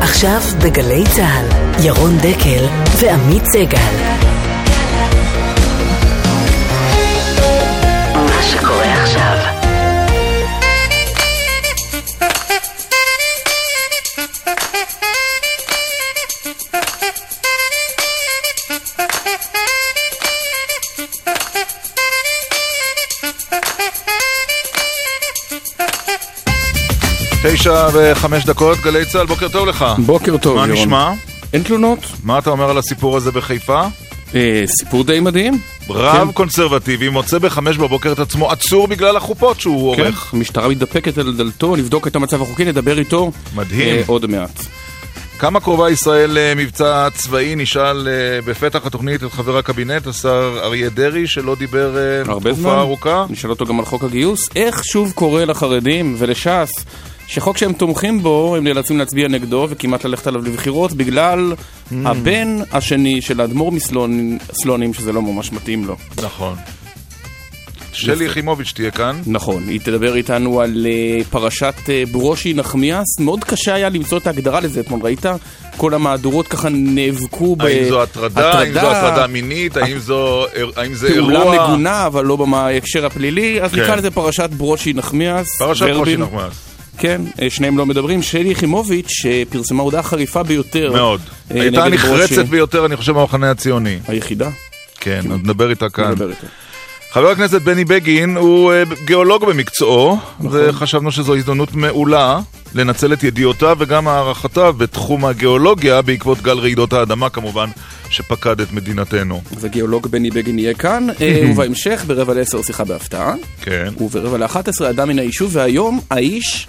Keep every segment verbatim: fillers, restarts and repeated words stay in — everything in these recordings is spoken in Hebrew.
עכשיו בגלי צהל, ירון דקל ועמית סגל. מה שקורה עכשיו. תשע וחמש דקות, גלי צהל, בוקר טוב לך. בוקר טוב, מה ירון. נשמע? אין תלונות. מה אתה אומר על הסיפור הזה בחיפה? אה, סיפור די מדהים. רב כן. קונסרבטיבי מוצא בחמש בבוקר את עצמו עצור בגלל החופות שהוא כן. עורך. המשטרה מתדפקת על דלתו, נבדוק את המצב החוקי, נדבר איתו. מדהים. אה, עוד מעט. כמה קרובה ישראל למבצע צבאי? נשאל אה, בפתח התוכנית את חבר הקבינט, השר אריה דרעי, שלא דיבר אה, הרבה תקופה זמן. ארוכה. נשאל אותו גם על חוק הגיוס. איך שוב קורה לחרדים ולש"ס שחוק שהם תומכים בו, הם נאלצים להצביע נגדו וכמעט ללכת עליו לבחירות בגלל mm. הבן השני של האדמו"ר מסלונים, שזה לא ממש מתאים לו. נכון. שלי יחימוביץ' תהיה כאן. נכון, היא תדבר איתנו על uh, פרשת uh, ברושי נחמיאס. מאוד קשה היה למצוא את ההגדרה לזה אתמול, ראית? כל המהדורות ככה נאבקו בהטרדה. האם זו הטרדה, האם זו הטרדה מינית, האם זו, האם זה פעולה אירוע? מגונה, אבל לא בהקשר הפלילי. אז נקרא לזה פרשת ברושי נחמיאס. פרשת ברושי נחמיאס. כן, שניהם לא מדברים. שלי יחימוביץ' שפרסמה הודעה חריפה ביותר. מאוד. הייתה נחרצת ביותר, אני חושב, מהמחנה הציוני. היחידה. כן, נדבר איתה כאן. נדבר איתה. חבר הכנסת בני בגין הוא גיאולוג במקצועו, וחשבנו שזו הזדמנות מעולה לנצל את ידיעותיו וגם הערכתיו בתחום הגיאולוגיה בעקבות גל רעידות האדמה כמובן שפקד את מדינתנו. אז הגיאולוג בני בגין יהיה כאן, ובהמשך ברבע לעשר שיחה בהפתעה. כן. וברבע לאחת עשרה אדם מן היישוב, והיום האיש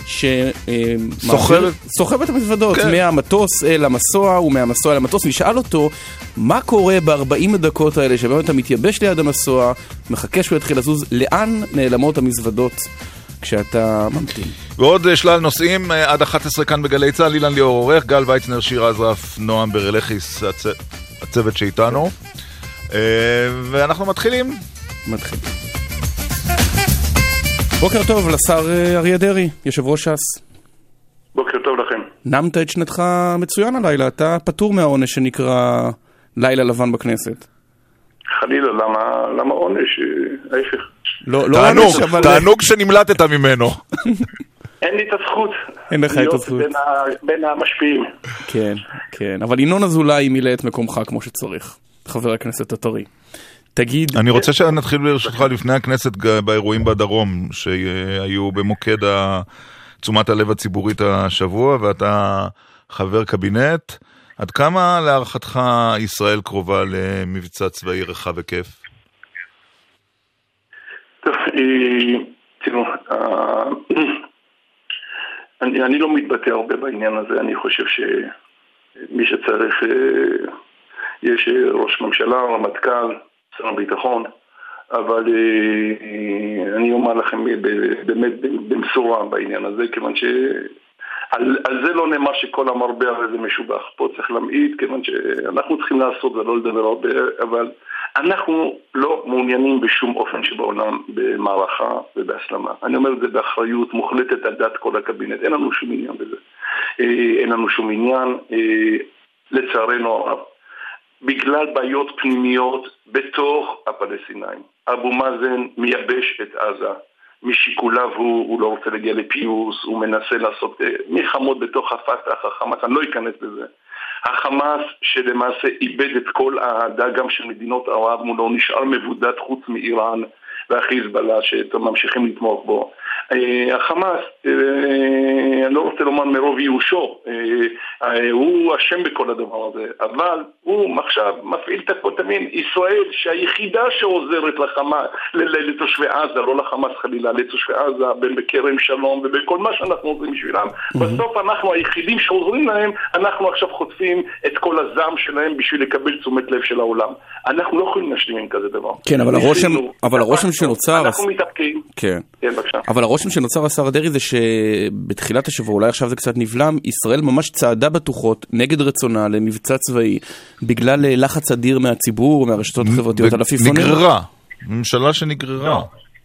שסוחב את המזוודות מהמטוס אל המסוע ומהמסוע אל המטוס. נשאל אותו מה קורה ב-ארבעים דקות האלה שבאמת אתה מתייבש ליד המסוע, מחכה שהוא יתחיל לזוז, לאן נעלמות המזוודות כשאתה ממתין. ועוד שלל נושאים עד אחת עשרה כאן בגלי צהל. אילן ליאור עורך, גל ויצנר, שיר עזרף, נועם ברלכיס, הצוות שאיתנו, ואנחנו מתחילים מתחילים בוקר טוב לשר אריה דרעי, יושב ראש ש"ס. בוקר טוב לכם. נמת את שנתך מצוין הלילה, אתה פטור מהעונש שנקרא לילה לבן בכנסת. חלילה, למה, למה עונש? ההפך. לא, לא תענוג, עונש, אבל... תענוג שנמלטת ממנו. אין לי את הזכות. אין לך את הזכות. בין, ה, בין המשפיעים. כן, כן. אבל ינון אזולאי מילא את מקומך כמו שצריך. חבר הכנסת הטרי. תגיד... אני רוצה שנתחיל ברשותך לפני הכנסת באירועים בדרום, שהיו במוקד תשומת הלב הציבורית השבוע, ואתה חבר קבינט. עד כמה להערכתך ישראל קרובה למבצע צבאי רחב היקף? טוב, תראו, אני, אני לא מתבטא הרבה בעניין הזה. אני חושב שמי שצריך, יש ראש ממשלה, רמטכ"ל, שר הביטחון, אבל אני אומר לכם באמת במשורה בעניין הזה, כיוון שעל על זה לא נאמר שכל המרבה הרי זה משובח. פה צריך להמעיט, כיוון שאנחנו צריכים לעשות ולא לדבר הרבה, אבל אנחנו לא מעוניינים בשום אופן שבעולם במערכה ובהסלמה. אני אומר את זה באחריות מוחלטת על דעת כל הקבינט. אין לנו שום עניין בזה. אין לנו שום עניין, לצערנו הרב. בגלל בעיות פנימיות בתוך הפלסטינאים. אבו מאזן מייבש את עזה. משיקוליו הוא, הוא לא רוצה להגיע לפיוס, הוא מנסה לעשות מלחמות בתוך הפתח, החמאס, אני לא אכנס בזה. החמאס שלמעשה איבד את כל האהדה גם של מדינות ערב מולו, נשאר מבודד חוץ מאיראן והחיזבאללה שממשיכים לתמוך בו. החמאס, אני לא רוצה לומר מרוב ייאושו, הוא אשם בכל הדבר הזה, אבל הוא עכשיו מפעיל את הכותבים, ישראל שהיחידה שעוזרת לחמאס, לתושבי עזה, לא לחמאס חלילה, לתושבי עזה, בין בכרם שלום ובכל מה שאנחנו עוזרים בשבילם, בסוף אנחנו היחידים שעוזרים להם, אנחנו עכשיו חוטפים את כל הזעם שלהם בשביל לקבל תשומת לב של העולם. אנחנו לא יכולים להשלים עם כזה דבר. כן, אבל הרושם, אבל הרושם שנוצר... אנחנו מתאפקים. כן. כן, בבקשה. אבל הרושם שנוצר השר דרעי זה שבתחילת השבוע, אולי עכשיו זה קצת נבלם, ישראל ממש צעדה בטוחות נגד רצונה למבצע צבאי, בגלל לחץ אדיר מהציבור, מהרשתות החברתיות על עפיפונים. נגררה. ממשלה שנגררה.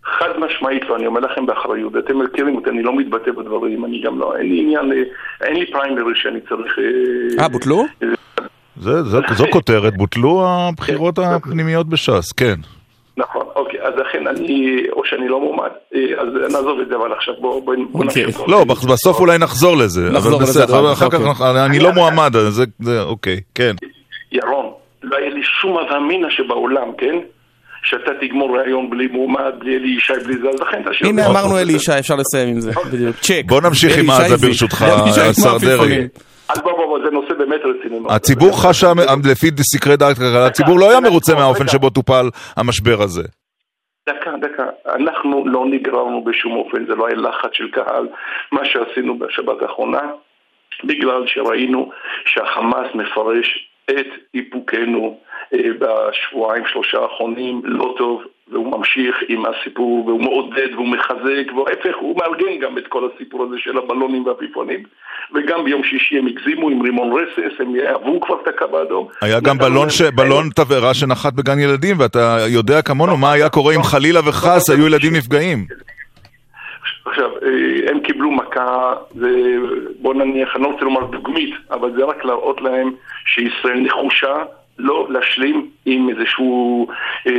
חד משמעית, ואני אומר לכם באחריות, אתם מכירים אותי, אני לא מתבטא בדברים, אני גם לא, אין לי עניין, אין לי פריימרי שאני צריך... אה, בוטלו? זו כותרת, בוטלו הבחירות הפנימיות בש"ס, כן. נכון, אוקיי, אז לכן אני, או שאני לא מועמד, אז נעזוב את זה, אבל עכשיו בואו נמשיך. לא, בסוף אולי נחזור לזה, אבל בסדר, אחר כך אני לא מועמד, זה אוקיי, כן. ירון, לא היה לי שום אמינה שבעולם, כן? שאתה תגמור רעיון בלי מועמד, בלי אלי ישי, בלי זה, אז לכן תשאיר. הנה אמרנו אלי ישי, אפשר לסיים עם זה, בדיוק, צ'ק. בוא נמשיך עם עזה ברשותך, השר דרעי. אז בוא בוא בוא, זה נושא באמת רציני. הציבור חשה, לפי סקרי דעת כלכלה, הציבור לא היה מרוצה מהאופן שבו טופל המשבר הזה. דקה, דקה, אנחנו לא נגררנו בשום אופן, זה לא היה לחץ של קהל, מה שעשינו בשבת האחרונה, בגלל שראינו שהחמאס מפרש את איפוקנו בשבועיים שלושה האחרונים לא טוב, והוא ממשיך עם הסיפור, והוא מעודד, והוא מחזק, וההפך, הוא מארגן גם את כל הסיפור הזה של הבלונים והפיפונים, וגם ביום שישי הם הגזימו עם רימון רסס, הם עברו כבר את הקו האדום. היה גם בלון, ש... בלון תבערה שנחת בגן ילדים, ואתה יודע כמונו מה היה קורה אם חלילה וחס היו ילדים נפגעים. עכשיו, הם קיבלו מכה, בוא נניח, אני לא רוצה לומר דוגמית, אבל זה רק להראות להם שישראל נחושה, לא להשלים עם איזשהו אה,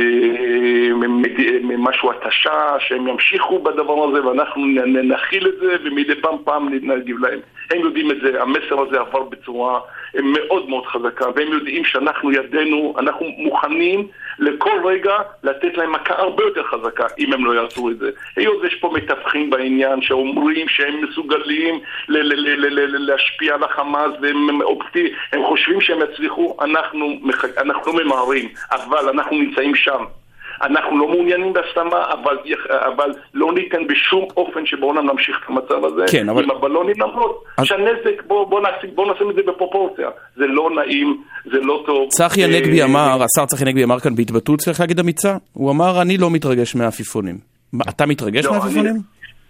משהו התשה, שהם ימשיכו בדבר הזה ואנחנו נחיל את זה ומדי פעם פעם נגיב להם. הם יודעים את זה, המסר הזה עבר בצורה מאוד מאוד חזקה, והם יודעים שאנחנו ידינו, אנחנו מוכנים לכל רגע לתת להם מכה הרבה יותר חזקה אם הם לא יעשו את זה. היות יש פה מתווכים בעניין שאומרים שהם מסוגלים ל- ל- ל- ל- להשפיע על החמאס והם אופטי, הם חושבים שהם יצליחו, אנחנו, אנחנו לא ממהרים, אבל אנחנו נמצאים שם. אנחנו לא מעוניינים בהסלמה, אבל, אבל לא ניתן בשום אופן שבעולם נמשיך את המצב הזה. כן, אבל... עם הבלונים למרות אז... שהנזק, בוא, בוא, נשים, בוא נשים את זה בפרופורציה. זה לא נעים, זה לא טוב. צחי הנגבי אמר, השר צחי הנגבי אמר כאן בהתבטאות, צריך להגיד אמיצה, הוא אמר, אני לא מתרגש מהעפיפונים. אתה מתרגש לא, מהעפיפונים? אני...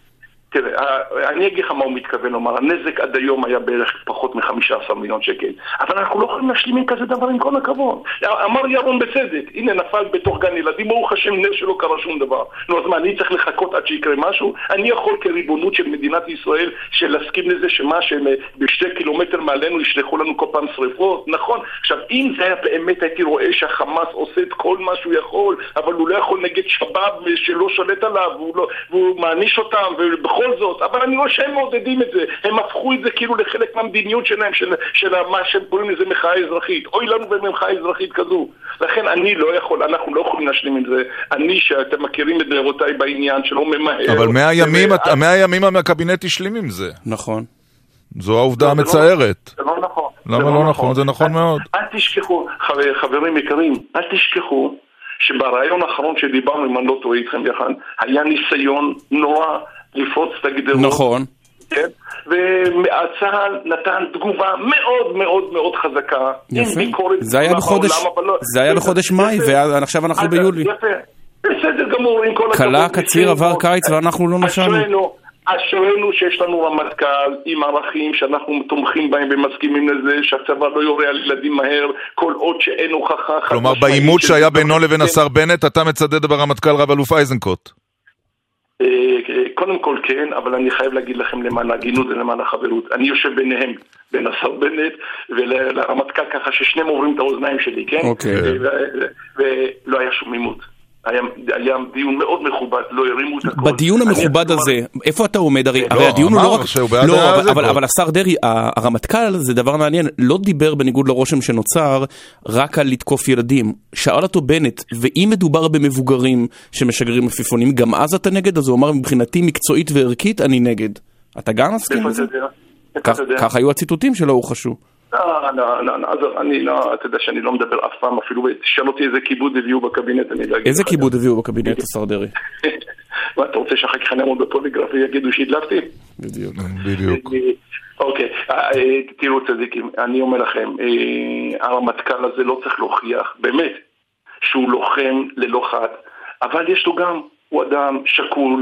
תראה, אני אגיד לך מה הוא מתכוון לומר, הנזק עד היום היה בערך פחות מ-חמישה עשר מיליון שקל, אבל אנחנו לא יכולים להשלים עם כזה דבר עם כל הכבוד. אמר ירון בצדק, הנה נפל בתוך גן ילדים, ברוך השם נר שלא קרה שום דבר. נו, אז מה, אני צריך לחכות עד שיקרה משהו? אני יכול כריבונות של מדינת ישראל שלהסכים לזה שמה שבשתי קילומטר מעלינו ישלחו לנו כל פעם שריפות? נכון. עכשיו, אם זה היה באמת הייתי רואה שהחמאס עושה את כל מה שהוא יכול, אבל הוא לא יכול נגד שבאב שלא שולט עליו, והוא, לא, והוא מעניש אותם, ובכל זאת, אבל אני רואה שהם מעודדים את זה, הם הפכו את זה כאילו לחלק מהמדיניות שלהם, של, של מה שהם קוראים לזה מחאה אזרחית. אוי לנו במחאה אזרחית כזו. לכן אני לא יכול, אנחנו לא יכולים להשלים עם זה. אני, שאתם מכירים את דעותיי בעניין, שלא ממהר. אבל מאה ימים, מאה ימים הקבינט השלים עם זה. נכון. זו העובדה המצערת. זה לא נכון. למה לא נכון? זה נכון מאוד. אל תשכחו, חברים יקרים, אל תשכחו שברעיון האחרון שדיברנו, אם אני לא טועה איתכם יחד, היה ניסיון נורא לפרוץ את הגדרות. נכון. כן? והצהל נתן תגובה מאוד מאוד מאוד חזקה. יפה. זה היה בחודש, זה היה בחודש מאי, ועכשיו אנחנו ביולי. יפה. בסדר גמור, עם כל הכבוד. קלה קציר עבר קיץ ואנחנו לא נשאנו. אשרינו שיש לנו רמטכ"ל עם ערכים שאנחנו תומכים בהם ומסכימים לזה, שהצבא לא יורה על ילדים מהר כל עוד שאין הוכחה. כלומר, בעימות שהיה בינו לבין השר בנט, אתה מצדד ברמטכ"ל רב אלוף איזנקוט. קודם כל כן, אבל אני חייב להגיד לכם למען ההגינות ולמען החברות. אני יושב ביניהם, בין השר בנט ולרמטכ"ל, ככה ששניהם עוברים את האוזניים שלי, כן? אוקיי. ולא היה שום עימות. היה, היה דיון מאוד מכובד, לא הרימו את הכל. בדיון המכובד הזה, איפה אתה עומד? הרי הדיון הוא לא רק... לא, אבל השר דרעי, הרמטכ"ל, זה דבר מעניין, לא דיבר בניגוד לרושם שנוצר, רק על לתקוף ילדים. שאל אותו בנט, ואם מדובר במבוגרים שמשגרים עפיפונים, גם אז אתה נגד? אז הוא אמר, מבחינתי מקצועית וערכית, אני נגד. אתה גם מסכים לזה? כך היו הציטוטים שלו, הוא חשוב. לא, לא, לא, אז אני לא, אתה יודע שאני לא מדבר אף פעם, אפילו תשאל אותי איזה כיבוד הביאו בקבינט, אני לא אגיד. איזה כיבוד הביאו בקבינט, השר דרעי? מה, אתה רוצה שאחר כך אני אעמוד בפוליגרף ויגידו שהדלפתי? בדיוק. בדיוק. אוקיי, תראו צדיקים, אני אומר לכם, הרמטכ"ל הזה לא צריך להוכיח, באמת, שהוא לוחם ללא חת, אבל יש לו גם, הוא אדם שקול,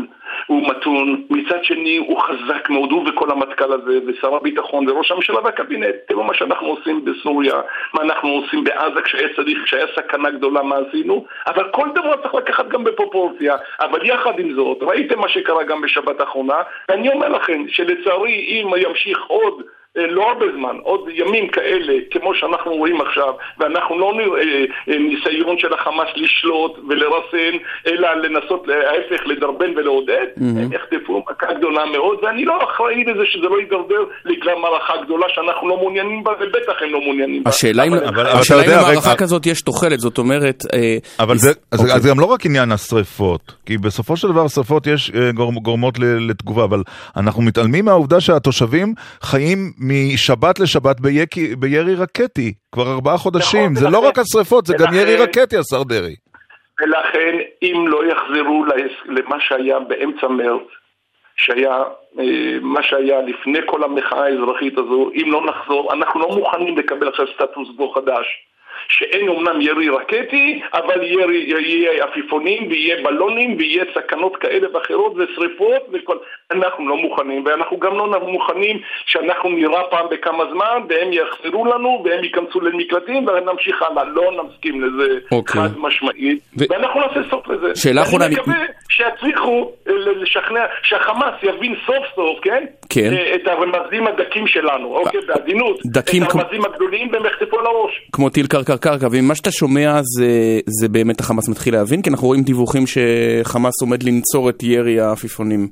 הוא מתון, מצד שני הוא חזק מאוד, הוא וכל המטכ"ל הזה, ושר הביטחון וראש הממשלה והקבינט. תראו מה שאנחנו עושים בסוריה, מה אנחנו עושים בעזה כשהיה צריך, כשהיה סכנה גדולה, מה עשינו, אבל כל דבר צריך לקחת גם בפרופורציה. אבל יחד עם זאת, ראיתם מה שקרה גם בשבת האחרונה, ואני אומר לכם שלצערי אם ימשיך עוד לא הרבה זמן, עוד ימים כאלה כמו שאנחנו רואים עכשיו, ואנחנו לא נראה ניסיון של החמאס לשלוט ולרסן, אלא לנסות להפך לדרבן ולעודד, הם יחטפו מכה גדולה מאוד, ואני לא אחראי לזה שזה לא יידרדר לכלל מערכה גדולה שאנחנו לא מעוניינים בה, ובטח הם לא מעוניינים בה. השאלה אם למערכה כזאת יש תוחלת, זאת אומרת... אבל זה גם לא רק עניין השריפות, כי בסופו של דבר השריפות יש גורמות לתגובה, אבל אנחנו מתעלמים מהעובדה שהתושבים חיים משבת לשבת בירי רקטי, כבר ארבעה חודשים. זה לא רק השריפות, זה גם ירי רקטי, השר דרעי. ולכן, אם לא יחזרו למה שהיה באמצע מרץ, שהיה מה שהיה לפני כל המחאה האזרחית הזו, אם לא נחזור, אנחנו לא מוכנים לקבל עכשיו סטטוס קוו חדש. שאין אומנם ירי רקטי, אבל ירי, יהיה עפיפונים ויהיה בלונים ויהיה סכנות כאלה ואחרות ושריפות וכל... אנחנו לא מוכנים, ואנחנו גם לא מוכנים שאנחנו נראה פעם בכמה זמן והם יחזרו לנו והם ייכנסו למקלטים ונמשיך הלאה. לא נסכים לזה okay. חד משמעית ו... ואנחנו נעשה סוף לזה. שאלה אחרונה... אני מקווה שיצליחו לשכנע, שהחמאס יבין סוף סוף, כן? כן. את הרמזים הדקים שלנו, אוקיי? בעדינות. דקים... את הרמזים הגדולים במחטפו לראש. כמו טיל קרקע קרקע, ומה שאתה שומע זה, זה באמת החמאס מתחיל להבין, כי אנחנו רואים דיווחים שחמאס עומד לנצור את ירי העפיפונים.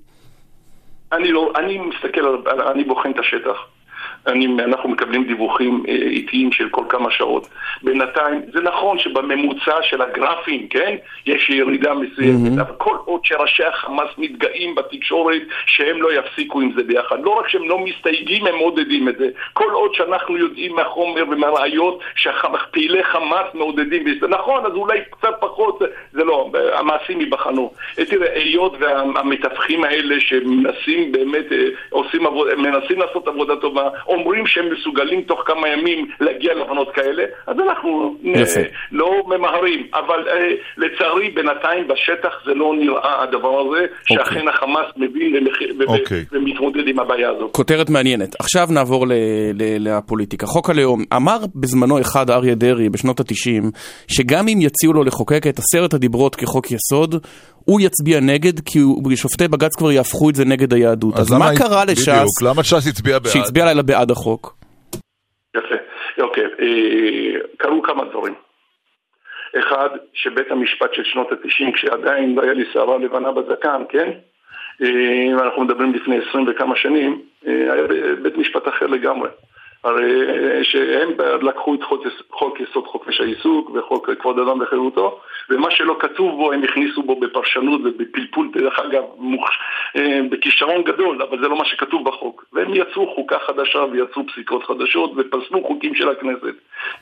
אני לא, אני מסתכל, אני בוחן את השטח. אני, אנחנו מקבלים דיווחים איטיים של כל כמה שעות. בינתיים, זה נכון שבממוצע של הגרפים, כן? יש ירידה מסוימת, mm-hmm. אבל כל עוד שראשי החמאס מתגאים בתקשורת שהם לא יפסיקו עם זה ביחד. לא רק שהם לא מסתייגים, הם מעודדים את זה. כל עוד שאנחנו יודעים מהחומר ומהראיות שפעילי חמאס מעודדים, וזה נכון, אז אולי קצת פחות, זה לא, המעשים ייבחנו. תראה, היות והמתווכים האלה שמנסים באמת, עושים עבוד, מנסים לעשות עבודה טובה, אומרים שהם מסוגלים תוך כמה ימים להגיע להבנות כאלה, אז אנחנו לא ממהרים, אבל לצערי בינתיים בשטח זה לא נראה הדבר הזה, שאכן החמאס מבין ומתמודד עם הבעיה הזאת. כותרת מעניינת. עכשיו נעבור לפוליטיקה. חוק הלאום, אמר בזמנו אחד אריה דרעי בשנות ה-תשעים, שגם אם יציעו לו לחוקק את עשרת הדיברות כחוק יסוד, הוא יצביע נגד, כי שופטי בג"ץ כבר יהפכו את זה נגד היהדות. אז מה קרה לש"ס? למה ש"ס הצביע בעד? שהצביע לילה בעד החוק. יפה. אוקיי. קרו כמה דברים. אחד, שבית המשפט של שנות ה-תשעים, כשעדיין לא היה לי שערה לבנה בזקן, כן? אנחנו מדברים לפני עשרים וכמה שנים, היה בית משפט אחר לגמרי. הרי שהם לקחו את חוק יסוד חופש העיסוק וחוק כבוד אדם וחירותו, ומה שלא כתוב בו הם הכניסו בו בפרשנות ובפלפול, דרך אגב, בכישרון גדול, אבל זה לא מה שכתוב בחוק. והם יצרו חוקה חדשה ויצרו פסיקות חדשות ופסלו חוקים של הכנסת.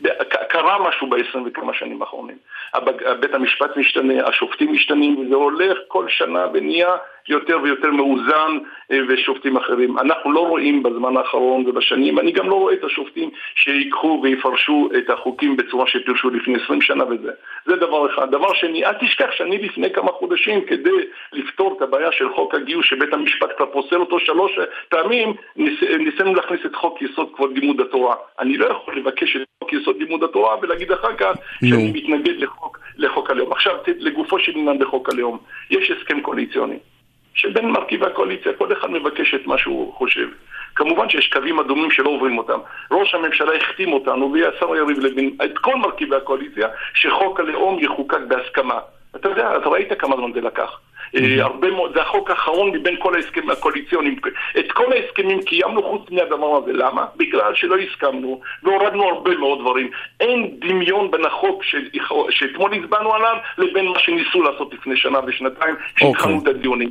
קרה משהו ב-עשרים וכמה שנים האחרונים. בית המשפט משתנה, השופטים משתנים, וזה הולך כל שנה ונהיה יותר ויותר מאוזן ושופטים אחרים. אנחנו לא רואים בזמן האחרון ובשנים, אני גם לא רואה את השופטים שיקחו ויפרשו את החוקים בצורה שפרשו לפני עשרים שנה וזה. זה דבר אחד. דבר שני, אל תשכח שאני לפני כמה חודשים כדי לפתור את הבעיה של חוק הגיוס שבית המשפט כבר פוסל אותו שלוש פעמים, ניסינו להכניס את חוק יסוד כבוד לימוד התורה. אני לא יכול לבקש את חוק יסוד לימוד התורה ולהגיד אחר כך שאני מתנגד לחוק, לחוק הלאום. עכשיו לגופו של עניין בחוק הלאום, יש הסכם קואליציוני. שבין מרכיבי הקואליציה, כל אחד מבקש את מה שהוא חושב. כמובן שיש קווים אדומים שלא עוברים אותם. ראש הממשלה החתים אותנו, והשר יריב לוין, את כל מרכיבי הקואליציה, שחוק הלאום יחוקק בהסכמה. אתה יודע, אתה ראית כמה זמן זה לקח. הרבה מאוד, זה החוק האחרון מבין כל ההסכמים הקואליציוניים. את כל ההסכמים קיימנו חוץ מהדבר הזה. למה? בגלל שלא הסכמנו והורדנו הרבה מאוד דברים. אין דמיון בין החוק שאתמול הצבענו עליו לבין מה שניסו לעשות לפני שנה ושנתיים שהתחלנו את הדיונים.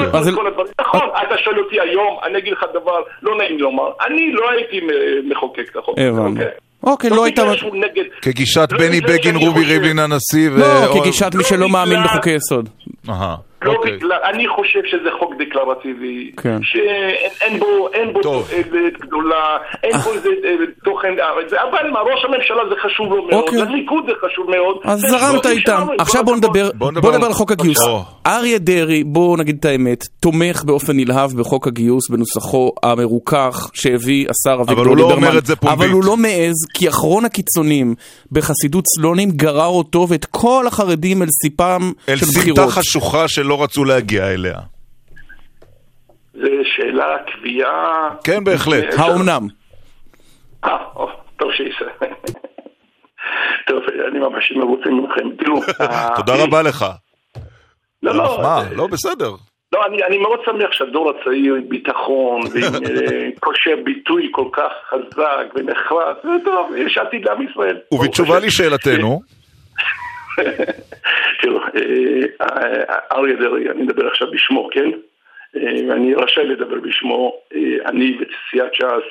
נכון, אתה שואל אותי היום, אני אגיד לך דבר, לא נעים לומר, אני לא הייתי מחוקק את החוק. אוקיי, לא הייתה... כגישת בני בגין, רובי ריבלין הנשיא ו... לא, כגישת מי שלא מאמין בחוקי יסוד. לא דקלר... אני חושב שזה חוק דקלרטיבי, כן. שאין בו, אין בו תועלת גדולה, אין בו איזה תוכן, אבל מה, ראש הממשלה זה חשוב לו מאוד, אוקיי. לליכוד זה חשוב מאוד. אז זרמת איתם. עכשיו בוא נדבר, בוא נדבר על חוק הגיוס. אריה דרעי, בוא נגיד את האמת, תומך באופן נלהב בחוק הגיוס בנוסחו המרוכך שהביא השר אביגדור ליברמן, אבל הוא לא מעז, כי אחרון הקיצונים בחסידות סלונים גרר אותו ואת כל החרדים אל סיפם של בחירות. אל סמטה חשוכה שלא רצו להגיע אליה. זה שאלה קביעה. כן, בהחלט. האומנם? אה, טוב שיסה. טוב, אני ממש מרוצה ממכם. תראו. תודה רבה לך. לא, לא. מה? לא, בסדר. לא, אני, אני מאוד שמח שהדור הצעיר עם ביטחון ועם כושר ביטוי כל כך חזק ונחרץ, וטוב, יש עתיד לעם ישראל. ובתשובה לשאלתנו. תראו, אריה דרעי, אני מדבר עכשיו בשמו, כן? אני רשאי לדבר בשמו, אני וסיעת ש"ס,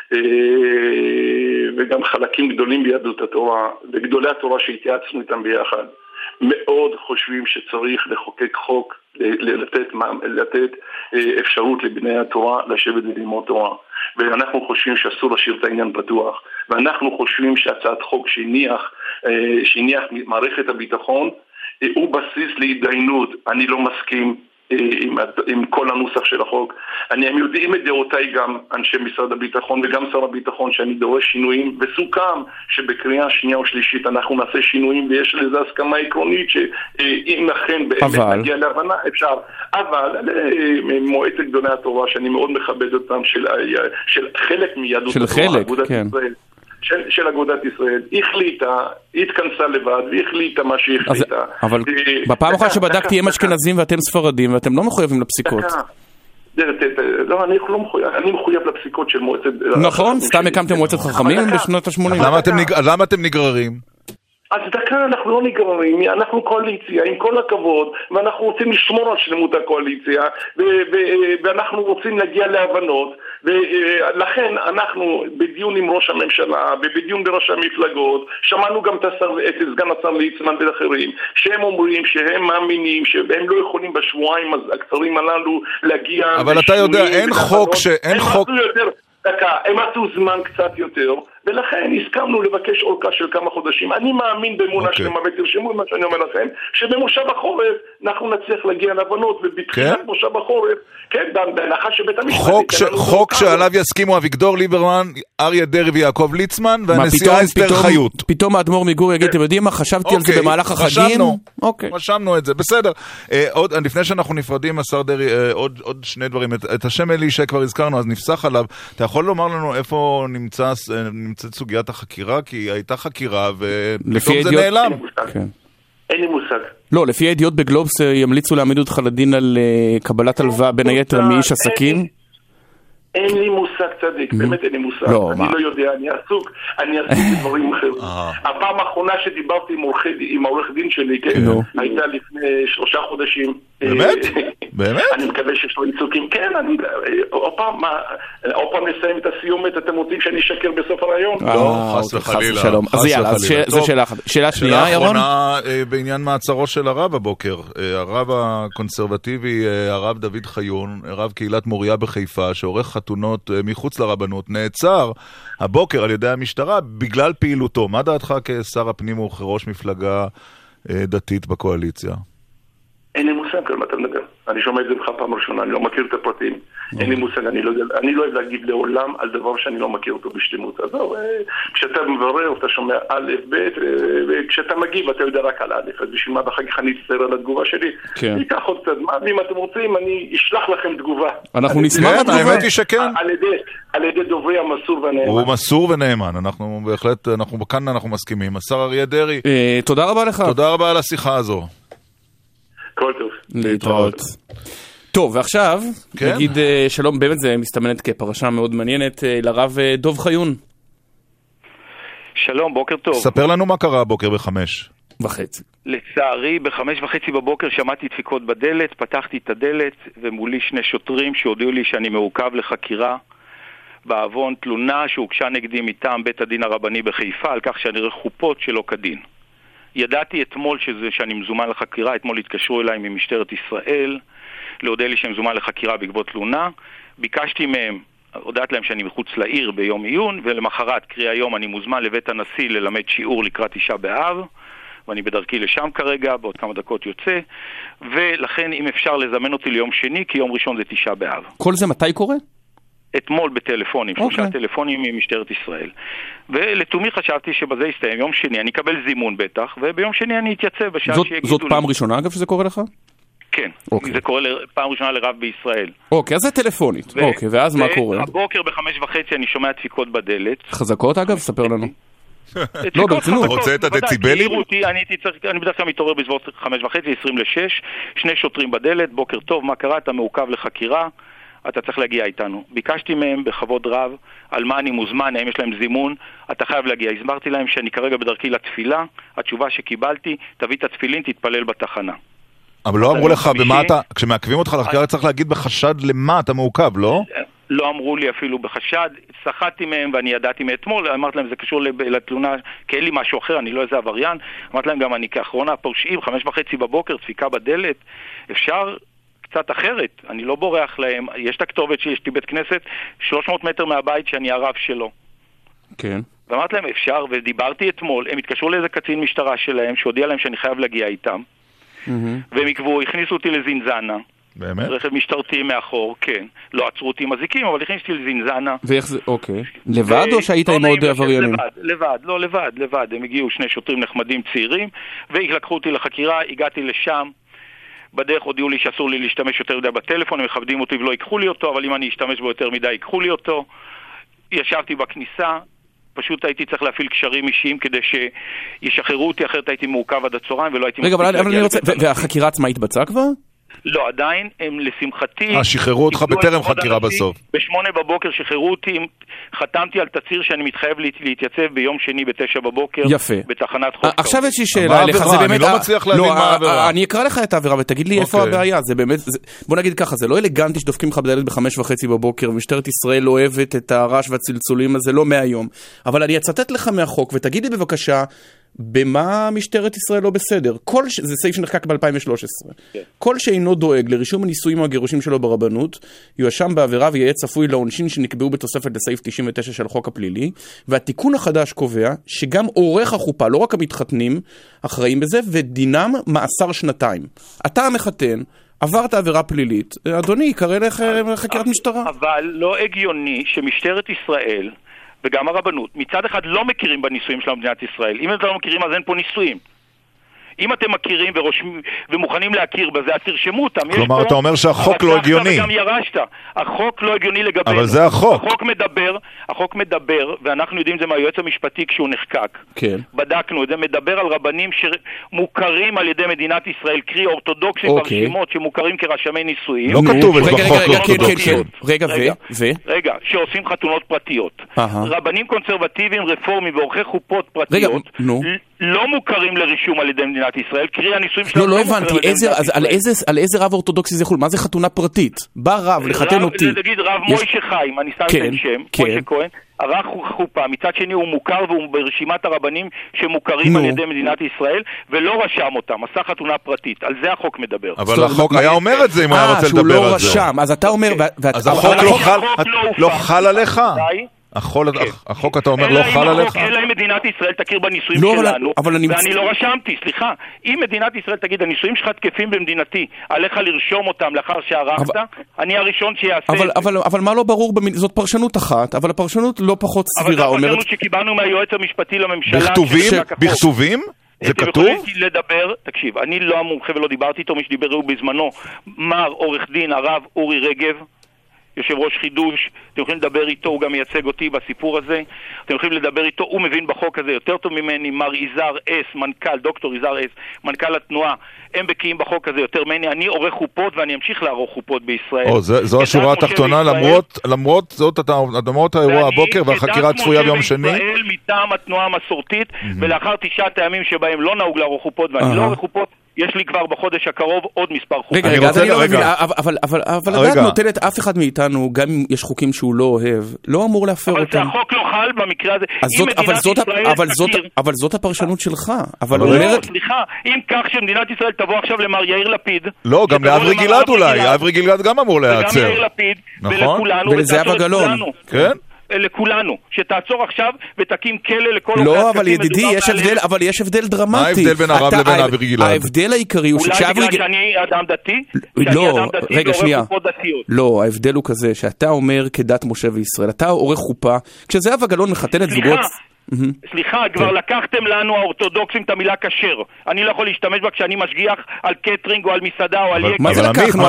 וגם חלקים גדולים ביהדות התורה, וגדולי התורה שהתייעצנו איתם ביחד, מאוד חושבים שצריך לחוקק חוק, לתת, לתת אפשרות לבני התורה לשבת וללמוד תורה. ואנחנו חושבים שאסור להשאיר את העניין פתוח. ואנחנו חושבים שהצעת חוק שהניח, שהניח מערכת הביטחון, הוא בסיס להתדיינות. אני לא מסכים עם, עם כל הנוסח של החוק. אני הם יודעים את דעותיי גם אנשי משרד הביטחון וגם שר הביטחון שאני דורש שינויים, וסוכם שבקריאה שנייה או שלישית אנחנו נעשה שינויים ויש לזה הסכמה עקרונית שאם אכן באמת אבל... נגיע להבנה אפשר. אבל מועצת גדולי התורה שאני מאוד מכבד אותם של, של חלק מיהדות של התורה, חלק, אגודת כן. ישראל, של, של אגודת ישראל, החליטה, התכנסה לבד והחליטה מה שהחליטה. אז, אבל בפעם אחת שבדקתי הם אשכנזים ואתם ספרדים ואתם לא מחויבים לפסיקות. לא, אני לא מחויב, אני מחויב לפסיקות של מועצת... נכון, סתם הקמתם מועצת חכמים בשנות ה-שמונים. למה אתם נגררים? אז דקה, אנחנו לא נגררים, אנחנו קואליציה, עם כל הכבוד, ואנחנו רוצים לשמור על שלמות הקואליציה, ואנחנו רוצים להגיע להבנות, ולכן אנחנו בדיון עם ראש הממשלה, ובדיון בראש המפלגות, שמענו גם את סגן השר ליצמן ואחרים, שהם אומרים שהם מאמינים, שהם לא יכולים בשבועיים הקצרים הללו להגיע... אבל אתה יודע, אין חוק ש... אין חוק... דקה, הם עשו זמן קצת יותר, ולכן הסכמנו לבקש אורכה של כמה חודשים. אני מאמין באמונה okay. שלמה, ותרשמו מה שאני אומר לכם, שבמושב החורף אנחנו נצליח להגיע להבנות, ובתחילת okay. מושב החורף, כן, בהנחה שבית המשפט... חוק, ש... חוק שעליו יסכימו אביגדור ליברמן, אריה דרעי ויעקב ליצמן, והנשיאה אסתר חיות. פתאום האדמו"ר מגור יגיד, אתם יודעים מה, חשבתי על זה במהלך החגים? רשמנו את זה, בסדר. לפני שאנחנו נפרדים, השר דרעי, עוד שני דברים. את השם אלי שכבר הזכרנו, אז נפסח עליו. אתה יכול לומר לנו איפה נמצאת סוגיית החקירה? כי הייתה חקירה ופתאום זה נעלם. אין לי מושג. לא, לפי הידיעות בגלובס ימליצו להעמיד אותך לדין על קבלת הלוואה בין היתר מאיש עסקים? אין לי מושג צדיק, באמת אין לי מושג. אני לא יודע, אני עסוק, אני עסוק בדברים אחרים. הפעם האחרונה שדיברתי עם העורך דין שלי, הייתה לפני שלושה חודשים. באמת? באמת? אני מקווה שיש לו עיסוקים. כן, עוד פעם נסיים את הסיומת, אתם רוצים שאני אשקר בסוף הרעיון? לא, חס וחלילה. אז יאללה, זו שאלה אחת. שאלה שנייה, ירון? שאלה אחרונה בעניין מעצרו של הרב הבוקר. הרב הקונסרבטיבי, הרב דוד חיון, הרב קהילת מוריה בחיפה, שעורך חתונות מחוץ לרבנות, נעצר הבוקר על ידי המשטרה בגלל פעילותו. מה דעתך כשר הפנים וכראש מפלגה דתית בקואליציה? אין לי מושג על מה אתה מדבר. אני שומע את זה לך פעם ראשונה, אני לא מכיר את הפרטים. אין לי מושג, אני לא, אני לא אוהב להגיד לעולם על דבר שאני לא מכיר אותו בשלמות. אז לא, כשאתה מברר, אתה שומע א', ב', וכשאתה מגיב, אתה יודע רק על א', אז בשביל מה בחג כך אני אצטער על התגובה שלי? כן. ייקח עוד קצת זמן, ואם אתם רוצים, אני אשלח לכם תגובה. אנחנו נשמח לתגובה. האמת היא שכן. על ידי, על ידי דוברי המסור והנאמן. הוא מסור ונאמן, אנחנו בהחלט, אנחנו כאן אנחנו מסכימים. השר אריה דרעי. תודה רבה לך. תודה רבה על השיחה הזו. כל טוב. להתראות. טוב, ועכשיו, כן? נגיד שלום, באמת זה מסתמנת כפרשה מאוד מעניינת, לרב דוב חיון. שלום, בוקר טוב. ספר לנו מה קרה הבוקר בחמש. וחצי. לצערי, בחמש וחצי בבוקר שמעתי דפיקות בדלת, פתחתי את הדלת, ומולי שני שוטרים שהודיעו לי שאני מעוכב לחקירה, בעוון תלונה שהוגשה נגדי מטעם בית הדין הרבני בחיפה, על כך שאני רואה חופות שלא כדין. ידעתי אתמול שזה, שאני מזומן לחקירה, אתמול התקשרו אליי ממשטרת ישראל, להודיע לי שאני מזומן לחקירה בעקבות תלונה, ביקשתי מהם, הודעת להם שאני מחוץ לעיר ביום עיון, ולמחרת, קרי היום, אני מוזמן לבית הנשיא ללמד שיעור לקראת תשעה באב, ואני בדרכי לשם כרגע, בעוד כמה דקות יוצא, ולכן אם אפשר לזמן אותי ליום שני, כי יום ראשון זה תשעה באב. כל זה מתי קורה? אתמול בטלפונים, שלושה טלפונים ממשטרת ישראל. ולתומי חשבתי שבזה יסתיים יום שני, אני אקבל זימון בטח, וביום שני אני אתייצב בשעה שיגידו לי. זאת פעם ראשונה אגב שזה קורה לך? כן, זה קורה פעם ראשונה לרב בישראל. אוקיי, אז זה טלפונית. אוקיי, ואז מה קורה? הבוקר בחמש וחצי אני שומע דפיקות בדלת. חזקות אגב? ספר לנו. לא, ברצינות. רוצה את הדציבלים? אני בדרך כלל מתעורר בסביבות חמש וחצי, עשרים לשש, שני שוטרים בדלת, בוקר טוב, מה קרה? אתה מעוכב לחקירה, אתה צריך להגיע איתנו. ביקשתי מהם בכבוד רב על מה אני מוזמן, האם יש להם זימון, אתה חייב להגיע. הסברתי להם שאני כרגע בדרכי לתפילה, התשובה שקיבלתי, תביא את התפילין, תתפלל בתחנה. אבל לא אמרו לך במה אתה, כשמעכבים אותך לחקירה צריך להגיד בחשד למה אתה מעוכב, לא? לא אמרו לי אפילו בחשד, שחעתי מהם ואני ידעתי מאתמול, אמרתי להם זה קשור לתלונה, כי אין לי משהו אחר, אני לא איזה עבריין, אמרתי להם גם אני כאחרונה פורשים, חמש וחצי בבוקר, דפיקה בדלת, אפשר קצת אחרת, אני לא בורח להם, יש את הכתובת שיש לי בית כנסת, שלוש מאות מטר מהבית שאני הרב שלו. כן. ואמרתי להם אפשר, ודיברתי אתמול, הם התקשרו לאיזה קצין משטרה שלהם, שהודיע להם שאני חייב להגיע איתם, והם יקבו, הכניסו אותי לזינזנה. באמת? רכב משטרתי מאחור, כן. לא עצרו אותי עם הזיקים, אבל הכניסו אותי לזינזנה. ואיך זה, אוקיי. לבד או שהיית עם עוד עבריינים? לבד, לבד, לא לבד, לבד. הם הגיעו שני שוטרים נחמדים צעירים, והקלקחו אותי לחקירה, הגעתי לשם. בדרך הודיעו לי שאסור לי להשתמש יותר מדי בטלפון, הם מכבדים אותי ולא ייקחו לי אותו, אבל אם אני אשתמש בו יותר מדי, ייקחו לי אותו. ישבתי בכניסה, פשוט הייתי צריך להפעיל קשרים אישיים כדי שישחררו אותי, אחרת הייתי מעוכב עד הצהריים ולא הייתי... רגע, אבל אני רוצה... והחקירה עצמה התבצעה כבר? לא, עדיין הם לשמחתי... אה, שחררו אותך בטרם חקירה בסוף. בשמונה בבוקר שחררו אותי, חתמתי על תצהיר שאני מתחייב להתייצב ביום שני בתשע בבוקר. יפה. בתחנת חוק. עכשיו יש לי שאלה אליך, זה באמת... אני לא מצליח להבין מה העבירה. אני אקרא לך את העבירה ותגיד לי איפה הבעיה. זה באמת... בוא נגיד ככה, זה לא אלגנטי שדופקים לך בדלת בחמש וחצי בבוקר, ומשטרת ישראל אוהבת את הרעש והצלצולים הזה, לא מהיום. אבל אני אצטט לך מהחוק, ותגיד לי בבקשה, במה משטרת ישראל לא בסדר? כל ש... זה סעיף שנחקק ב-אלפיים ושלוש עשרה. Okay. כל שאינו דואג לרישום הנישואים או הגירושים שלו ברבנות, יואשם בעבירה ויהיה צפוי לעונשין שנקבעו בתוספת לסעיף תשעים ותשע של החוק הפלילי, והתיקון החדש קובע שגם עורך החופה, לא רק המתחתנים, אחראים בזה, ודינם מאסר שנתיים. אתה המחתן, עברת עבירה פלילית, אדוני, יקרא לך חקירת משטרה. אבל לא הגיוני שמשטרת ישראל וגם הרבנות, מצד אחד לא מכירים בנישואים של מדינת ישראל. אם אתם לא מכירים, אז אין פה נישואים. אם אתם מכירים ורושמים, ומוכנים להכיר בזה, אז תרשמו אותם. כלומר, אתה אומר שהחוק לא הגיוני. וגם ירשת. החוק לא הגיוני לגבי... אבל זה החוק. החוק מדבר, החוק מדבר, ואנחנו יודעים זה מהיועץ המשפטי כשהוא נחקק. כן. בדקנו את זה, מדבר על רבנים שמוכרים על ידי מדינת ישראל, קרי אורתודוקסים ברשימות שמוכרים כרשמי נישואים. לא כתוב את בחוק אורתודוקסיות. רגע, ו? רגע, שעושים חתונות פרטיות. רבנים קונסרבטיביים, רפורמים ועורכי חופות פרטיות לא מוכרים לרישום על ידי מדינת ישראל, קרי הנישואים שלנו... לא, לא הבנתי, על איזה רב אורתודוקסי זה יכול? מה זה חתונה פרטית? בא רב, לחתן אותי. נגיד רב מוישה חיים, אני שם את שם, מוישה כהן, ערך חופה, מצד שני הוא מוכר והוא ברשימת הרבנים שמוכרים על ידי מדינת ישראל, ולא רשם אותם, עשה חתונה פרטית, על זה החוק מדבר. אבל החוק היה אומר את זה אם הוא היה רוצה לדבר על זה. אה, שהוא לא רשם, אז אתה אומר... אז החוק לא חל עליך? החוק אתה אומר לא חל עליך? אלא אם מדינת ישראל תכיר בנישואים שלנו, ואני לא רשמתי, סליחה, אם מדינת ישראל תגיד, הנישואים שלך תקפים במדינתי, עליך לרשום אותם לאחר שערכת, אני הראשון שיעשה את זה. אבל מה לא ברור, זאת פרשנות אחת, אבל הפרשנות לא פחות סבירה. אבל זו הפרשנות שקיבלנו מהיועץ המשפטי לממשלה. בכתובים? זה כתוב? לדבר, תקשיב, אני לא המומחה ולא דיברתי איתו, מי שדיבר הוא בזמנו, מר עורך דין הרב אורי רגב, יושב ראש חידוש, אתם יכולים לדבר איתו, הוא גם מייצג אותי בסיפור הזה, אתם יכולים לדבר איתו, הוא מבין בחוק הזה יותר טוב ממני, מר איזר אס, מנכ"ל, דוקטור איזר אס, מנכ"ל התנועה, הם בקיאים בחוק הזה יותר ממני, אני עורך חופות ואני אמשיך לערוך חופות בישראל. או, זו השורה התחתונה, למרות זאת, למרות האירוע הבוקר והחקירה צפויה ביום שני. ואני כדת משה בישראל מטעם התנועה המסורתית, ולאחר תשעת הימים שבהם לא נהוג לערוך חופות ואני לא עורך חופות, יש לי כבר בחודש הקרוב עוד מספר חוקים. רגע, רגע, אז אני לא מבין, אבל הדעת נותנת אף אחד מאיתנו, גם אם יש חוקים שהוא לא אוהב, לא אמור להפר אותם. אבל החוק לא חל במקרה הזה. אבל זאת הפרשנות שלך. לא, סליחה, אם כך שמדינת ישראל תבוא עכשיו למר יאיר לפיד. לא, גם לאברי גלעד אולי, אברי גלעד גם אמור להיעצר. וגם יאיר לפיד, ולכולנו, ולזהבה גלאון. כן? לכולנו, שתעצור עכשיו ותקים כלא לכל... לא, אבל ידידי, יש הבדל, אבל יש הבדל דרמטי. מה ההבדל בין הרב לבין אברי גלעד? ההבדל העיקרי הוא אולי בגלל שאני אדם דתי? לא, רגע, שנייה. לא, ההבדל הוא כזה, שאתה אומר כדת משה וישראל, אתה עורך חופה, כשזהבה גלאון מחתנת זוגות... סליחה, כבר לקחתם לנו האורתודוקסים את המילה כשר. אני לא יכול להשתמש בה כשאני משגיח על קטרינג או על מסעדה או על יקר. מה זה לקחנו?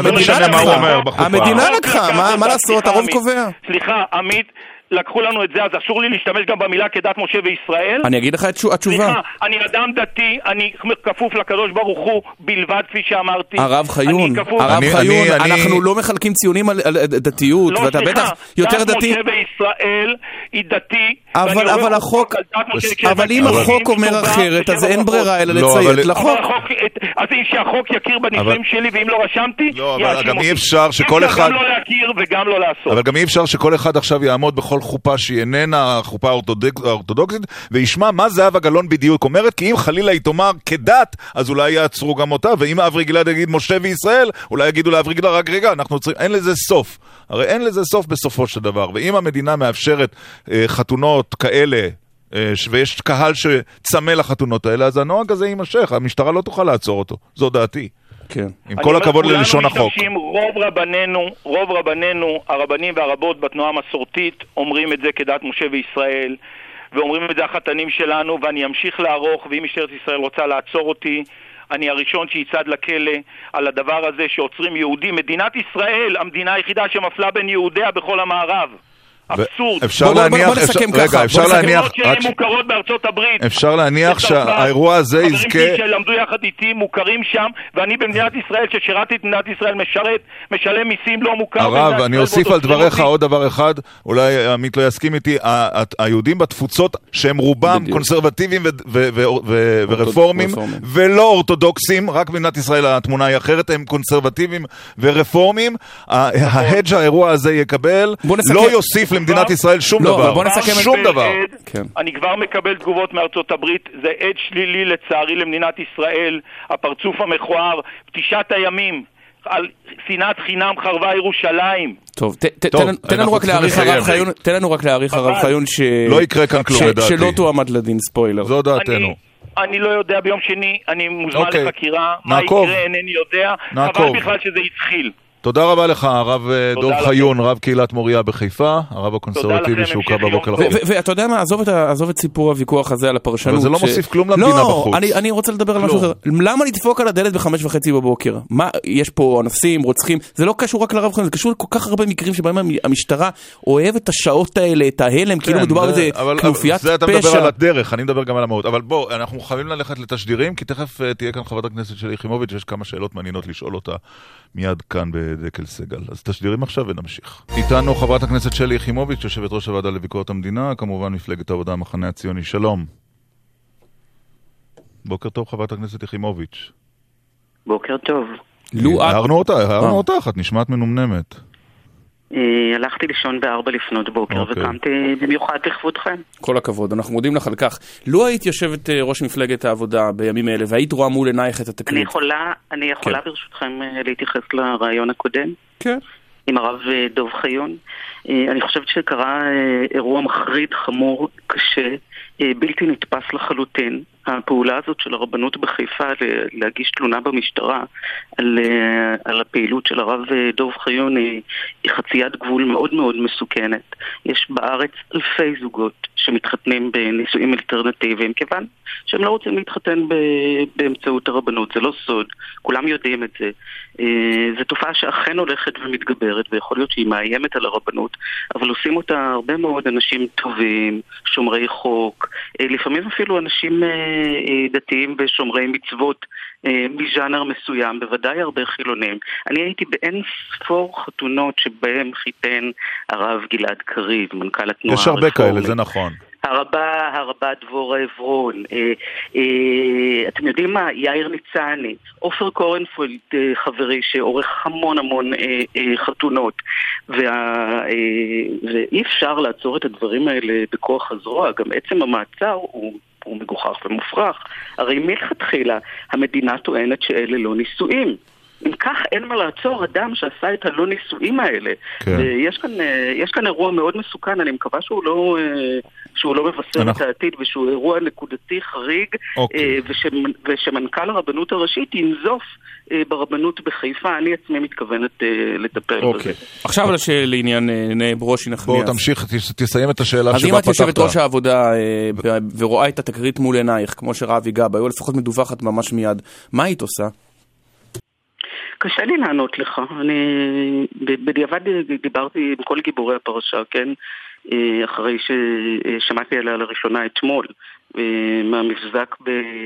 המדינה לקחה, מה לעשות? הרוב קובע. סליחה, עמית, לקחו לנו את זה, אז אסור לי להשתמש גם במילה כדת משה וישראל. אני אגיד לך את התשובה. סליחה, אני אדם דתי, אני כפוף לקדוש ברוך הוא בלבד, כפי שאמרתי. הרב חיון, הרב חיון, אנחנו לא מחלקים ציונים על דתיות, ואתה בטח יותר דתי. דת משה וישראל היא דתי, אבל החוק, אבל אם החוק אומר אחרת, אז אין ברירה אלא לציית לחוק. אז שהחוק יכיר בנישואים שלי, ואם לא רשמתי, גם אי אפשר שכל אחד... גם לא להכיר וגם לא לעשות. אבל גם אי אפשר שכל אחד עכשיו יעמוד בכל חופה שהיא איננה חופה אורתודוקסית, וישמע מה זהבה גלאון בדיוק אומרת, כי אם חלילה היא תאמר כדת, אז אולי יעצרו גם אותה, ואם אברי גלעד יגיד משה וישראל, אולי יגידו לאברי גלעד, רק רגע, אנחנו צריכים, אין לזה סוף. הרי אין לזה סוף בסופו של דבר, ואם המדינה מאפשרת אה, חתונות כאלה, אה, ויש קהל שצמא לחתונות האלה, אז הנוהג הזה יימשך, המשטרה לא תוכל לעצור אותו, זו דעתי. כן. עם כל הכבוד ללשון החוק. רוב רבנינו, רוב רבנינו, הרבנים והרבות בתנועה המסורתית, אומרים את זה כדת משה וישראל, ואומרים את זה החתנים שלנו, ואני אמשיך לערוך, ואם משטרת ישראל רוצה לעצור אותי, אני הראשון שיצד לכלא על הדבר הזה שעוצרים יהודים. מדינת ישראל, המדינה היחידה שמפלה בין יהודיה בכל המערב. אבסורד. אפשר להניח, בוא נסכם ככה. רגע, אפשר להניח, שהן מוכרות בארצות הברית. אפשר להניח שהאירוע הזה יזכה... חברים שלמדו יחד איתי מוכרים שם, ואני במדינת ישראל, ששירתי את מדינת ישראל, משרת, משלם מיסים לא מוכר. הרב, אני אוסיף על דבריך עוד דבר אחד, אולי עמית לא יסכים איתי, היהודים בתפוצות שהם רובם קונסרבטיביים ורפורמים, ולא אורתודוקסים, רק במדינת ישראל התמונה היא אחרת, הם קונסרבטיביים ורפורמים, ההדג' האירוע הזה יקבל, לא יוסיף למדינת ישראל שום דבר. שום דבר. אני כבר מקבל תגובות מארצות הברית, זה עד שלילי לצערי למדינת ישראל, הפרצוף המכוער, פתישת הימים, על שנאת חינם חרבה ירושלים. טוב, תן לנו רק להעריך הרב חיון, תן לנו רק להעריך הרב חיון לא יקרה כאן כלום לדעתי. שלא תועמד לדין, ספוילר. זו דעתנו. אני לא יודע, ביום שני אני מוזמן לחקירה, מה יקרה אינני יודע, אבל בכלל שזה התחיל. תודה רבה לך, הרב דוב חיון, רב קהילת מוריה בחיפה, הרב הקונסרבטיבי שהוקע בבוקר לחוק. ואתה יודע מה, עזוב את סיפור הוויכוח הזה על הפרשנות. אבל זה לא מוסיף כלום למדינה בחוץ. לא, אני רוצה לדבר על משהו אחר. למה לדפוק על הדלת בחמש וחצי בבוקר? מה, יש פה אנסים, רוצחים, זה לא קשור רק לרב חיון, זה קשור לכל כך הרבה מקרים שבהם המשטרה אוהבת את השעות האלה, את ההלם, כאילו מדובר בזה כנופיית פשע. זה אתה מדבר על הדרך, אני מדבר גם על המהות. אבל בוא, אנחנו חייבים ללכת לתשדירים, כי תכף תהיה כאן חברת הכנסת שלי יחימוביץ', יש כמה שאלות מעניינות לשאול אותה מיד כאן בדקל סגל. אז תשדירים עכשיו ונמשיך. איתנו חברת הכנסת שלי יחימוביץ', יושבת ראש הוועדה לביקורת המדינה, כמובן מפלגת העבודה המחנה הציוני. שלום. בוקר טוב חברת הכנסת יחימוביץ'. בוקר טוב. הערנו אותה, הערנו אותך, את נשמעת מנומנמת. הלכתי לישון בארבע לפנות בוקר וקמתי במיוחד לכבודכם. כל הכבוד, אנחנו מודים לך על כך. לו היית יושבת ראש מפלגת העבודה בימים האלה והיית רואה מול עינייך את התקליט. אני יכולה, אני יכולה ברשותכם להתייחס לרעיון הקודם? כן. עם הרב דוב חיון. אני חושבת שקרה אירוע מחריד, חמור, קשה, בלתי נתפס לחלוטין. הפעולה הזאת של הרבנות בחיפה להגיש תלונה במשטרה על, על הפעילות של הרב דוב חיון היא, היא חציית גבול מאוד מאוד מסוכנת. יש בארץ אלפי זוגות שמתחתנים בנישואים אלטרנטיביים, כיוון שהם לא רוצים להתחתן באמצעות הרבנות, זה לא סוד, כולם יודעים את זה. זו תופעה שאכן הולכת ומתגברת, ויכול להיות שהיא מאיימת על הרבנות, אבל עושים אותה הרבה מאוד אנשים טובים, שומרי חוק, לפעמים אפילו אנשים דתיים ושומרי מצוות מז'אנר מסוים, בוודאי הרבה חילונים. אני הייתי באין ספור חתונות שבהם חיתן הרב גלעד קריב, מנכ"ל התנועה הרפורמית. יש הרבה כאלה, זה נכון. הרבה, הרבה דבורה עברון, אה, אה, אתם יודעים מה? יאיר ניצני, עופר קורנפלד, אה, חברי שעורך המון המון אה, אה, חתונות, וה, אה, ואי אפשר לעצור את הדברים האלה בכוח הזרוע, גם עצם המעצר הוא, הוא מגוחך ומופרך. הרי מלכתחילה המדינה טוענת שאלה לא נישואים. אם כך אין מה לעצור אדם שעשה את הלא נישואים האלה. כן. ויש כאן, יש כאן אירוע מאוד מסוכן, אני מקווה שהוא לא, שהוא לא מבשר אנחנו... את העתיד, ושהוא אירוע נקודתי חריג, אוקיי. וש, ושמנכ"ל הרבנות הראשית ינזוף ברבנות בחיפה. אני עצמי מתכוונת לטפל אוקיי. בזה. עכשיו אוקיי. לעניין ברושי נחמיאס. בואו תמשיך, תסיים את השאלה שבה פתחת. אז אם את יושבת ראש העבודה ורואה את התקרית מול עינייך, כמו שראה אביגב, היו לפחות מדווחת ממש מיד, מה היית עושה? קשה לי לענות לך. אני בדיעבד דיברתי עם כל גיבורי הפרשה, כן? אחרי ששמעתי עליה לראשונה אתמול, מהמבזק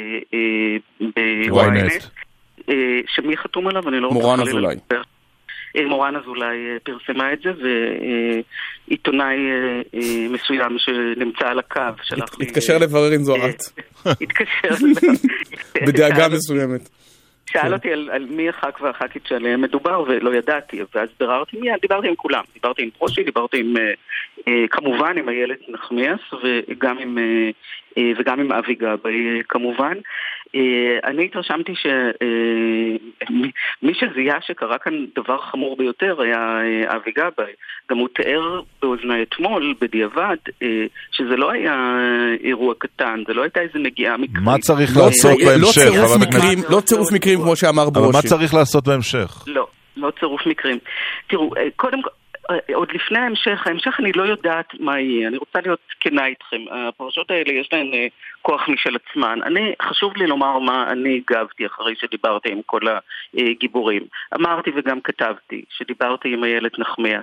בוויינט, שמי חתום עליו? אני לא רוצה... מורן אזולאי. מורן אזולאי פרסמה את זה, ועיתונאי מסוים שנמצא על הקו שלח לי... התקשר לברר אם זו את. התקשר. בדאגה מסוימת. שאל אותי על, על מי הח"כ והח"כית שעליהם מדובר, ולא ידעתי, ואז ביררתי מיד, דיברתי עם כולם, דיברתי עם ברושי, דיברתי עם, אה, כמובן עם איילת נחמיאס, וגם עם, אה, וגם עם אבי גבאי, כמובן. אה, אני התרשמתי שמי אה, שזיהה שקרה כאן דבר חמור ביותר היה אה, אבי גבאי. גם הוא תיאר באוזני אתמול, בדיעבד, אה, שזה לא היה אירוע קטן, זה לא הייתה איזו נגיעה מקרית. מה צריך לעשות בהמשך? לא צירוף מקרים כמו שאמר ברושי. אבל מה צריך לעשות בהמשך? לא, לא צירוף מקרים. תראו, קודם כל, עוד לפני ההמשך, ההמשך אני לא יודעת מה יהיה. אני רוצה להיות כנה איתכם. הפרשות האלה יש להן כוח משל עצמן. אני, חשוב לי לומר מה אני הגבתי אחרי שדיברתי עם כל הגיבורים. אמרתי וגם כתבתי שדיברתי עם איילת נחמיאס,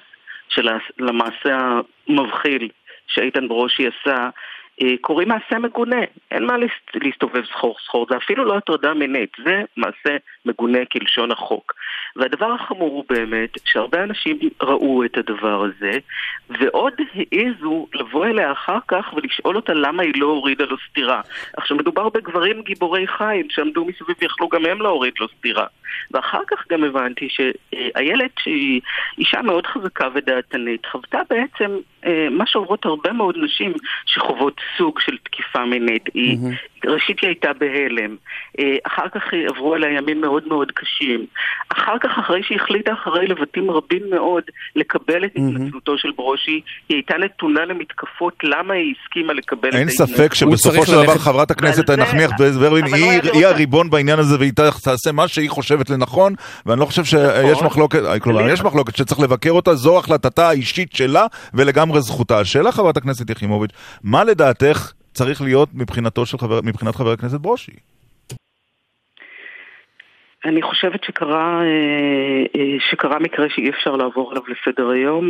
שלמעשה המבחיל שאיתן ברושי עשה, קוראים מעשה מגונה, אין מה להסתובב סחור סחור, זה אפילו לא הטרדה מינית, זה מעשה מגונה כלשון החוק. והדבר החמור הוא באמת שהרבה אנשים ראו את הדבר הזה, ועוד העיזו לבוא אליה אחר כך ולשאול אותה למה היא לא הורידה לו סתירה. עכשיו מדובר בגברים גיבורי חיל שעמדו מסביב יכלו גם הם להוריד לו סתירה. ואחר כך גם הבנתי שאיילת, שהיא אישה מאוד חזקה ודעתנית, חוותה בעצם מה שעוברות הרבה מאוד נשים שחוות סוג של תקיפה מינית. היא, mm-hmm. ראשית היא הייתה בהלם, אחר כך עברו עליה ימים מאוד מאוד קשים, אחר כך אחרי שהיא החליטה אחרי לבטים רבים מאוד לקבל את התנצלותו mm-hmm. של ברושי, היא הייתה נתונה למתקפות למה היא הסכימה לקבל את ההתנצלות. אין ספק שבסופו של דבר חברת הכנסת נחמיאס ורבין היא הריבון בעניין הזה, והיא תעשה מה שהיא חושבת לנכון, ואני לא חושב שיש מחלוקת, כלומר יש מחלוקת שצריך לבקר אותה, זו החלטתה האישית שלה ולגמרי זכותה. השאלה, חברת הכנסת יחימוביץ', מה לדעתך צריך להיות מבחינתו של חבר, מבחינת חבר הכנסת ברושי? אני חושבת שקרה, שקרה מקרה שאי אפשר לעבור עליו לסדר היום,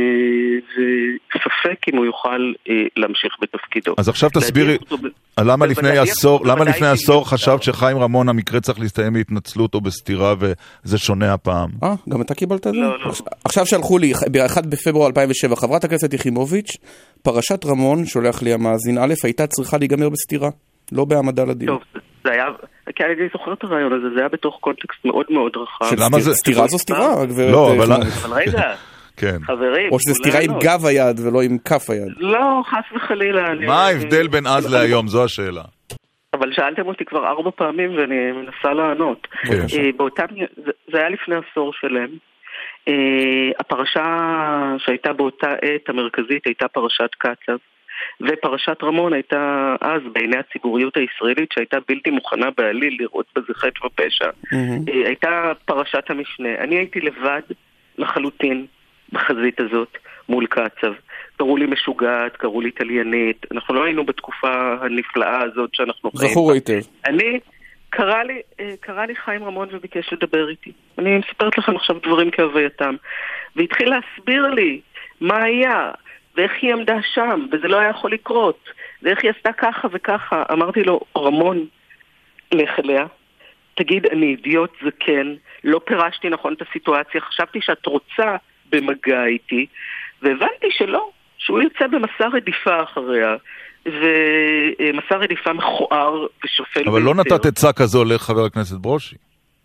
וספק אם הוא יוכל להמשיך בתפקידו. אז עכשיו תסבירי, למה לפני עשור, למה לפני עשור חשבת שחיים רמון המקרה צריך להסתיים בהתנצלות או בסתירה, וזה שונה הפעם? אה, גם אתה קיבלת את זה? לא, לא. עכשיו שלחו לי, ב-אחד בפברואר אלפיים ושבע, חברת הכנסת יחימוביץ', פרשת רמון, שולח לי המאזין א', הייתה צריכה להיגמר בסתירה, לא בהעמדה לדין. טוב, זה היה, כי אני זוכר את הרעיון הזה, זה היה בתוך קונטקסט מאוד מאוד רחב. שלמה זה? סתירה זו סתירה, לא, אבל רגע, חברים. או שזה סתירה עם גב היד ולא עם כף היד. לא, חס וחלילה. מה ההבדל בין אז להיום? זו השאלה. אבל שאלתם אותי כבר ארבע פעמים ואני מנסה לענות. זה היה לפני עשור שלם. הפרשה שהייתה באותה עת המרכזית הייתה פרשת קצב. ופרשת רמון הייתה אז בעיני הציבוריות הישראלית שהייתה בלתי מוכנה בעליל לראות בזה חטא ופשע. Mm-hmm. הייתה פרשת המשנה. אני הייתי לבד לחלוטין בחזית הזאת מול קצב. קראו לי משוגעת, קראו לי איטליינית. אנחנו לא היינו בתקופה הנפלאה הזאת שאנחנו חיים. זכור היטב. אני, קרא לי, קרא לי חיים רמון וביקש לדבר איתי. אני מספרת לכם עכשיו דברים כהווייתם. והתחיל להסביר לי מה היה. ואיך היא עמדה שם, וזה לא היה יכול לקרות, ואיך היא עשתה ככה וככה. אמרתי לו, רמון, לך אליה, תגיד, אני אידיוט זקן, לא פירשתי נכון את הסיטואציה, חשבתי שאת רוצה במגע איתי, והבנתי שלא, שהוא יוצא במסע רדיפה אחריה, ומסע רדיפה מכוער ושופל. אבל לא נתת עצה כזו לחבר הכנסת ברושי.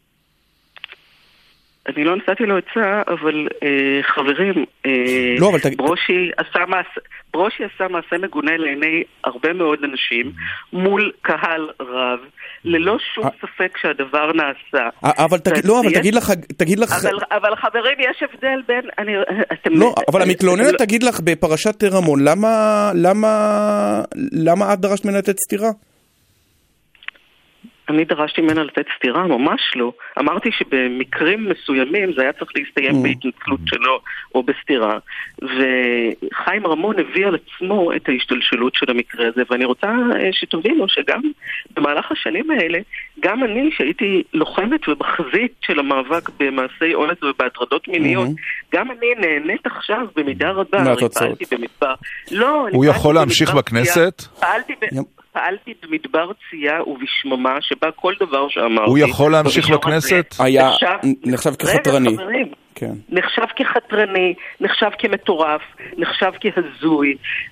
אני לא נתתי לו עצה, אבל אה, חברים, אה, לא, אבל ברושי, עשה מעשה, ברושי עשה מעשה מגונה לעיני הרבה מאוד אנשים, מול קהל רב, ללא שום ספק שהדבר נעשה. אבל תגיד, לא, אבל תגיד לך, תגיד לך... אבל, אבל חברים, יש הבדל בין... אני, אתם... לא, אבל המתלוננת תגיד לך בפרשת רמון, למה, למה, למה את דרשת ממנה לתת סתירה? אני דרשתי ממנה לתת סתירה, ממש לא. אמרתי שבמקרים מסוימים זה היה צריך להסתיים בהתנצלות שלו או בסתירה. וחיים רמון הביא על עצמו את ההשתלשלות של המקרה הזה, ואני רוצה שתבינו שגם במהלך השנים האלה, גם אני שהייתי לוחמת ובחזית של המאבק במעשי אונס ובהטרדות מיניות, גם אני נהנית עכשיו במידה רבה. מהתוצאות. לא, הוא יכול להמשיך בכנסת? פעלתי ב... פעלתי במדבר צייה ובשממה שבה כל דבר שאמרתי... הוא יכול להמשיך בכנסת? היה נחשב כחתרני. רגע חברים, כן. נחשב כחתרני, נחשב כמטורף, נחשב כהזוי,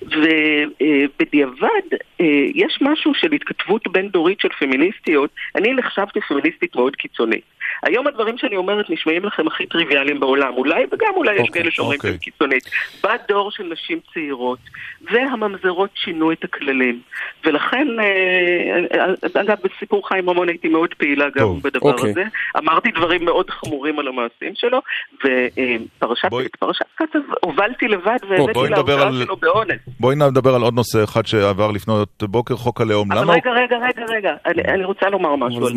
ובדיעבד יש משהו של התכתבות בין דורית של פמיניסטיות. אני נחשבתי פמיניסטית מאוד קיצונית. היום הדברים שאני אומרת נשמעים לכם הכי טריוויאליים בעולם, אולי וגם אולי יש כאלה שאומרים שהם קיצונית. בא דור של נשים צעירות, והממזרות שינו את הכללים. ולכן, אגב, בסיפור חיים רמון הייתי מאוד פעילה גם בדבר הזה. אמרתי דברים מאוד חמורים על המעשים שלו, ופרשת קצב הובלתי לבד והבאתי להרצאה שלו באונס. בואי נדבר על עוד נושא אחד שעבר לפנות בוקר, חוק הלאום. אבל רגע, רגע, רגע, רגע, אני רוצה לומר משהו.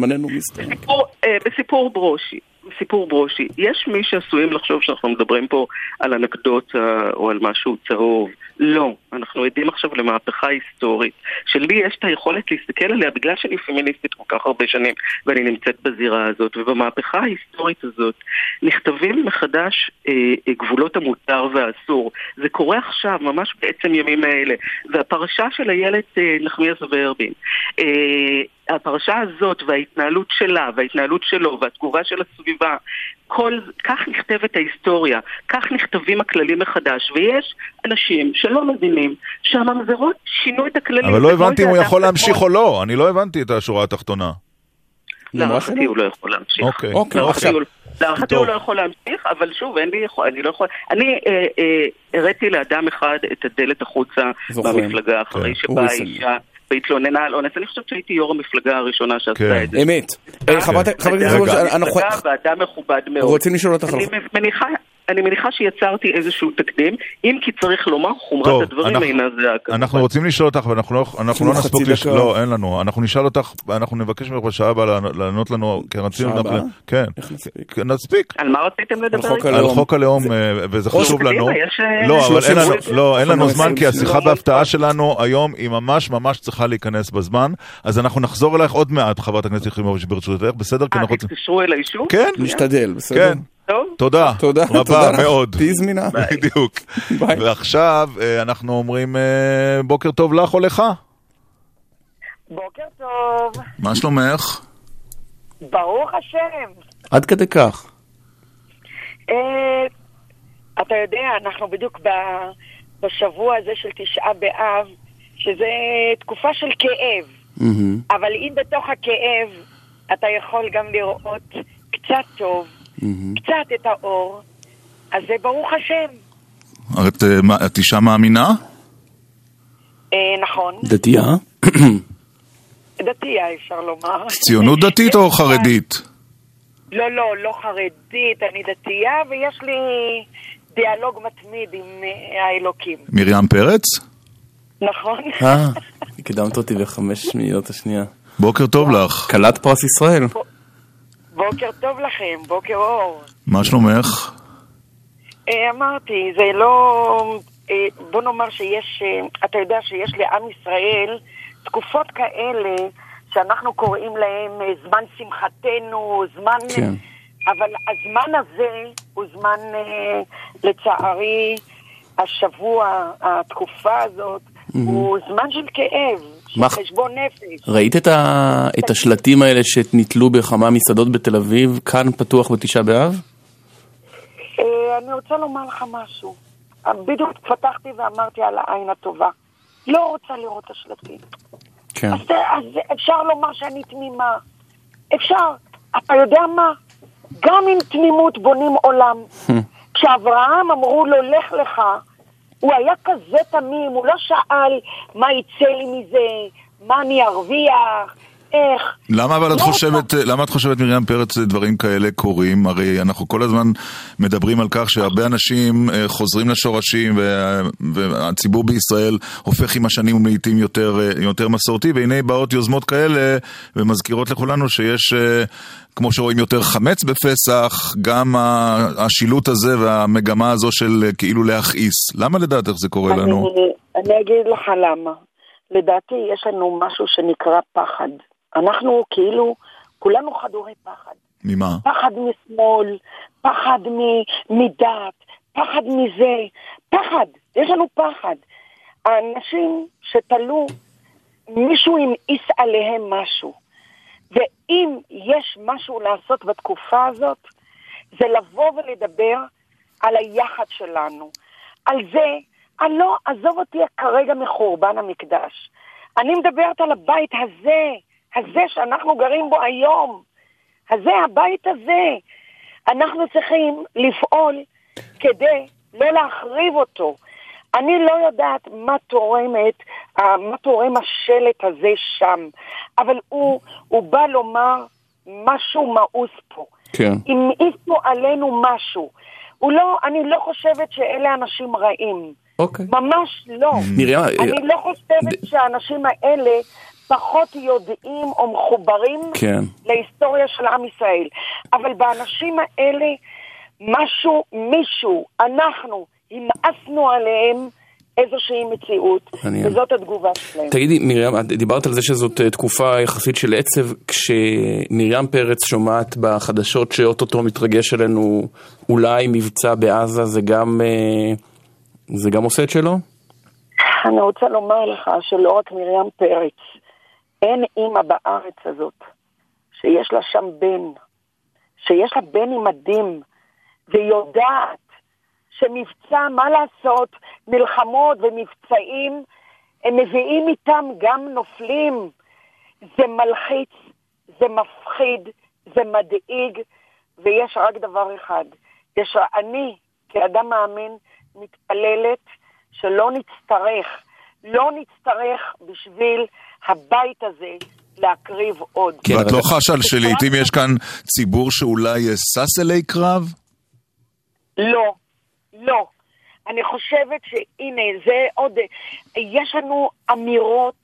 בסיפור ברושי, סיפור ברושי, יש מי שעשויים לחשוב שאנחנו מדברים פה על אנקדוטה או על משהו צהוב. לא, אנחנו עדים עכשיו למהפכה היסטורית, שלי יש את היכולת להסתכל עליה בגלל שאני פמיניסטית כל כך הרבה שנים ואני נמצאת בזירה הזאת, ובמהפכה ההיסטורית הזאת נכתבים מחדש אה, גבולות המותר והאסור. זה קורה עכשיו, ממש בעצם ימים האלה, והפרשה של הילד אה, נחמיאס ורבין, אה, הפרשה הזאת וההתנהלות שלה וההתנהלות שלו והתגובה של הסביבה, כל, כך נכתבת ההיסטוריה, כך נכתבים הכללים מחדש, ויש אנשים שלא מבינים שהממזרות שינו את הכללים. אבל לא הבנתי אם הוא יכול להמשיך או לא, אני לא הבנתי את השורה התחתונה. להערכתי הוא לא יכול להמשיך. אוקיי. להערכתי הוא לא יכול להמשיך, אבל שוב, אני לא יכול... אני הראיתי לאדם אחד את הדלת החוצה במפלגה, אחרי שבאה אישה והתלוננה על אונס. אני חושבת שהייתי יו"ר המפלגה הראשונה שעשתה את זה. אמת. חברת הכנסת, אנחנו ואדם מכובד מאוד. רוצים לשאול אותך. אני מניחה שיצרתי איזשהו תקדים, אם כי צריך לומר, חומרת הדברים אינה זה הכלל. אנחנו רוצים לשאול אותך, ואנחנו לא נספוק לשאול, לא, אין לנו. אנחנו נשאל אותך, אנחנו נבקש ממך בשעה הבאה לענות לנו, כי רצינו... שעה הבאה? כן. נספיק. על מה רציתם לדבר? על חוק הלאום, וזה חשוב לנו. לא, אבל אין לנו זמן, כי השיחה בהפתעה שלנו היום היא ממש ממש צריכה להיכנס בזמן, אז אנחנו נחזור אלייך עוד מעט, חברת הכנסת יחימוביץ' ברשותך, בסדר? אה, תתקשרו אליי שוב? כן. נשתדל, בסדר. תודה, תודה רבה מאוד. תהי זמינה. בדיוק. ועכשיו אנחנו אומרים בוקר טוב לך או לך. בוקר טוב. מה שלומך? ברוך השם. עד כדי כך. אתה יודע, אנחנו בדיוק בשבוע הזה של תשעה באב, שזה תקופה של כאב. אבל אם בתוך הכאב אתה יכול גם לראות קצת טוב, קצת את האור, אז זה ברוך השם. את, את אישה מאמינה? נכון. דתייה? דתייה אפשר לומר. ציונות דתית או חרדית? לא, לא, לא חרדית, אני דתייה ויש לי דיאלוג מתמיד עם האלוקים. מרים פרץ? נכון. אה, הקדמת אותי בחמש שניות השנייה. בוקר טוב לך. קלת פרס ישראל. בוקר טוב לכם, בוקר אור. מה שלומך? אמרתי, זה לא... בוא נאמר שיש... אתה יודע שיש לעם ישראל תקופות כאלה שאנחנו קוראים להם זמן שמחתנו, זמן... כן. אבל הזמן הזה הוא זמן, לצערי, השבוע, התקופה הזאת, הוא זמן של כאב. חשבון נפש. ראית את, ה... את השלטים האלה שנתלו בכמה מסעדות בתל אביב, כאן פתוח בתשעה באב? אני רוצה לומר לך משהו. בדיוק פתחתי ואמרתי על העין הטובה. לא רוצה לראות את השלטים. כן. אז, אז אפשר לומר שאני תמימה. אפשר. אתה יודע מה? גם עם תמימות בונים עולם. כשאברהם אמרו לו, לך לך, הוא היה כזה תמים, הוא לא שאל מה יצא לי מזה, מה אני ארוויח, איך. למה אבל את חושבת, למה את חושבת, מרים פרץ, דברים כאלה קורים? הרי אנחנו כל הזמן מדברים על כך שהרבה אנשים חוזרים לשורשים, והציבור בישראל הופך עם השנים ולעיתים יותר, יותר מסורתי, והנה באות יוזמות כאלה, ומזכירות לכולנו שיש, כמו שרואים, יותר חמץ בפסח, גם השילוט הזה והמגמה הזו של כאילו להכעיס. למה לדעתך זה קורה לנו? אני, אני אגיד לך למה. לדעתי יש לנו משהו שנקרא פחד. אנחנו כאילו, כולנו חדורי פחד. ממה? פחד משמאל, פחד מדת, פחד מזה, פחד, יש לנו פחד. האנשים שתלו, מישהו המאיס עליהם משהו. ואם יש משהו לעשות בתקופה הזאת, זה לבוא ולדבר על היחד שלנו. על זה, אני לא, עזוב אותי כרגע מחורבן המקדש. אני מדברת על הבית הזה, הזה שאנחנו גרים בו היום. הזה, הבית הזה. אנחנו צריכים לפעול כדי לא להחריב אותו. אני לא יודעת מה תורמת, מה תורם השלט הזה שם. אבל הוא, הוא בא לומר משהו מאוס פה. כן. אם יפנו עלינו משהו. הוא לא, אני לא חושבת שאלה אנשים רעים. אוקיי. ממש לא. מרים, אני לא חושבת שהאנשים האלה פחות יודעים או מחוברים כן. להיסטוריה של עם ישראל. אבל באנשים האלה, משהו, מישהו, אנחנו, המאסנו עליהם איזושהי מציאות, וזאת התגובה שלהם. תגידי, מרים, דיברת על זה שזאת תקופה יחסית של עצב, כשמרים פרץ שומעת בחדשות שאוטוטו מתרגש עלינו אולי מבצע בעזה, זה גם, זה גם עושה את שלו? אני רוצה לומר לך שלא רק מרים פרץ, אין אימא בארץ הזאת, שיש לה שם בן, שיש לה בן עם מדים, ויודעת שמבצע, מה לעשות, מלחמות ומבצעים, הם מביאים איתם גם נופלים. זה מלחיץ, זה מפחיד, זה מדאיג, ויש רק דבר אחד. יש, אני, כאדם מאמין, מתפללת שלא נצטרך, לא נצטרך בשביל הבית הזה להקריב עוד. ואת לא חשה שלעיתים יש כאן ציבור שאולי סס אלי קרב? לא. לא. אני חושבת שהנה, זה עוד, יש לנו אמירות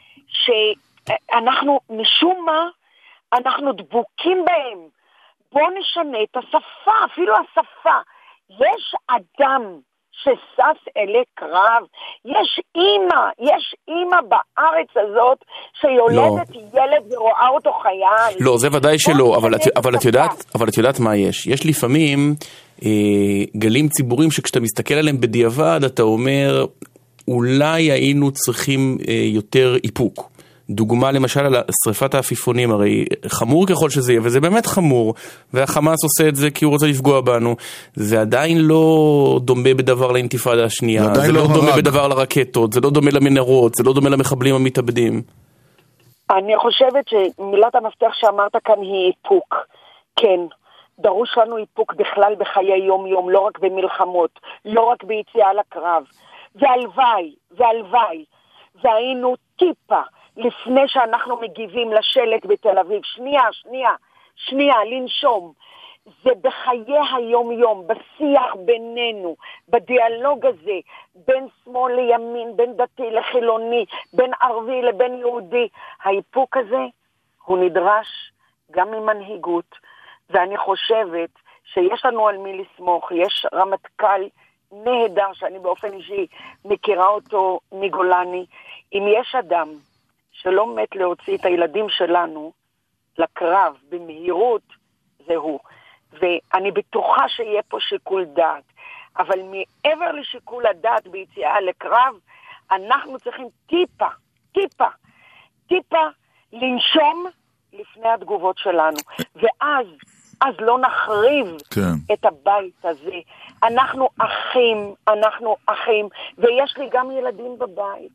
שאנחנו, משום מה, אנחנו דבוקים בהם. בוא נשנה את השפה, אפילו השפה. יש אדם שסס אלי קרב, יש אימא, יש אימא בארץ הזאת שיולדת לא. ילד ורואה אותו חייל. לא, זה ודאי שלא, אבל את, אבל, את יודעת, אבל את יודעת מה יש. יש לפעמים אה, גלים ציבוריים שכשאתה מסתכל עליהם בדיעבד, אתה אומר, אולי היינו צריכים אה, יותר איפוק. דוגמה למשל על שריפת העפיפונים, הרי חמור ככל שזה יהיה, וזה באמת חמור, והחמאס עושה את זה כי הוא רוצה לפגוע בנו, זה עדיין לא דומה בדבר לאינתיפאדה השנייה, זה, זה לא, לא דומה בדבר לרקטות, זה לא דומה למנהרות, זה לא דומה למחבלים המתאבדים. אני חושבת שמילת המפתח שאמרת כאן היא איפוק. כן, דרוש לנו איפוק בכלל בחיי יום יום, לא רק במלחמות, לא רק ביציאה לקרב. והלוואי, והלוואי, והיינו טיפה, לפני שאנחנו מגיבים לשלט בתל אביב, שנייה, שנייה, שנייה, לנשום. זה בחיי היום-יום, בשיח בינינו, בדיאלוג הזה, בין שמאל לימין, בין דתי לחילוני, בין ערבי לבין יהודי. האיפוק הזה הוא נדרש גם ממנהיגות, ואני חושבת שיש לנו על מי לסמוך. יש רמטכ"ל נהדר שאני באופן אישי מכירה אותו מגולני. אם יש אדם שלא מת להוציא את הילדים שלנו לקרב במהירות, זה הוא. ואני בטוחה שיהיה פה שיקול דעת. אבל מעבר לשיקול הדעת ביציאה לקרב, אנחנו צריכים טיפה, טיפה, טיפה לנשום לפני התגובות שלנו. ואז, אז לא נחריב כן. את הבית הזה. אנחנו אחים, אנחנו אחים, ויש לי גם ילדים בבית.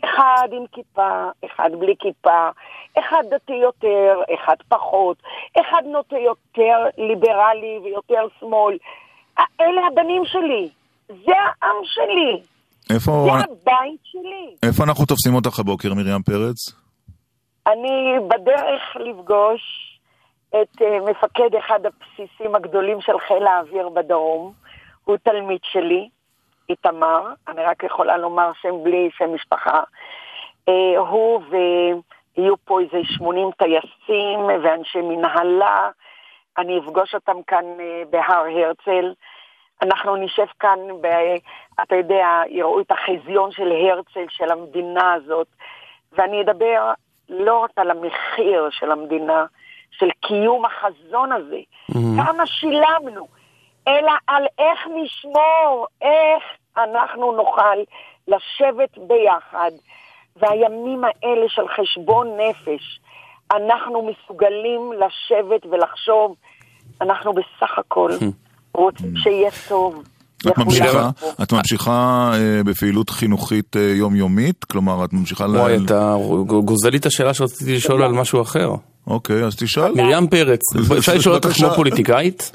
אחד עם כיפה, אחד בלי כיפה, אחד דתי יותר, אחד פחות, אחד נוטה יותר ליברלי ויותר שמאל. אלה הבנים שלי, זה העם שלי, איפה... זה הבית שלי. איפה אנחנו תופסים אותך הבוקר, מרים פרץ? אני בדרך לפגוש את uh, מפקד אחד הבסיסים הגדולים של חיל האוויר בדרום, הוא תלמיד שלי, איתמר, אני רק יכולה לומר שם בלי שם משפחה, uh, הוא ויהיו פה איזה שמונים טייסים ואנשי מנהלה, אני אפגוש אותם כאן uh, בהר הרצל, אנחנו נשב כאן, ב, אתה יודע, יראו את החזיון של הרצל, של המדינה הזאת, ואני אדבר לא רק על המחיר של המדינה, של קיום החזון הזה, mm-hmm. כמה שילמנו, אלא על איך נשמור, איך אנחנו נוכל לשבת ביחד, והימים האלה של חשבון נפש, אנחנו מסוגלים לשבת ולחשוב, אנחנו בסך הכל רוצים שיהיה טוב. את ממשיכה, את ממשיכה בפעילות חינוכית יומיומית? כלומר, את ממשיכה... וואי, אתה גוזל לי את השאלה שרציתי לשאול על משהו אחר. אוקיי, אז תשאל. מרים פרץ, אפשר לשאול אותך כמו פוליטיקאית?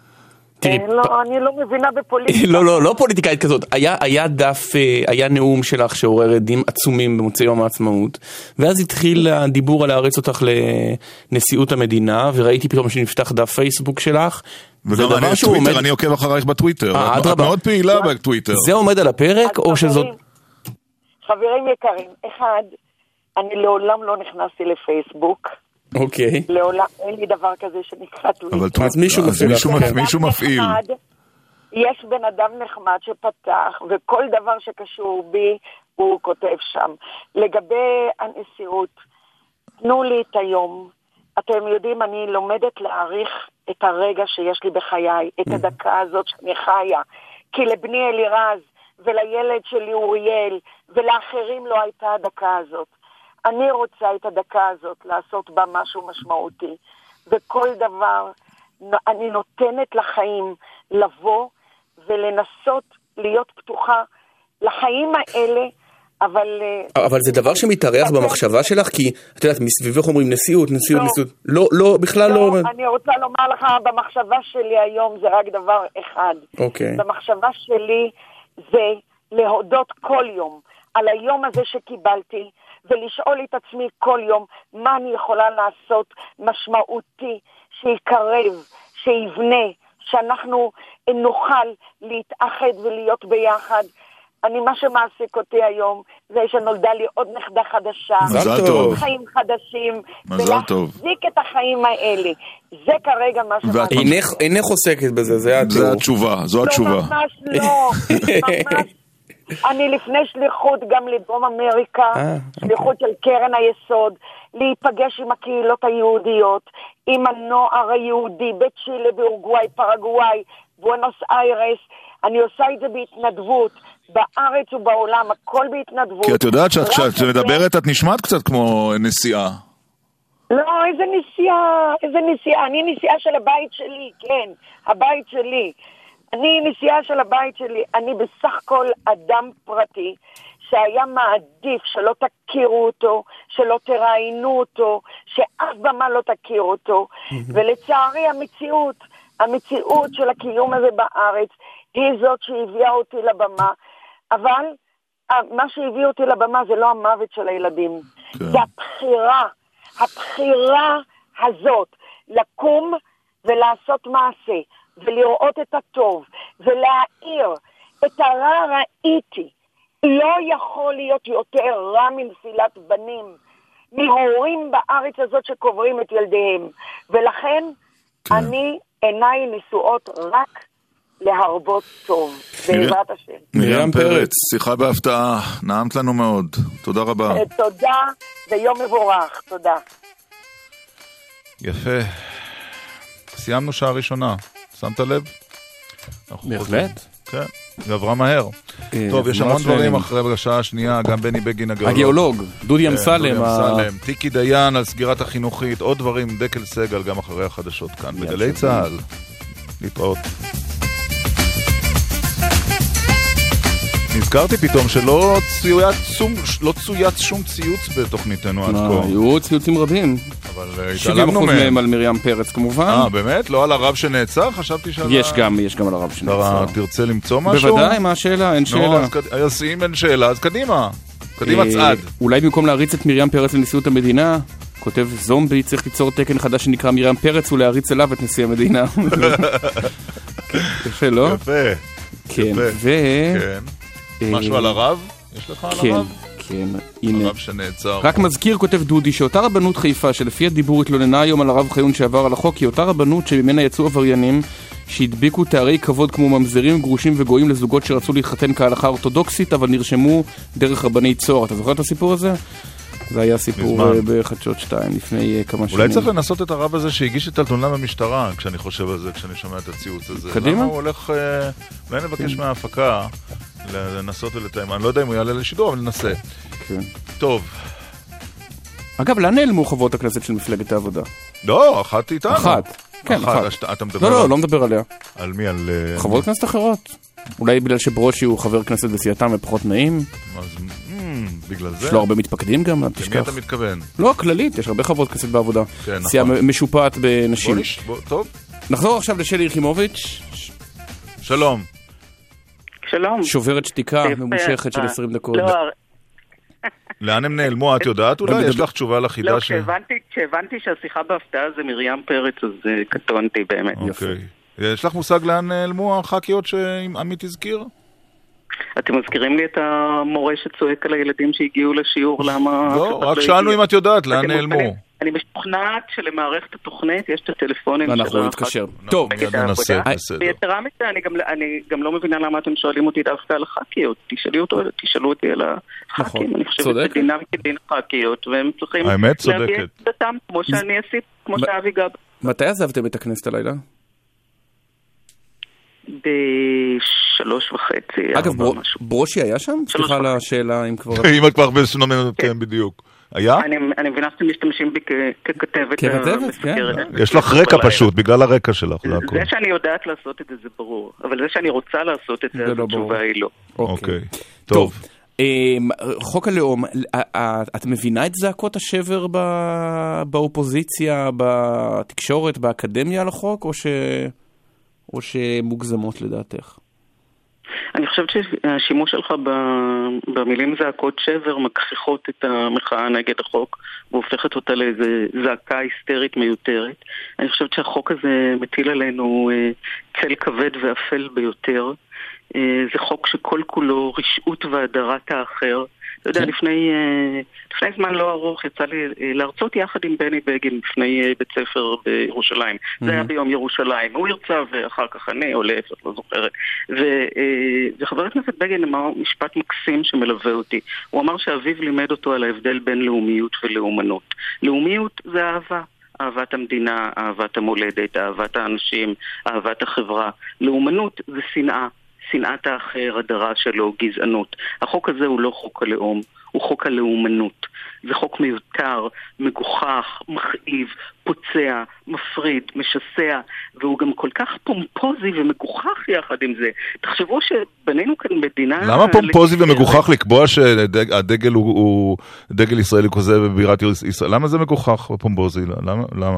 לא, אני לא מבינה בפוליטיקה. לא, לא, לא פוליטיקאית כזאת. היה דף, היה נאום שלך שעורר עדים עצומים במוצאי יום העצמאות, ואז התחיל הדיבור על להריץ אותך לנשיאות המדינה, וראיתי פתאום שנפתח דף פייסבוק שלך. וגם אני טוויטר, אני עוקב אחרייך בטוויטר. את מאוד פעילה בטוויטר. זה עומד על הפרק, או שזאת... חברים יקרים, אחד, אני לעולם לא נכנסתי לפייסבוק. אוקיי. לעולם, אין לי דבר כזה שנקרא טוויטר. אבל אז מישהו מפעיל. יש בן אדם נחמד שפתח, וכל דבר שקשור בי, הוא כותב שם. לגבי הנשיאות, תנו לי את היום. אתם יודעים, אני לומדת להעריך את הרגע שיש לי בחיי, את הדקה הזאת שאני חיה. כי לבני אלירז ולילד שלי אוריאל ולאחרים לא הייתה הדקה הזאת. אני רוצה את הדקה הזאת לעשות בה משהו משמעותי. וכל דבר אני נותנת לחיים לבוא ולנסות להיות פתוחה לחיים האלה, אבל... אבל זה דבר שמתארח במחשבה שלך, כי את יודעת, מסביבך אומרים נשיאות, נשיאות, נשיאות. לא, לא, בכלל לא... אני רוצה לומר לך, במחשבה שלי היום זה רק דבר אחד. אוקיי. במחשבה שלי זה להודות כל יום על היום הזה שקיבלתי, ולשאול את עצמי כל יום מה אני יכולה לעשות משמעותי, שיקרב, שיבנה, שאנחנו נוכל להתאחד ולהיות ביחד. אני, מה שמעסיק אותי היום, זה שנולדה לי עוד נכדה חדשה. מזל טוב. חיים חדשים. מזל טוב. ולהחזיק את החיים האלה. זה כרגע מה שמעסיק. אינך עוסקת בזה, זה התשובה, זו התשובה. לא, ממש לא. ממש. אני לפני שליחות גם לדרום אמריקה, שליחות של קרן היסוד, להיפגש עם הקהילות היהודיות, עם הנוער היהודי, בצ'ילה, באורוגוואי, פרגוואי, בואנוס איירס. אני עושה את זה בהתנדבות, בארץ ובעולם, הכל בהתנדבות. כי את יודעת שאת מדברת, את נשמעת קצת כמו נסיעה. לא, איזה נסיעה, איזה נסיעה. אני נסיעה של הבית שלי, כן, הבית שלי. אני נסיעה של הבית שלי, אני בסך הכל אדם פרטי, שהיה מעדיף שלא תכירו אותו, שלא תראיינו אותו, שאף במה לא תכיר אותו, ולצערי המציאות, המציאות של הקיום הזה בארץ, היא זאת שהביאה אותי לבמה, אבל מה שהביא אותי לבמה זה לא המוות של הילדים, זה הבחירה, הבחירה הזאת, לקום ולעשות מעשה, ולראות את הטוב, ולהאיר את הרע ראיתי. לא יכול להיות יותר רע מנפילת בנים, מהורים בארץ הזאת שקוברים את ילדיהם. ולכן כן. אני עיניי נשואות רק להרבות טוב, בעזרת השם. מרים פרץ, שיחה בהפתעה, נעמת לנו מאוד, תודה רבה. תודה, ויום מבורך, תודה. יפה, סיימנו שעה ראשונה. שמת לב? בהחלט. כן, זה עברה מהר. טוב, יש המון דברים אחרי בשעה השנייה, גם בני בגין הגיאולוג, דודי אמסלם, טיקי דיין על סגירת החינוכית, עוד דברים, דקל סגל, גם אחרי החדשות כאן, בגלי צהל. להתראות. נזכרתי פתאום שלא צויץ שום, לא צויץ שום ציוץ בתוכניתנו עד כה. היו ציוצים רבים. אבל שבעים אחוז מהם על מרים פרץ כמובן. אה, באמת? לא על הרב שנעצר? חשבתי שעל... יש גם, יש גם על הרב שנעצר. תרצה למצוא משהו? בוודאי, מה השאלה? אין שאלה. אז אם אין שאלה, אז קדימה. קדימה צעד. אולי במקום להריץ את מרים פרץ לנשיאות המדינה, כותב זומבי, צריך ליצור תקן חדש שנקרא מרים פרץ ולהריץ אליו את נשיא המדינה. יפה, לא? יפה. כן, ו... משהו על הרב? יש לך על הרב? כן, הנה. הרב שנעצר. רק מזכיר, כותב דודי, שאותה רבנות חיפה, שלפי הדיבור התלוננה היום על הרב חיון שעבר על החוק, היא אותה רבנות שממנה יצאו עבריינים שהדביקו תארי כבוד כמו ממזרים, גרושים וגויים לזוגות שרצו להתחתן כהלכה אורתודוקסית, אבל נרשמו דרך רבני צוהר. אתה זוכר את הסיפור הזה? זה היה סיפור בחדשות שתיים לפני כמה שנים. אולי צריך לנסות את הרב הזה שהגיש את התלונה במשטרה, כשאני חושב על זה, כשאני שומע את הציוץ הזה. קדימה? למה הוא הולך, אולי נבקש מההפקה לנסות ולתאם. אני לא יודע אם הוא יעלה לשידור, אבל ננסה. כן. טוב. אגב, לאן נעלמו חברות הכנסת של מפלגת העבודה? לא, אחת איתנו. אחת. כן, אחת. אתה מדבר לא, לא, לא מדבר עליה. על מי? על... חברות כנסת אחרות. אולי בגלל שברושי הוא חבר כנסת בסיעתם ופחות נעים. אז... בגלל זה? יש לו הרבה מתפקדים גם, תשכח. למי אתה מתכוון? לא, כללית, יש הרבה חברות כנסת בעבודה. כן, נכון. סיעה משופעת בנשים. בוא נש... בוא, טוב. נחזור עכשיו לשלי יחימוביץ'. שלום. שלום. שוברת שתיקה ממושכת של עשרים דקות. לא, לאן הם נעלמו? את יודעת אולי? יש לך תשובה לחידה ש... לא, כשהבנתי שהשיחה בהפתעה זה מרים פרץ, אז קטונתי באמת. אוקיי. יש לך מושג לאן נעלמו הח"כיות שעמית הזכיר? אתם מזכירים לי את המורה שצועק על הילדים שהגיעו לשיעור, למה... לא, רק שאלנו אם את יודעת לאן נעלמו. אני משוכנעת שלמערכת התוכנית יש את הטלפונים של... אנחנו נתקשר. טוב, ננסה, בסדר. ויתרה מזה, אני גם לא מבינה למה אתם שואלים אותי דווקא על הח"כיות. תשאלו אותי על הח"כים. אני חושבת שדינם כדין הח"כיות, והם צריכים להביע את דתם, כמו שאני עשית, כמו שאבי גב. מתי עזבתם את הכנסת הלילה? בשלוש וחצי. אגב, ברושי היה שם? סליחה על השאלה אם כבר... אם את כבר בסונומנות, כן, בדיוק. היה? אני מבינה שאתם משתמשים בי ככתבת. ככתבת, כן. יש לך רקע פשוט, בגלל הרקע שלך. זה שאני יודעת לעשות את זה, זה ברור. אבל זה שאני רוצה לעשות את זה, אז התשובה היא לא. אוקיי, טוב. חוק הלאום, את מבינה את זעקות השבר באופוזיציה, בתקשורת, באקדמיה על החוק, או ש... או שמוגזמות לדעתך? אני חושבת שהשימוש שלך במילים זעקות שבר מכחיכות את המחאה נגד החוק והופכת אותה לאיזו זעקה היסטרית מיותרת. אני חושבת שהחוק הזה מטיל עלינו צל כבד ואפל ביותר. זה חוק שכל כולו רשעות והדרת האחר. אתה יודע, לפני, לפני זמן לא ארוך יצא לי להרצות יחד עם בני בגין לפני בית ספר בירושלים. זה היה ביום ירושלים. הוא ירצה ואחר כך אני, או להפך, לא זוכרת. וחבר הכנסת בגין אמר משפט מקסים שמלווה אותי. הוא אמר שאביו לימד אותו על ההבדל בין לאומיות ולאומנות. לאומיות זה אהבה. אהבת המדינה, אהבת המולדת, אהבת האנשים, אהבת החברה. לאומנות זה שנאה. שנאת האחר, הדרה שלו, גזענות. החוק הזה הוא לא חוק הלאום, הוא חוק הלאומנות. זה חוק מיותר, מגוחך, מכאיב, פוצע, מפריד, משסע, והוא גם כל כך פומפוזי ומגוחך יחד עם זה. תחשבו שבנינו כאן מדינה... למה פומפוזי ומגוחך לקבוע שהדגל הוא דגל ישראלי כזה בבירת ישראל? למה זה מגוחך ופומפוזי? למה?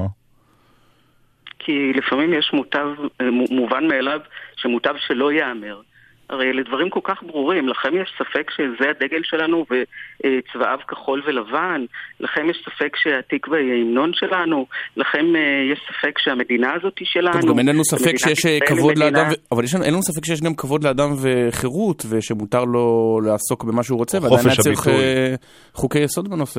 כי לפעמים יש מוטב, מובן מאליו שמוטב שלא יאמר. הרי לדברים כל כך ברורים, לכם יש ספק שזה הדגל שלנו וצבעיו כחול ולבן, לכם יש ספק שהתקווה היא ההמנון שלנו, לכם יש ספק שהמדינה הזאת היא שלנו. טוב, גם אין לנו ספק שיש כבוד לאדם, אבל אין לנו ספק שיש גם כבוד לאדם וחירות, ושמותר לו לעסוק במה שהוא רוצה, ועדיין היה צריך חוקי יסוד בנושא.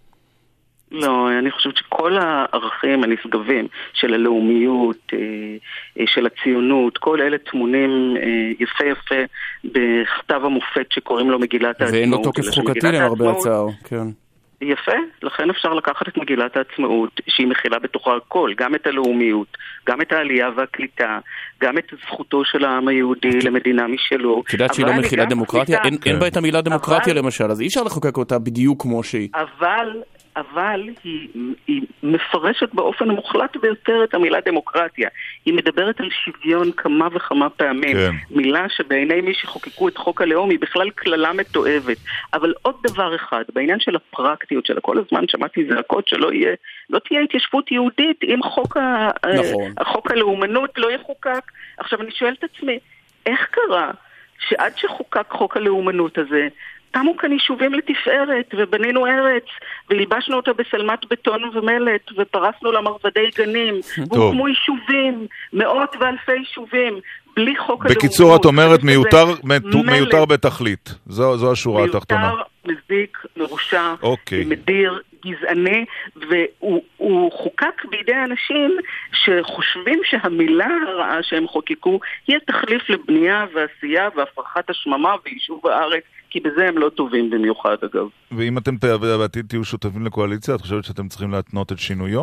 לא, אני חושבת שכל הערכים הנשגבים של הלאומיות, של הציונות, כל אלה תמונים יפה יפה בכתב המופת שקוראים לו מגילת העצמאות. ואין לו תוקף חוקתי למרבה הצער, כן. יפה, לכן אפשר לקחת את מגילת העצמאות שהיא מכילה בתוכה הכל, גם את הלאומיות, גם את העלייה והקליטה, גם את זכותו של העם היהודי למדינה משלו. את יודעת שהיא לא מכילה דמוקרטיה? אין בה את המילה דמוקרטיה למשל, אז אי אפשר לחוקק אותה בדיוק כמו שהיא. אבל אבל היא, היא מפרשת באופן המוחלט ביותר את המילה דמוקרטיה. היא מדברת על שוויון כמה וכמה פעמים. כן. מילה שבעיני מי שחוקקו את חוק הלאום היא בכלל כללה מתועבת. אבל עוד דבר אחד, בעניין של הפרקטיות שלה, כל הזמן שמעתי זעקות שלא יהיה, לא תהיה התיישבות יהודית אם חוק, ה, נכון. החוק הלאומנות לא יחוקק. עכשיו אני שואלת עצמי, איך קרה שעד שחוקק חוק הלאומנות הזה, קמו כאן יישובים לתפארת, ובנינו ארץ, והלבשנו אותה בסלמת בטון ומלט, ופרסנו למרבדי גנים, והוקמו יישובים, מאות ואלפי יישובים, בלי חוק הלאומנות. בקיצור, את אומרת מיותר, מיותר בתכלית. זו, זו השורה התחתונה. מיותר, מזיק, מרושע, okay. מדיר, גזעני, והוא חוקק בידי אנשים שחושבים שהמילה הרעה שהם חוקקו היא התחליף לבנייה ועשייה והפרחת השממה ויישוב הארץ, כי בזה הם לא טובים במיוחד אגב. ואם אתם בעתיד תהיו שותפים לקואליציה, את חושבת שאתם צריכים להתנות את שינויו?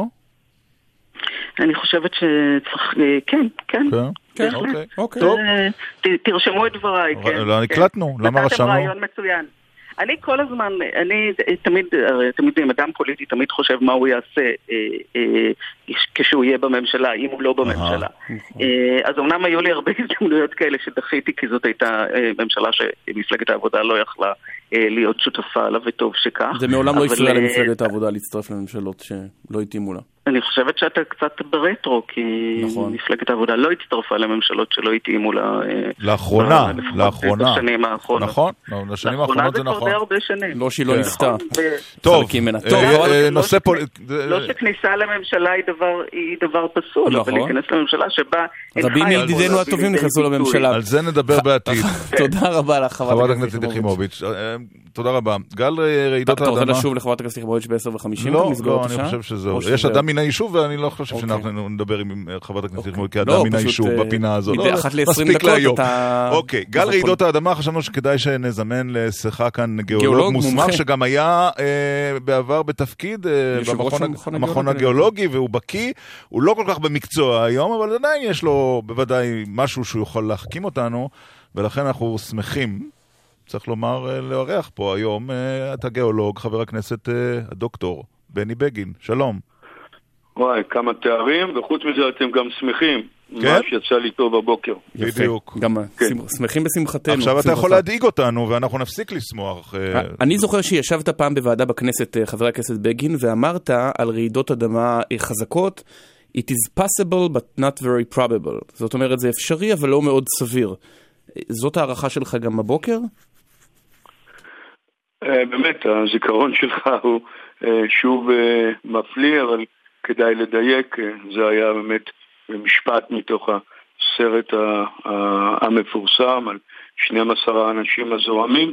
אני חושבת שצריך, כן, כן. כן, אוקיי, אוקיי. תרשמו את דבריי, כן. לא, נקלטנו, למה רשמנו? נתתם רעיון מצוין. אני כל הזמן, אני תמיד, תמיד עם אדם פוליטי, תמיד חושב מה הוא יעשה אה, אה, כשהוא יהיה בממשלה, אם הוא לא בממשלה. אה, אז אמנם היו לי הרבה הזדמנויות כאלה שדחיתי, כי זאת הייתה אה, ממשלה שמפלגת העבודה לא יכלה אה, להיות שותפה לה, וטוב שכך. זה מעולם לא הפריע למפלגת העבודה להצטרף לממשלות שלא התאימו לה. אני חושבת שאתה קצת ברטרו, כי נכון. מפלגת העבודה לא הצטרפה לממשלות שלא התאימו לה. לאחרונה, לאחרונה. בשנים האחרונות. נכון, לשנים האחרונות זה נכון. הרבה שנים. לא שהיא לא ניסתה. טוב, נושא פוליטי. לא שכניסה לממשלה היא דבר פסול, אבל להיכנס לממשלה שבה... רבים מידידינו הטובים נכנסו לממשלה. על זה נדבר בעתיד. תודה רבה לך, חברת הכנסת יחימוביץ'. תודה רבה. גל רעידות האדמה. אתה רוצה לשוב לחברת הכנסת יחימוביץ' ב-עשר וחמישים? לא, לא, אני חושב שזהו. יש אדם מן היישוב, ואני לא חושב שאנחנו נדבר עם חברת הכנסת יחימוביץ' כאדם מן היישוב בפינה הזו. אחת ל-עשרים דקות אתה... אוקיי, גל רעידות האדמה, חשבנו שכדאי שנזמן לשיחה כאן גיאולוג מוסמך, שגם היה בעבר בתפקיד במכון הגיאולוגי, והוא בקי, הוא לא כל כך במקצוע היום, אבל עדיין יש לו בוודאי משהו שהוא יכול להחכים אותנו, ולכן אנחנו שמחים, צריך לומר, לארח פה היום את הגיאולוג, חבר הכנסת הדוקטור בני בגין. שלום. וואי, כמה תארים, וחוץ מזה אתם גם שמחים. כן? מה שיצא לי טוב בבוקר. בדיוק. גם שמחים בשמחתנו. עכשיו אתה יכול להדאיג אותנו, ואנחנו נפסיק לשמוח. אני זוכר שישבת פעם בוועדה בכנסת, חבר הכנסת בגין, ואמרת על רעידות אדמה חזקות, it is possible but not very probable. זאת אומרת, זה אפשרי, אבל לא מאוד סביר. זאת הערכה שלך גם בבוקר? באמת, הזיכרון שלך הוא שוב מפליא, אבל כדאי לדייק, זה היה באמת משפט מתוך הסרט המפורסם על שנים עשר האנשים הזוהמים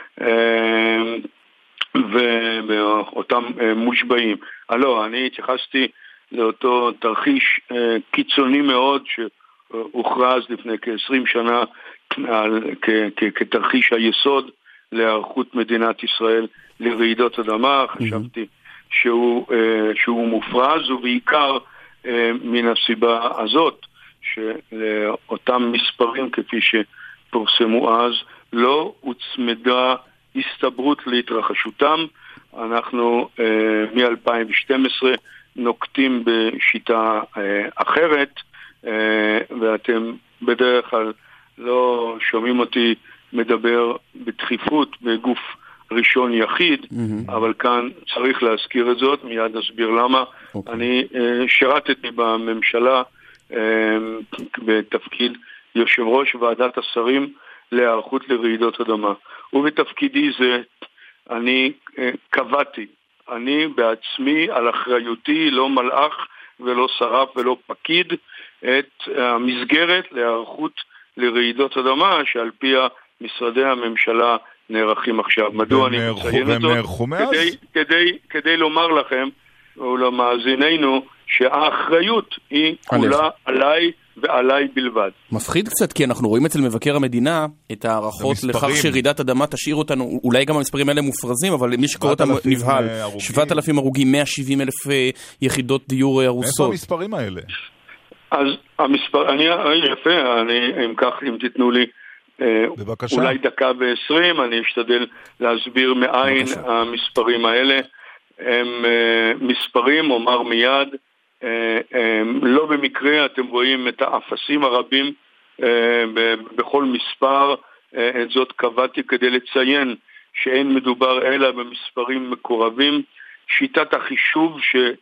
ואותם מושבעים. לא, אני התייחסתי לאותו תרחיש קיצוני מאוד שהוכרז לפני כ-עשרים שנה כתרחיש היסוד להיערכות מדינת ישראל לרעידות אדמה. חשבתי שהוא, שהוא מופרז, ובעיקר מן הסיבה הזאת, שלאותם מספרים כפי שפורסמו אז, לא הוצמדה הסתברות להתרחשותם. אנחנו מ-אלפיים ושתים עשרה נוקטים בשיטה אחרת, ואתם בדרך כלל לא שומעים אותי מדבר בדחיפות בגוף ראשון יחיד, mm-hmm. אבל כאן צריך להזכיר את זאת, מיד אסביר למה. Okay. אני uh, שירתתי בממשלה uh, בתפקיד יושב ראש ועדת השרים להיערכות לרעידות אדמה. ובתפקידי זה אני uh, קבעתי, אני בעצמי על אחריותי, לא מלאך ולא שרף ולא פקיד, את המסגרת להיערכות לרעידות אדמה, שעל פי משרדי הממשלה נערכים עכשיו. מדוע אני מציין אותו? כדי, כדי, כדי לומר לכם ולמאזיננו שהאחריות היא כולה עליי ועליי בלבד. מפחיד קצת, כי אנחנו רואים אצל מבקר המדינה את הערכות לכך שרעידת אדמה תשאיר אותנו, אולי גם המספרים האלה מופרזים, אבל מי שקורא אותם נבהל. שבעת אלפים הרוגים, מאה שבעים אלף יחידות דיור הרוסות. איפה המספרים האלה? אז המספר, אני, יפה, אני, אם כך, אם תיתנו לי בבקשה. אולי דקה ועשרים, אני אשתדל להסביר מאין בבקשה. המספרים האלה. הם מספרים, אומר מיד, לא במקרה אתם רואים את האפסים הרבים בכל מספר. את זאת קבעתי כדי לציין שאין מדובר אלא במספרים מקורבים. שיטת החישוב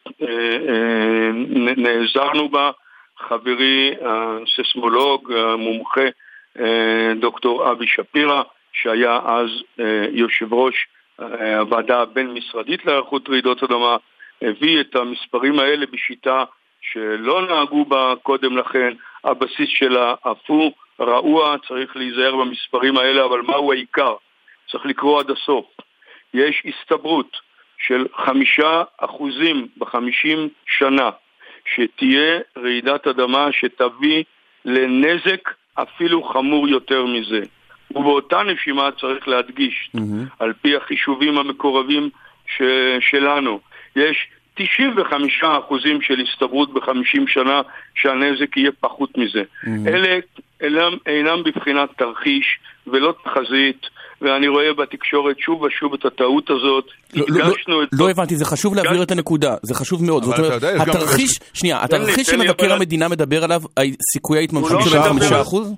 שנעזרנו בה, חברי הססמולוג המומחה דוקטור אבי שפירא, שהיה אז יושב ראש הוועדה הבין-משרדית להיערכות רעידות אדמה, הביא את המספרים האלה בשיטה שלא נהגו בה קודם לכן. הבסיס שלה אפוא רעוע, צריך להיזהר במספרים האלה, אבל מהו העיקר? צריך לקרוא עד הסוף. יש הסתברות של חמישה אחוזים בחמישים שנה שתהיה רעידת אדמה שתביא לנזק אפילו חמור יותר מזה. ובאותה נשימה צריך להדגיש, mm-hmm. על פי החישובים המקורבים ש... שלנו, יש תשעים וחמישה אחוזים של הסתברות בחמישים שנה שהנזק יהיה פחות מזה. Mm-hmm. אלה אינם, אינם בבחינת תרחיש ולא תחזית, ואני רואה בתקשורת שוב ושוב את הטעות הזאת. לא, לא, לא הבנתי, זה חשוב להבהיר את הנקודה, זה חשוב מאוד. זאת אומרת, התרחיש, שנייה, התרחיש שמבקר המדינה מדבר עליו, סיכויי ההתממשות שלו חמישה אחוז?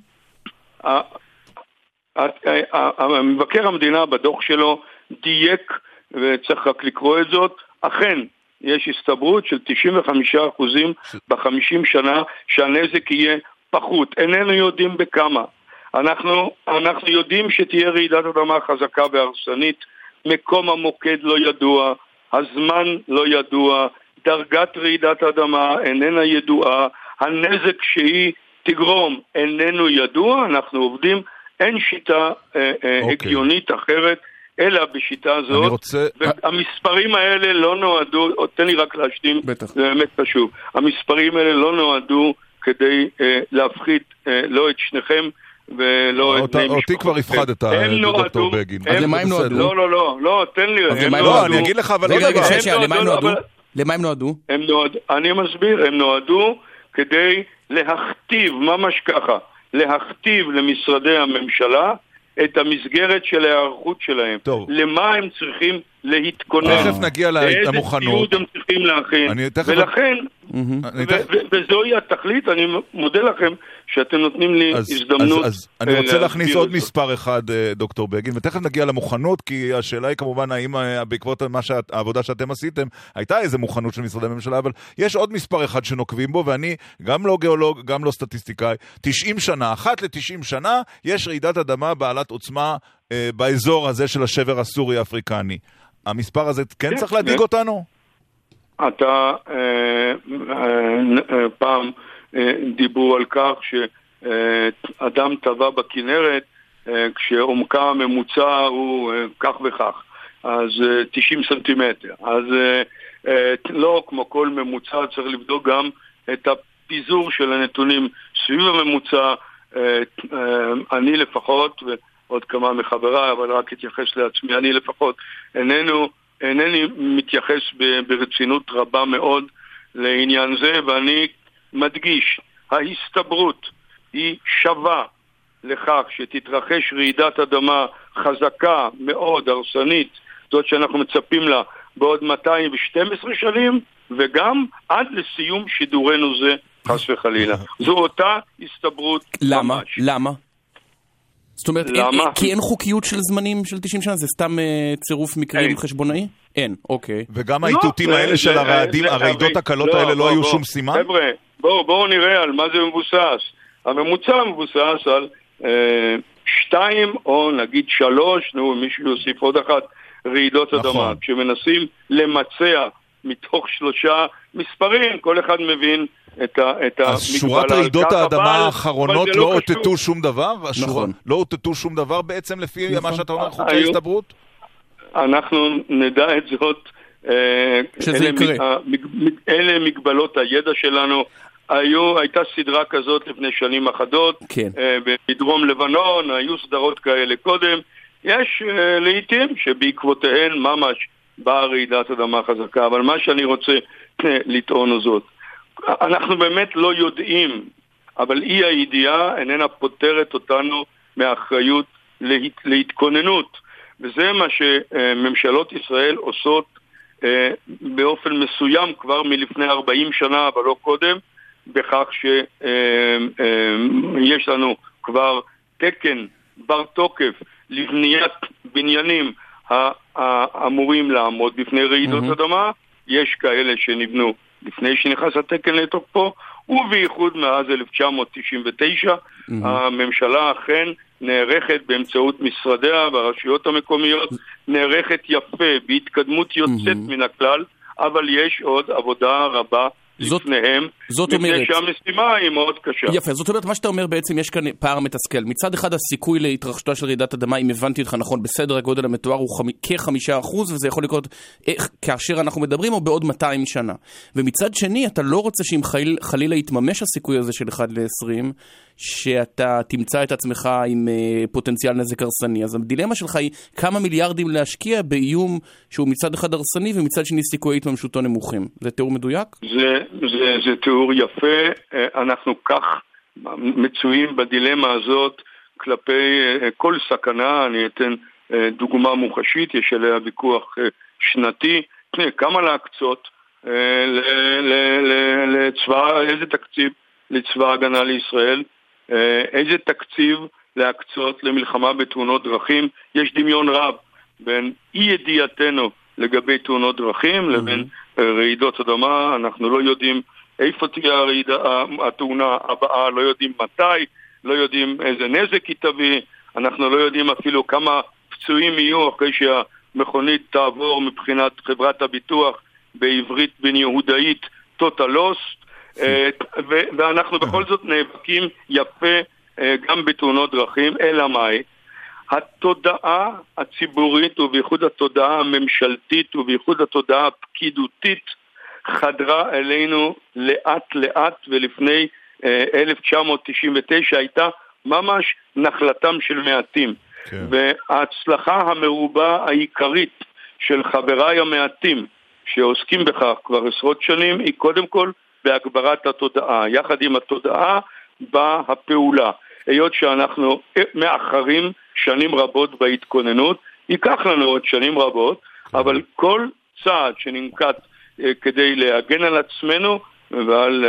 מבקר המדינה בדוח שלו דייק, וצריך רק לקרוא את זאת, אכן יש הסתברות של תשעים וחמישה אחוזים ב-חמישים שנה שהנזק יהיה פחות. איננו יודעים בכמה. אנחנו, אנחנו יודעים שתהיה רעידת אדמה חזקה והרסנית, מקום המוקד לא ידוע, הזמן לא ידוע, דרגת רעידת אדמה איננה ידועה, הנזק שהיא תגרום איננו ידוע. אנחנו עובדים, אין שיטה אה, אה, okay. הגיונית אחרת אלא בשיטה הזאת. רוצה... והמספרים האלה לא נועדו, תן לי רק להשלים, בטח. זה באמת חשוב, המספרים האלה לא נועדו כדי אה, להפחית אה, לא את שניכם ולא את בני משפחות. אותי כבר הפחדת, דוקטור בגין. אז למה הם נועדו? לא, לא, לא, לא, תן לי. לא, אני אגיד לך, אבל... למה הם נועדו? אני מסביר, הם נועדו כדי להכתיב, ממש ככה, להכתיב למשרדי הממשלה את המסגרת של ההיערכות שלהם. טוב. למה הם צריכים להתכונן. תכף נגיע למוכנות. איזה ציוד הם צריכים להכין. תכף... ולכן, ו- תכף... ו- וזוהי התכלית, אני מודה לכם שאתם נותנים לי אז, הזדמנות. אז, אז אני רוצה להכניס עוד מספר אחד, דוקטור בגין, ותכף נגיע למוכנות, כי השאלה היא כמובן, האם בעקבות מה שאת, העבודה שאתם עשיתם, הייתה איזה מוכנות של משרדי הממשלה, אבל יש עוד מספר אחד שנוקבים בו, ואני גם לא גיאולוג, גם לא סטטיסטיקאי, תשעים שנה, אחת ל-תשעים שנה, יש רעידת אדמה בעלת עוצמה אה, באזור הזה של השבר הסורי-אפריקני. המספר הזה כן צריך להדאיג אותנו? אתה פעם דיברו על כך שאדם טבע בכנרת כשעומקה הממוצע הוא כך וכך, אז תשעים סנטימטר. אז לא כמו כל ממוצע צריך לבדוק גם את הפיזור של הנתונים סביב הממוצע. אני לפחות ועוד כמה מחבריי, אבל רק התייחס לעצמי, אני לפחות איננו אינני מתייחס ברצינות רבה מאוד לעניין זה, ואני מדגיש, ההסתברות היא שווה לכך שתתרחש רעידת אדמה חזקה מאוד, הרסנית, זאת שאנחנו מצפים לה בעוד מאתיים ושתים עשרה שנים, וגם עד לסיום שידורנו זה, חס וחלילה. זו אותה הסתברות. למה? ממש. למה? זאת אומרת, אין, כי אין חוקיות של זמנים של תשעים שנה? זה סתם uh, צירוף מקרים אין. חשבונאי? אין, אוקיי. וגם האיתותים לא, האלה זה, של הרעדים, זה, הרעידות הקלות לא, האלה לא, לא היו בוא, שום סימן? חבר'ה, בואו בוא נראה על מה זה מבוסס. הממוצע מבוסס על אה, שתיים או נגיד שלוש, נו, מישהו יוסיף עוד אחת, רעידות נכון. אדמה. כשמנסים למצע מתוך שלושה מספרים, כל אחד מבין את ה, את אז שורת רעידות האדמה האחרונות לא אותתו שום דבר? נכון. לא אותתו שום דבר בעצם לפי נכון. מה שאתה אומר חוקי ההסתברות? אנחנו נדע את זאת. שזה יקרה. אלה מגבלות הידע שלנו. היו, הייתה סדרה כזאת לפני שנים אחדות. כן. בדרום לבנון, היו סדרות כאלה קודם. יש לעתים שבעקבותיהן ממש באה רעידת אדמה חזקה. אבל מה שאני רוצה לטעון זאת. אנחנו באמת לא יודעים, אבל אי הידיעה איננה פותרת אותנו מהאחריות להת, להתכוננות. וזה מה שממשלות ישראל עושות באופן מסוים כבר מלפני ארבעים שנה, אבל לא קודם, בכך שיש לנו כבר תקן בר תוקף לבניית בניינים האמורים לעמוד בפני רעידות mm-hmm. אדמה. יש כאלה שנבנו לפני שנכנס התקן לתוקפו, ובייחוד מאז אלף תשע מאות תשעים ותשע mm-hmm. הממשלה אכן נערכת באמצעות משרדיה והרשויות המקומיות, נערכת יפה בהתקדמות יוצאת mm-hmm. מן הכלל, אבל יש עוד עבודה רבה זאת, לפניהם, זאת מפני אומרת, שהמשימה היא מאוד קשה. יפה, זאת אומרת, מה שאתה אומר בעצם, יש כאן פער מתסכל. מצד אחד, הסיכוי להתרחשותה של רעידת אדמה, אם הבנתי אותך נכון, בסדר הגודל המתואר הוא חמ... כ-חמישה אחוז, וזה יכול לקרות איך, כאשר אנחנו מדברים, או בעוד מאתיים שנה. ומצד שני, אתה לא רוצה שאם חליל, חלילה יתממש הסיכוי הזה של אחד לעשרים, שאתה תמצא את עצמך עם uh, פוטנציאל נזק הרסני. אז הדילמה שלך היא כמה מיליארדים להשקיע באיום שהוא מצד אחד הרסני, ומצד שני סיכויי התממשותו נמוכים. זה תיאור מדויק? זה, זה, זה תיאור יפה. אנחנו כך מצויים בדילמה הזאת כלפי כל סכנה. אני אתן דוגמה מוחשית, יש עליה ויכוח שנתי. כמה להקצות לצבא, איזה תקציב לצבא הגנה לישראל, איזה תקציב להקצות למלחמה בתאונות דרכים. יש דמיון רב בין אי ידיעתנו לגבי תאונות דרכים לבין רעידות אדמה. אנחנו לא יודעים איפה תהיה הרעידה, התאונה הבאה, לא יודעים מתי, לא יודעים איזה נזק היא תביא, אנחנו לא יודעים אפילו כמה פצועים יהיו אחרי שהמכונית תעבור מבחינת חברת הביטוח בעברית בין יהודאית total loss, ואנחנו בכל זאת נאבקים יפה גם בתאונות דרכים. אלא מאי? התודעה הציבורית ובייחוד התודעה הממשלתית ובייחוד התודעה הפקידותית חדרה אלינו לאט לאט, ולפני אלף תשע מאות תשעים ותשע הייתה ממש נחלתם של מעטים. כן. וההצלחה המרובה העיקרית של חבריי המעטים שעוסקים בכך כבר עשרות שנים היא קודם כל בהגברת התודעה. יחד עם התודעה באה הפעולה. היות שאנחנו מאחרים שנים רבות בהתכוננות, ייקח לנו עוד שנים רבות, כן. אבל כל צעד שננקט כדי להגן על עצמנו ועל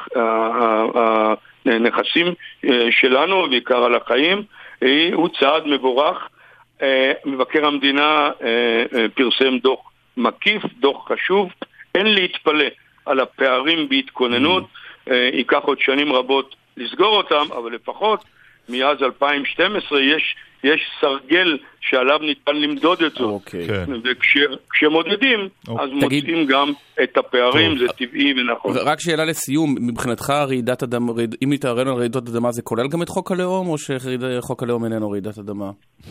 הנכסים שלנו, בעיקר על החיים, הוא צעד מבורך. מבקר המדינה פרסם דוח מקיף, דוח חשוב. אין להתפלא על הפערים בהתכוננות, ייקח עוד שנים רבות לסגור אותם, אבל לפחות מאז אלפיים ושתים עשרה יש יש סרגל שעליו ניתן למדוד את זה. אוקיי. וכשמודדים, אז מוצאים גם את הפערים, זה טבעי ונכון. רק שאלה לסיום, מבחינתך רעידת אדמה, אם נתארנו על רעידות אדמה, זה כולל גם את חוק הלאום, או שחוק הלאום איננו רעידת אדמה?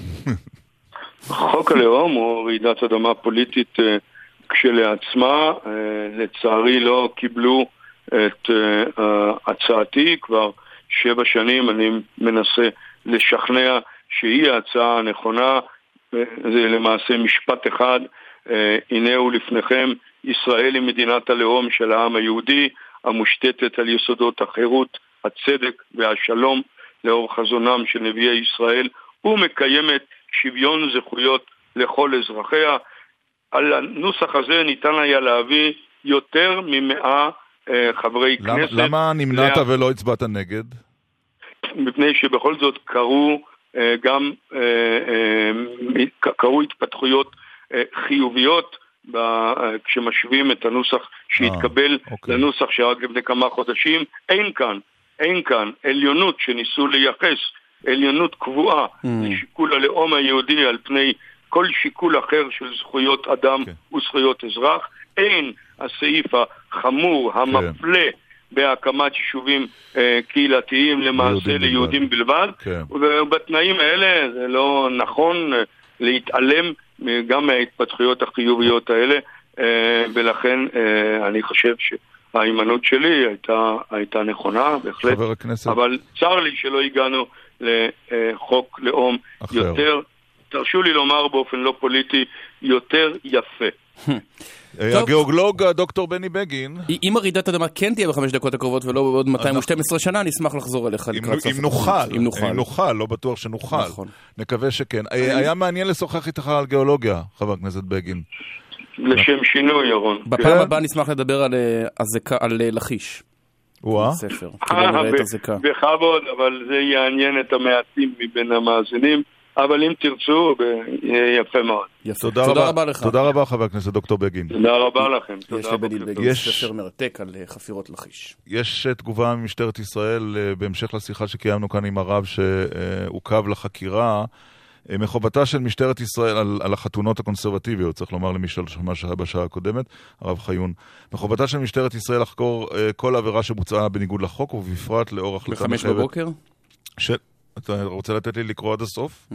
חוק הלאום הוא רעידת אדמה פוליטית כשלעצמה. לצערי לא קיבלו את הצעתי, כבר שבע שנים אני מנסה לשכנע שהיא ההצעה הנכונה. זה למעשה משפט אחד, הנה הוא לפניכם, ישראל היא מדינת הלאום של העם היהודי, המושתתת על יסודות החירות, הצדק והשלום לאור חזונם של נביאי ישראל, ומקיימת שוויון זכויות לכל אזרחיה. על הנוסח הזה ניתן היה להביא יותר ממאה חברי למה, כנסת. למה נמנעת לה... ולא הצבעת נגד? מפני שבכל זאת קרו גם קרו התפתחויות חיוביות כשמשווים את הנוסח שהתקבל לנוסח שרק לפני כמה חודשים. אין כאן, אין כאן עליונות שניסו לייחס, עליונות קבועה לשיקול הלאום היהודי על פני כל שיקול אחר של זכויות אדם וזכויות אזרח. אין הסעיף החמור, המפלה בהקמת יישובים אה, קהילתיים למעשה ליהודים בלבד, כן. ובתנאים האלה זה לא נכון אה, להתעלם גם מההתפתחויות החיוביות האלה, אה, ולכן אה, אני חושב שהאימנות שלי הייתה, הייתה נכונה בהחלט, אבל צר לי שלא הגענו לחוק לאום אחר. יותר, תרשו לי לומר באופן לא פוליטי, יותר יפה. הגיאולוג דוקטור בני בגין, אם רעידת אדמה כן תהיה בחמש דקות הקרובות ולא בעוד מאתיים ושתים עשרה שנה, נשמח לחזור אליך לקראת סוף. אם נוכל, אם נוכל, לא בטוח שנוכל, נקווה שכן. היה מעניין לשוחח איתך על גיאולוגיה, חבר הכנסת בגין. לשם שינוי, ירון. בפעם הבאה נשמח לדבר על לחיש. ספר, בכבוד, אבל זה יעניין את המעטים מבין המאזינים, אבל אם תרצו, יהיה יפה מאוד. תודה רבה לך. תודה רבה חבר הכנסת דוקטור בגין. תודה רבה לכם. יש לבגין בגין ספר מרתק על חפירות לחיש. יש תגובה ממשטרת ישראל בהמשך לשיחה שקיימנו כאן עם הרב שעוקב לחקירה, מחובתה של משטרת ישראל על, על החתונות הקונסרבטיביות, צריך לומר למי שמה שהיה בשעה הקודמת, הרב חיון. מחובתה של משטרת ישראל לחקור uh, כל עבירה שבוצעה בניגוד לחוק, ובפרט לאור החלטה מחמש בבוקר? ש... אתה רוצה לתת לי לקרוא עד הסוף?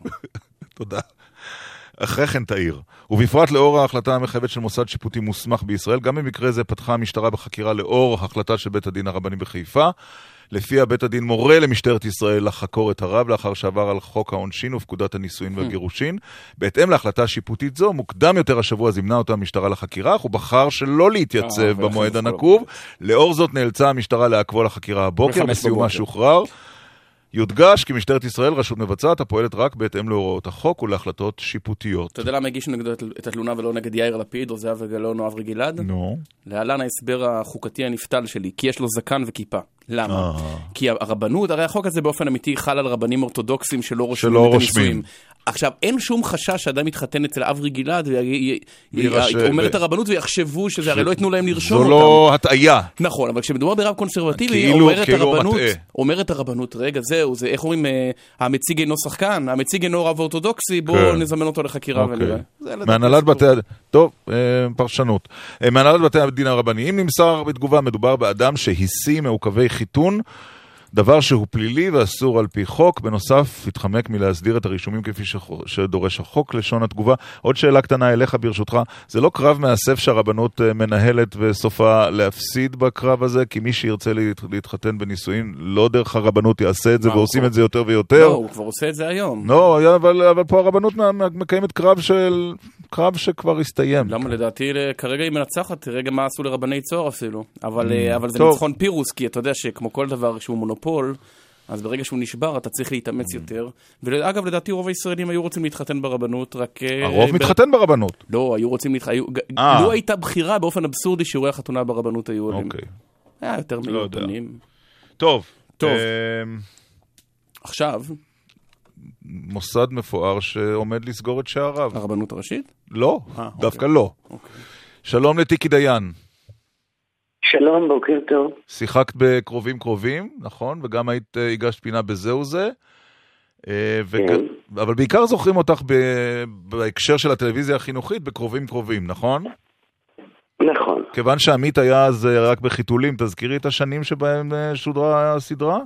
תודה. אחרי כן תאיר. ובפרט לאור ההחלטה המחייבת של מוסד שיפוטי מוסמך בישראל, גם במקרה זה פתחה המשטרה בחקירה לאור החלטה של בית הדין הרבני בחיפה, לפיה בית הדין מורה למשטרת ישראל לחקור את הרב לאחר שעבר על חוק העונשין ופקודת הנישואין והגירושין. בהתאם להחלטה שיפוטית זו, מוקדם יותר השבוע זימנה אותה המשטרה לחקירה, אך הוא בחר שלא להתייצב במועד הנקוב. לאור זאת נאלצה המשטרה לעכבו לחקירה הבוקר, בסיומה שוחרר. יודגש כי משטרת ישראל רשות מבצעת הפועלת רק בהתאם להוראות החוק ולהחלטות שיפוטיות. אתה יודע למה הגישו נגדו את התלונה ולא נגד יאיר לפיד או זהבה גלאון או אברי גלעד? נו. להלן ההסבר החוקתי הנפתל שלי, כי יש לו זקן וכיפה. למה? כי הרבנות, הרי החוק הזה באופן אמיתי חל על רבנים אורתודוקסים שלא רושמים את הנישואים. עכשיו, אין שום חשש שאדם מתחתן אצל אברי גלעד ואומר את הרבנות ויחשבו שזה, הרי לא יתנו להם לרשום אותם. זו לא הטעיה. נכון, אבל כשמדובר ברב קונסרבטיבי, אומרת הרבנות, רגע, זהו, זה, איך אומרים, המציג אינו שחקן, המציג אינו רב אורתודוקסי, בואו נזמן אותו לחקירה ונראה. מהנהלת בתי הדין, טוב, פרשנות. מהנהלת בתי הדין הרבניים נמסר בתגובה, מדובר באדם שהיסי מעוכבי חיתון, דבר שהוא פלילי ואסור על פי חוק. בנוסף, התחמק מלהסדיר את הרישומים כפי שדורש החוק. לשון התגובה. עוד שאלה קטנה אליך ברשותך, זה לא קרב מאסף שהרבנות מנהלת וסופה להפסיד בקרב הזה? כי מי שירצה להתחתן בנישואין, לא דרך הרבנות יעשה את זה, ועושים את זה יותר ויותר. לא, הוא כבר עושה את זה היום. לא, אבל פה הרבנות מקיימת קרב של... קרב שכבר הסתיים. למה? לדעתי כרגע היא מנצחת, רגע מה עשו לרבני צוהר אפילו. אבל, אבל זה ניצחון פירוס, כי אתה יודע שכמו כל דבר שהוא מונופול, אז ברגע שהוא נשבר אתה צריך להתאמץ יותר. ואגב, לדעתי רוב הישראלים היו רוצים להתחתן ברבנות, רק... הרוב מתחתן ברבנות. לא, היו רוצים להתחתן... לא הייתה בחירה באופן אבסורדי שיעורי החתונה ברבנות היו עולים. אוקיי. היה יותר מיליונים. טוב. טוב. עכשיו... מוסד מפואר שעומד לסגור את שעריו. הרבנות הראשית? לא, 아, דווקא אוקיי. לא. אוקיי. שלום לתיקי דיין. שלום, בוקר טוב. שיחקת בקרובים קרובים, נכון? וגם היית הגשת פינה בזהו זה. וג... כן. אבל בעיקר זוכרים אותך ב... בהקשר של הטלוויזיה החינוכית בקרובים קרובים, נכון? נכון. כיוון שעמית היה אז רק בחיתולים, תזכירי את השנים שבהם שודרה הסדרה?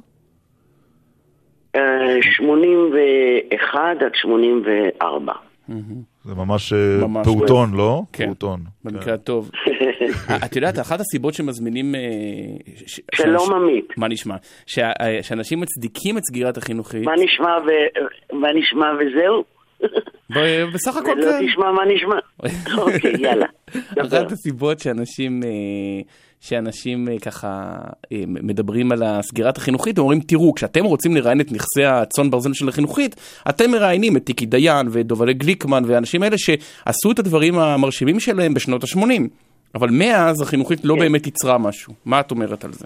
שמונים ואחת עד שמונים וארבע. זה ממש פעוטון, לא? כן, במקרה הטוב. את יודעת, אחת הסיבות שמזמינים... שלום עמית. מה נשמע? שאנשים מצדיקים את סגירת החינוכית. מה נשמע וזהו? בסך הכל לא תשמע מה נשמע. אוקיי, יאללה. אחת הסיבות שאנשים... שאנשים ככה מדברים על הסגירת החינוכית, אומרים, תראו, כשאתם רוצים לראיין את נכסי הצאן ברזל של החינוכית, אתם מראיינים את טיקי דיין ודובלה גליקמן והאנשים האלה שעשו את הדברים המרשימים שלהם בשנות ה-שמונים. אבל מאז החינוכית לא באמת יצרה משהו. מה את אומרת על זה?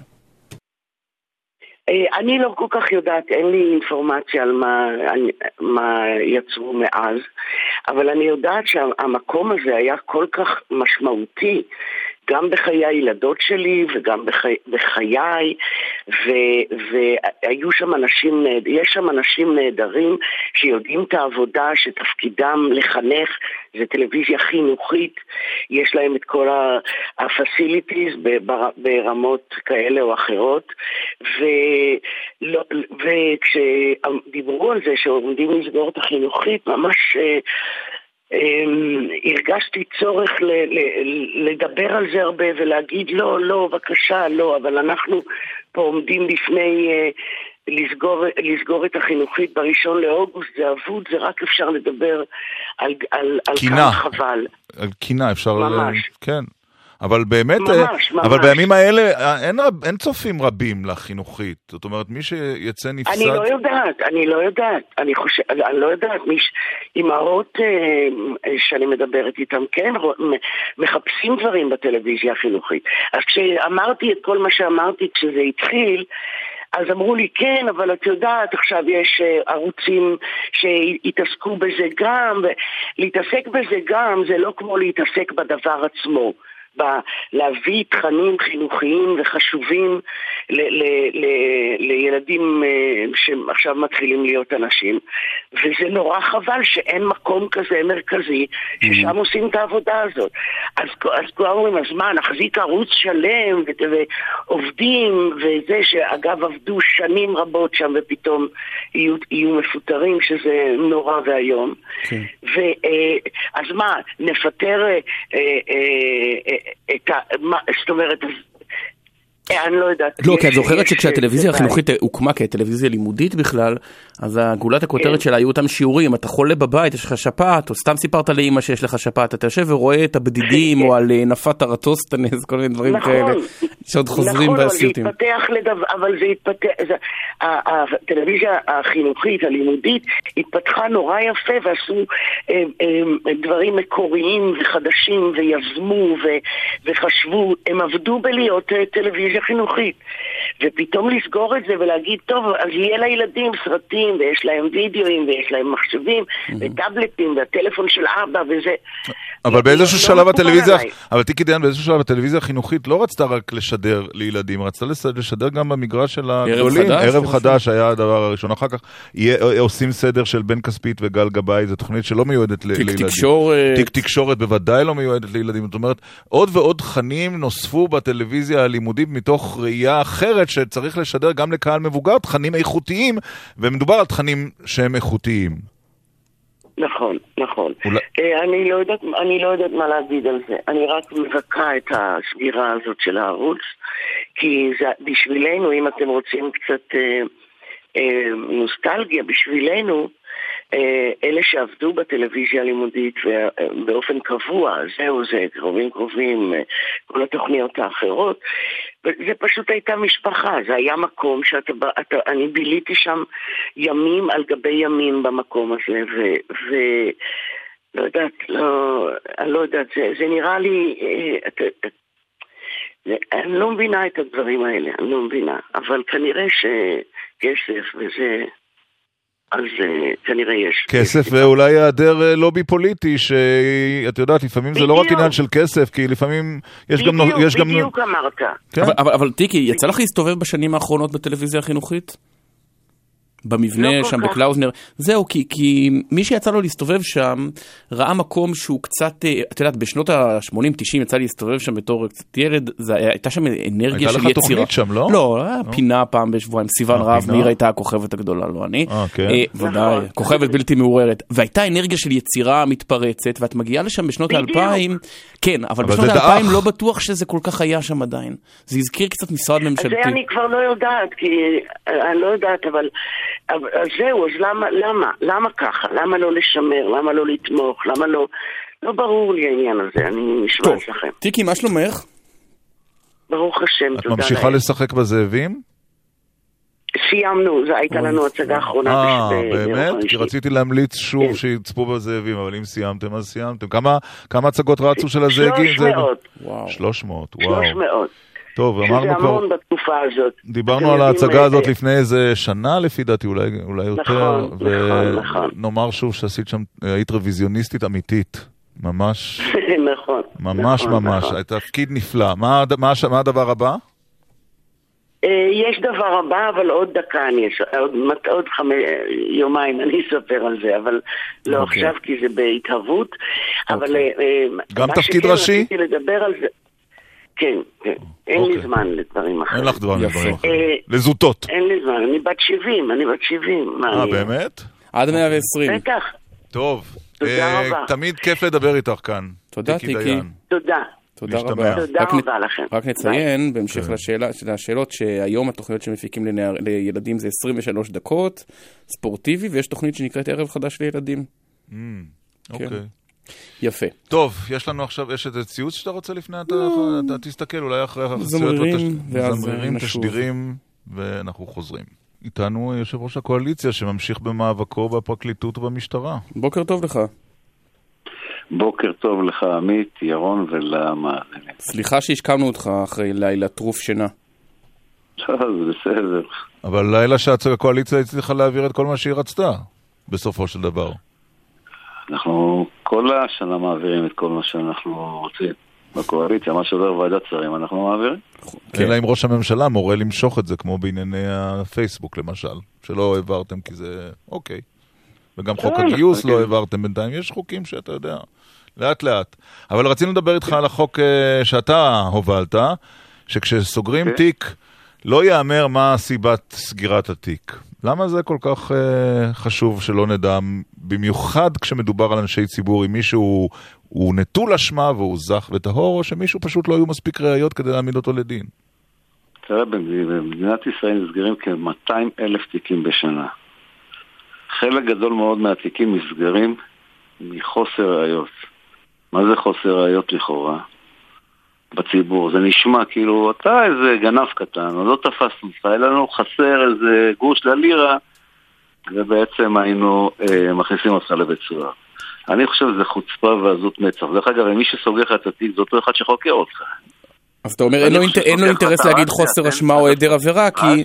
אני לא כל כך יודעת, אין לי אינפורמציה על מה, מה יצרו מאז, אבל אני יודעת שהמקום הזה היה כל כך משמעותי, גם בחיי הילדות שלי וגם בחיי, בחיי ו, והיו שם אנשים, יש שם אנשים נהדרים שיודעים את העבודה שתפקידם לחנך, זה טלוויזיה חינוכית, יש להם את כל הפסיליטיז ברמות כאלה או אחרות, ולא, וכשדיברו על זה שעומדים לסגור את החינוכית, ממש... הרגשתי צורך לדבר על זה הרבה ולהגיד לא, לא, בבקשה, לא, אבל אנחנו פה עומדים בפני לסגור, לסגור את החינוכית בראשון לאוגוסט, זה אבוד, זה רק אפשר לדבר על, על, על כאן חבל. על קינה, אפשר... ממש. כן. אבל באמת, ממש, ממש. אבל בימים האלה אין, רב, אין צופים רבים לחינוכית. זאת אומרת, מי שיצא נפסד... אני לא יודעת, אני לא יודעת. אני חושב, אני לא יודעת. מי, אמהות אה, שאני מדברת איתם, כן, מחפשים דברים בטלוויזיה החינוכית. אז כשאמרתי את כל מה שאמרתי כשזה התחיל, אז אמרו לי, כן, אבל את יודעת, עכשיו יש uh, ערוצים שהתעסקו בזה גם, ולהתעסק בזה גם זה לא כמו להתעסק בדבר עצמו. להביא תכנים חינוכיים וחשובים ל- ל- ל- לילדים שעכשיו מתחילים להיות אנשים, וזה נורא חבל שאין מקום כזה מרכזי ששם עושים את העבודה הזאת. אז, אז כבר אומרים, אז מה, נחזיק ערוץ שלם ועובדים, וזה שאגב עבדו שנים רבות שם ופתאום יהיו, יהיו מפוטרים, שזה נורא והיום. כן. ואז מה, נפטר את ה... זאת אומרת, אני לא יודעת. לא, כי את זוכרת שכשהטלוויזיה החינוכית הוקמה כטלוויזיה לימודית בכלל, אז גולת הכותרת שלה היו אותם שיעורים, אתה חולה בבית, יש לך שפעת, או סתם סיפרת לאמא שיש לך שפעת, אתה יושב ורואה את הבדידים, או על נפת הרטוסטנס, כל מיני דברים כאלה, שעוד חוזרים בעשייתים. נכון, זה התפתח לדבר, אבל זה התפתח, הטלוויזיה החינוכית, הלימודית, התפתחה נורא יפה, ועשו דברים מקוריים וחדשים, ויזמו וחשבו, הם עבדו בלהיות טלוויזיה חינוכית, ופתאום לסגור את זה ולהגיד, טוב, אז יהיה לילדים סרטים, ויש להם וידאוים, ויש להם מחשבים, וטאבלטים, והטלפון של אבא, וזה... אבל באיזשהו שלב הטלוויזיה, אבל תיקי דיין, באיזשהו שלב הטלוויזיה החינוכית לא רצתה רק לשדר לילדים, רצתה לשדר גם במגרש של הגדולים. ערב חדש היה הדבר הראשון. אחר כך עושים סדר של בן כספית וגל גבאי, זו תוכנית שלא מיועדת לילדים. תיק תקשורת. תיק תקשורת בוודאי לא מיועדת לילדים. זאת אומרת, עוד ועוד תכנים נוספו בטלוויזיה הלימודית מתוך ראייה אחרת שצריך לשדר גם לקהל מבוגר, תכנים איכותיים, ומדובר על תכנים שהם איכותיים. נכון, נכון. אולי... אני לא יודעת, אני לא יודעת מה להגיד על זה. אני רק מבקה את הסגירה הזאת של הערוץ, כי זה בשבילנו, אם אתם רוצים קצת אה, אה, נוסטלגיה, בשבילנו, אה, אלה שעבדו בטלוויזיה הלימודית באופן קבוע, זהו זה, קרובים קרובים, כל התוכניות האחרות, זה פשוט הייתה משפחה, זה היה מקום שאתה, אתה, אני ביליתי שם ימים על גבי ימים במקום הזה, ו, ו לא יודעת, לא, אני לא יודעת, זה, זה נראה לי, את, את, אני לא מבינה את הדברים האלה, אני לא מבינה, אבל כנראה שכסף וזה... אז כנראה יש. כסף ואולי היעדר לובי פוליטי, שאת יודעת, לפעמים זה לא רק עניין של כסף, כי לפעמים יש גם... בדיוק, בדיוק אמרת. אבל טיקי, יצא לך להסתובב בשנים האחרונות בטלוויזיה החינוכית? במבנה שם בקלאוזנר. זהו, כי, כי מי שיצא לו להסתובב שם, ראה מקום שהוא קצת, את יודעת, בשנות ה-שמונים תשעים יצא להסתובב שם בתור קצת ילד, זה, הייתה שם אנרגיה של יצירה. הייתה לך תוכנית שם, לא? לא, היה פינה פעם בשבועיים, סיוון רב, מאיר הייתה הכוכבת הגדולה, לא אני. ודאי, כוכבת בלתי מעוררת. והייתה אנרגיה של יצירה מתפרצת, ואת מגיעה לשם בשנות האלפיים, כן, אבל בשנות האלפיים לא בטוח שזה כל כך היה שם עדיין. זה הזכיר קצת משרד ממשלתי. זה אני כבר לא יודעת, כי אני לא יודעת, אבל אז זהו, אז למה, למה, למה ככה? למה לא לשמר? למה לא לתמוך? למה לא... לא ברור לי העניין הזה, אני נשמע לכם. טיקי, מה שלומך? ברוך השם, תודה. את ממשיכה לשחק בזאבים? סיימנו, זה הייתה לנו הצגה האחרונה. אה, באמת? כי רציתי להמליץ שוב שיצפו בזאבים, אבל אם סיימתם, אז סיימתם. כמה הצגות רצו של הזאבים? שלוש מאות. שלוש מאות, וואו. שלוש מאות. טוב, אמרנו כבר... שזה המון בתקופה הזאת. דיברנו על ההצגה הזאת לפני איזה שנה לפי דעתי, אולי, אולי יותר. נכון, נכון, נכון. ונאמר שוב שעשית שם, היית רוויזיוניסטית אמיתית. ממש. נכון. ממש ממש. תפקיד נפלא. מה, מה, מה הדבר הבא? יש דבר הבא, אבל עוד דקה אני אספר, עוד, עוד חמי, יומיים אני אספר על זה, אבל לא okay. עכשיו כי זה בהתהוות. Okay. אבל גם תפקיד ראשי? רציתי לדבר על זה. כן, כן. אין לי זמן לדברים אחרים. אין לך דברים לדברים אחרים. לזוטות. אין לי זמן, אני בת שבעים, אני בת שבעים. אה, באמת? עד מאה ועשרים. בטח. טוב. תודה רבה. תמיד כיף לדבר איתך כאן. תודה, טיקי. תודה. תודה רבה. תודה רבה לכם. רק נציין, בהמשך לשאלות, שהיום התוכניות שמפיקים לילדים זה עשרים ושלוש דקות, ספורטיבי, ויש תוכנית שנקראת ערב חדש לילדים. אוקיי. יפה. טוב, יש לנו עכשיו, יש איזה ציוץ שאתה רוצה לפני, אתה, אתה תסתכל, אולי אחרי זמרירים, ואז זמרירים, תשדירים, ואנחנו חוזרים. איתנו יושב ראש הקואליציה שממשיך במאבקו בפרקליטות ובמשטרה. בוקר טוב לך. בוקר טוב לך עמית, ירון ולמאזינים. סליחה שהשכמנו אותך אחרי לילה טרוף שינה. זה בסדר. אבל לילה שהקואליציה הצליחה להעביר את כל מה שהיא רצתה, בסופו של דבר. אנחנו כל השנה מעבירים את כל מה שאנחנו רוצים. בקואליציה, מה שעובר ועדת שרים, אנחנו מעבירים. אלא אם ראש הממשלה מורה למשוך את זה, כמו בענייני הפייסבוק למשל, שלא העברתם כי זה אוקיי. וגם חוק הגיוס לא העברתם בינתיים. יש חוקים שאתה יודע, לאט לאט. אבל רצינו לדבר איתך על החוק שאתה הובלת, שכשסוגרים תיק, לא יאמר מה סיבת סגירת התיק. למה זה כל כך uh, חשוב שלא נדע, במיוחד כשמדובר על אנשי ציבור, אם מישהו הוא נטול אשמה והוא זך וטהור, או שמישהו פשוט לא היו מספיק ראיות כדי להעמיד אותו לדין? תראה, במדינת ישראל נסגרים כ-מאתיים אלף תיקים בשנה. חלק גדול מאוד מהתיקים נסגרים מחוסר ראיות. מה זה חוסר ראיות לכאורה? בציבור, זה נשמע כאילו אתה איזה גנב קטן, לא תפסנו אותך, אלא לנו חסר איזה גוש ללירה, ובעצם היינו אה, מכניסים אותך לבית סוהר. אני חושב שזה חוצפה ועזות מצח. דרך אגב, מי שסוגר לך את התיק, זה אותו אחד שחוקר אותך. אז אתה אומר, אין לו אינטרס להגיד חוסר אשמה או היעדר עבירה, כי...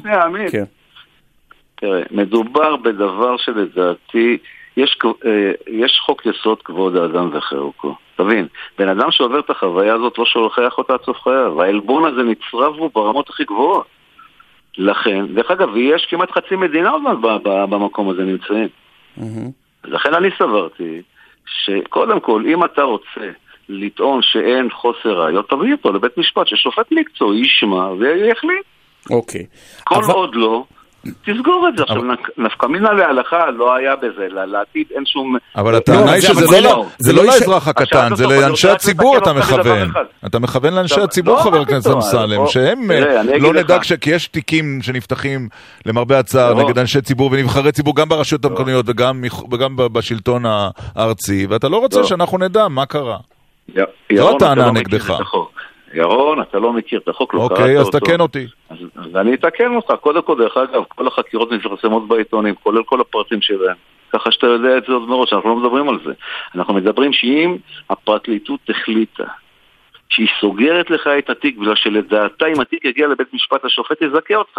תראה, מדובר בדבר שלדעתי, יש, יש חוק יסוד כבוד האדם וחירותו. תבין, בן אדם שעובר את החוויה הזאת לא שולח אותה עד סוף חייו, והעלבון הזה נצרב בו ברמות הכי גבוהות. לכן, דרך אגב, יש כמעט חצי מדינה עוד במקום הזה נמצאים. לכן אני סברתי שקודם כל, אם אתה רוצה לטעון שאין חוסר ראיות, תביא אותו לבית משפט ששופט מקצועי ישמע ויחליט. אוקיי. כל עוד לא, תסגור את זה. עכשיו, נפקא מינה להלכה לא היה בזה, לעתיד אין שום... אבל הטענה היא שזה לא לאזרח הקטן, זה לאנשי הציבור אתה מכוון. אתה מכוון לאנשי הציבור, חבר הכנסת אמסלם, שהם לא נדע כי יש תיקים שנפתחים למרבה הצער נגד אנשי ציבור ונבחרי ציבור גם ברשויות המקומיות וגם בשלטון הארצי, ואתה לא רוצה שאנחנו נדע מה קרה. זו הטענה נגדך. ירון, אתה לא מכיר את החוק, לא קראת אותו. אוקיי, אז תקן אותי. אז, אז אני אתקן אותך. קודם כל, דרך אגב, כל החקירות מפרסמות בעיתונים, כולל כל הפרטים שלהם. ככה שאתה יודע את זה עוד מראש, אנחנו לא מדברים על זה. אנחנו מדברים שאם הפרקליטות החליטה שהיא סוגרת לך את התיק, בגלל שלדעתה אם התיק יגיע לבית משפט, השופט יזכה אותך.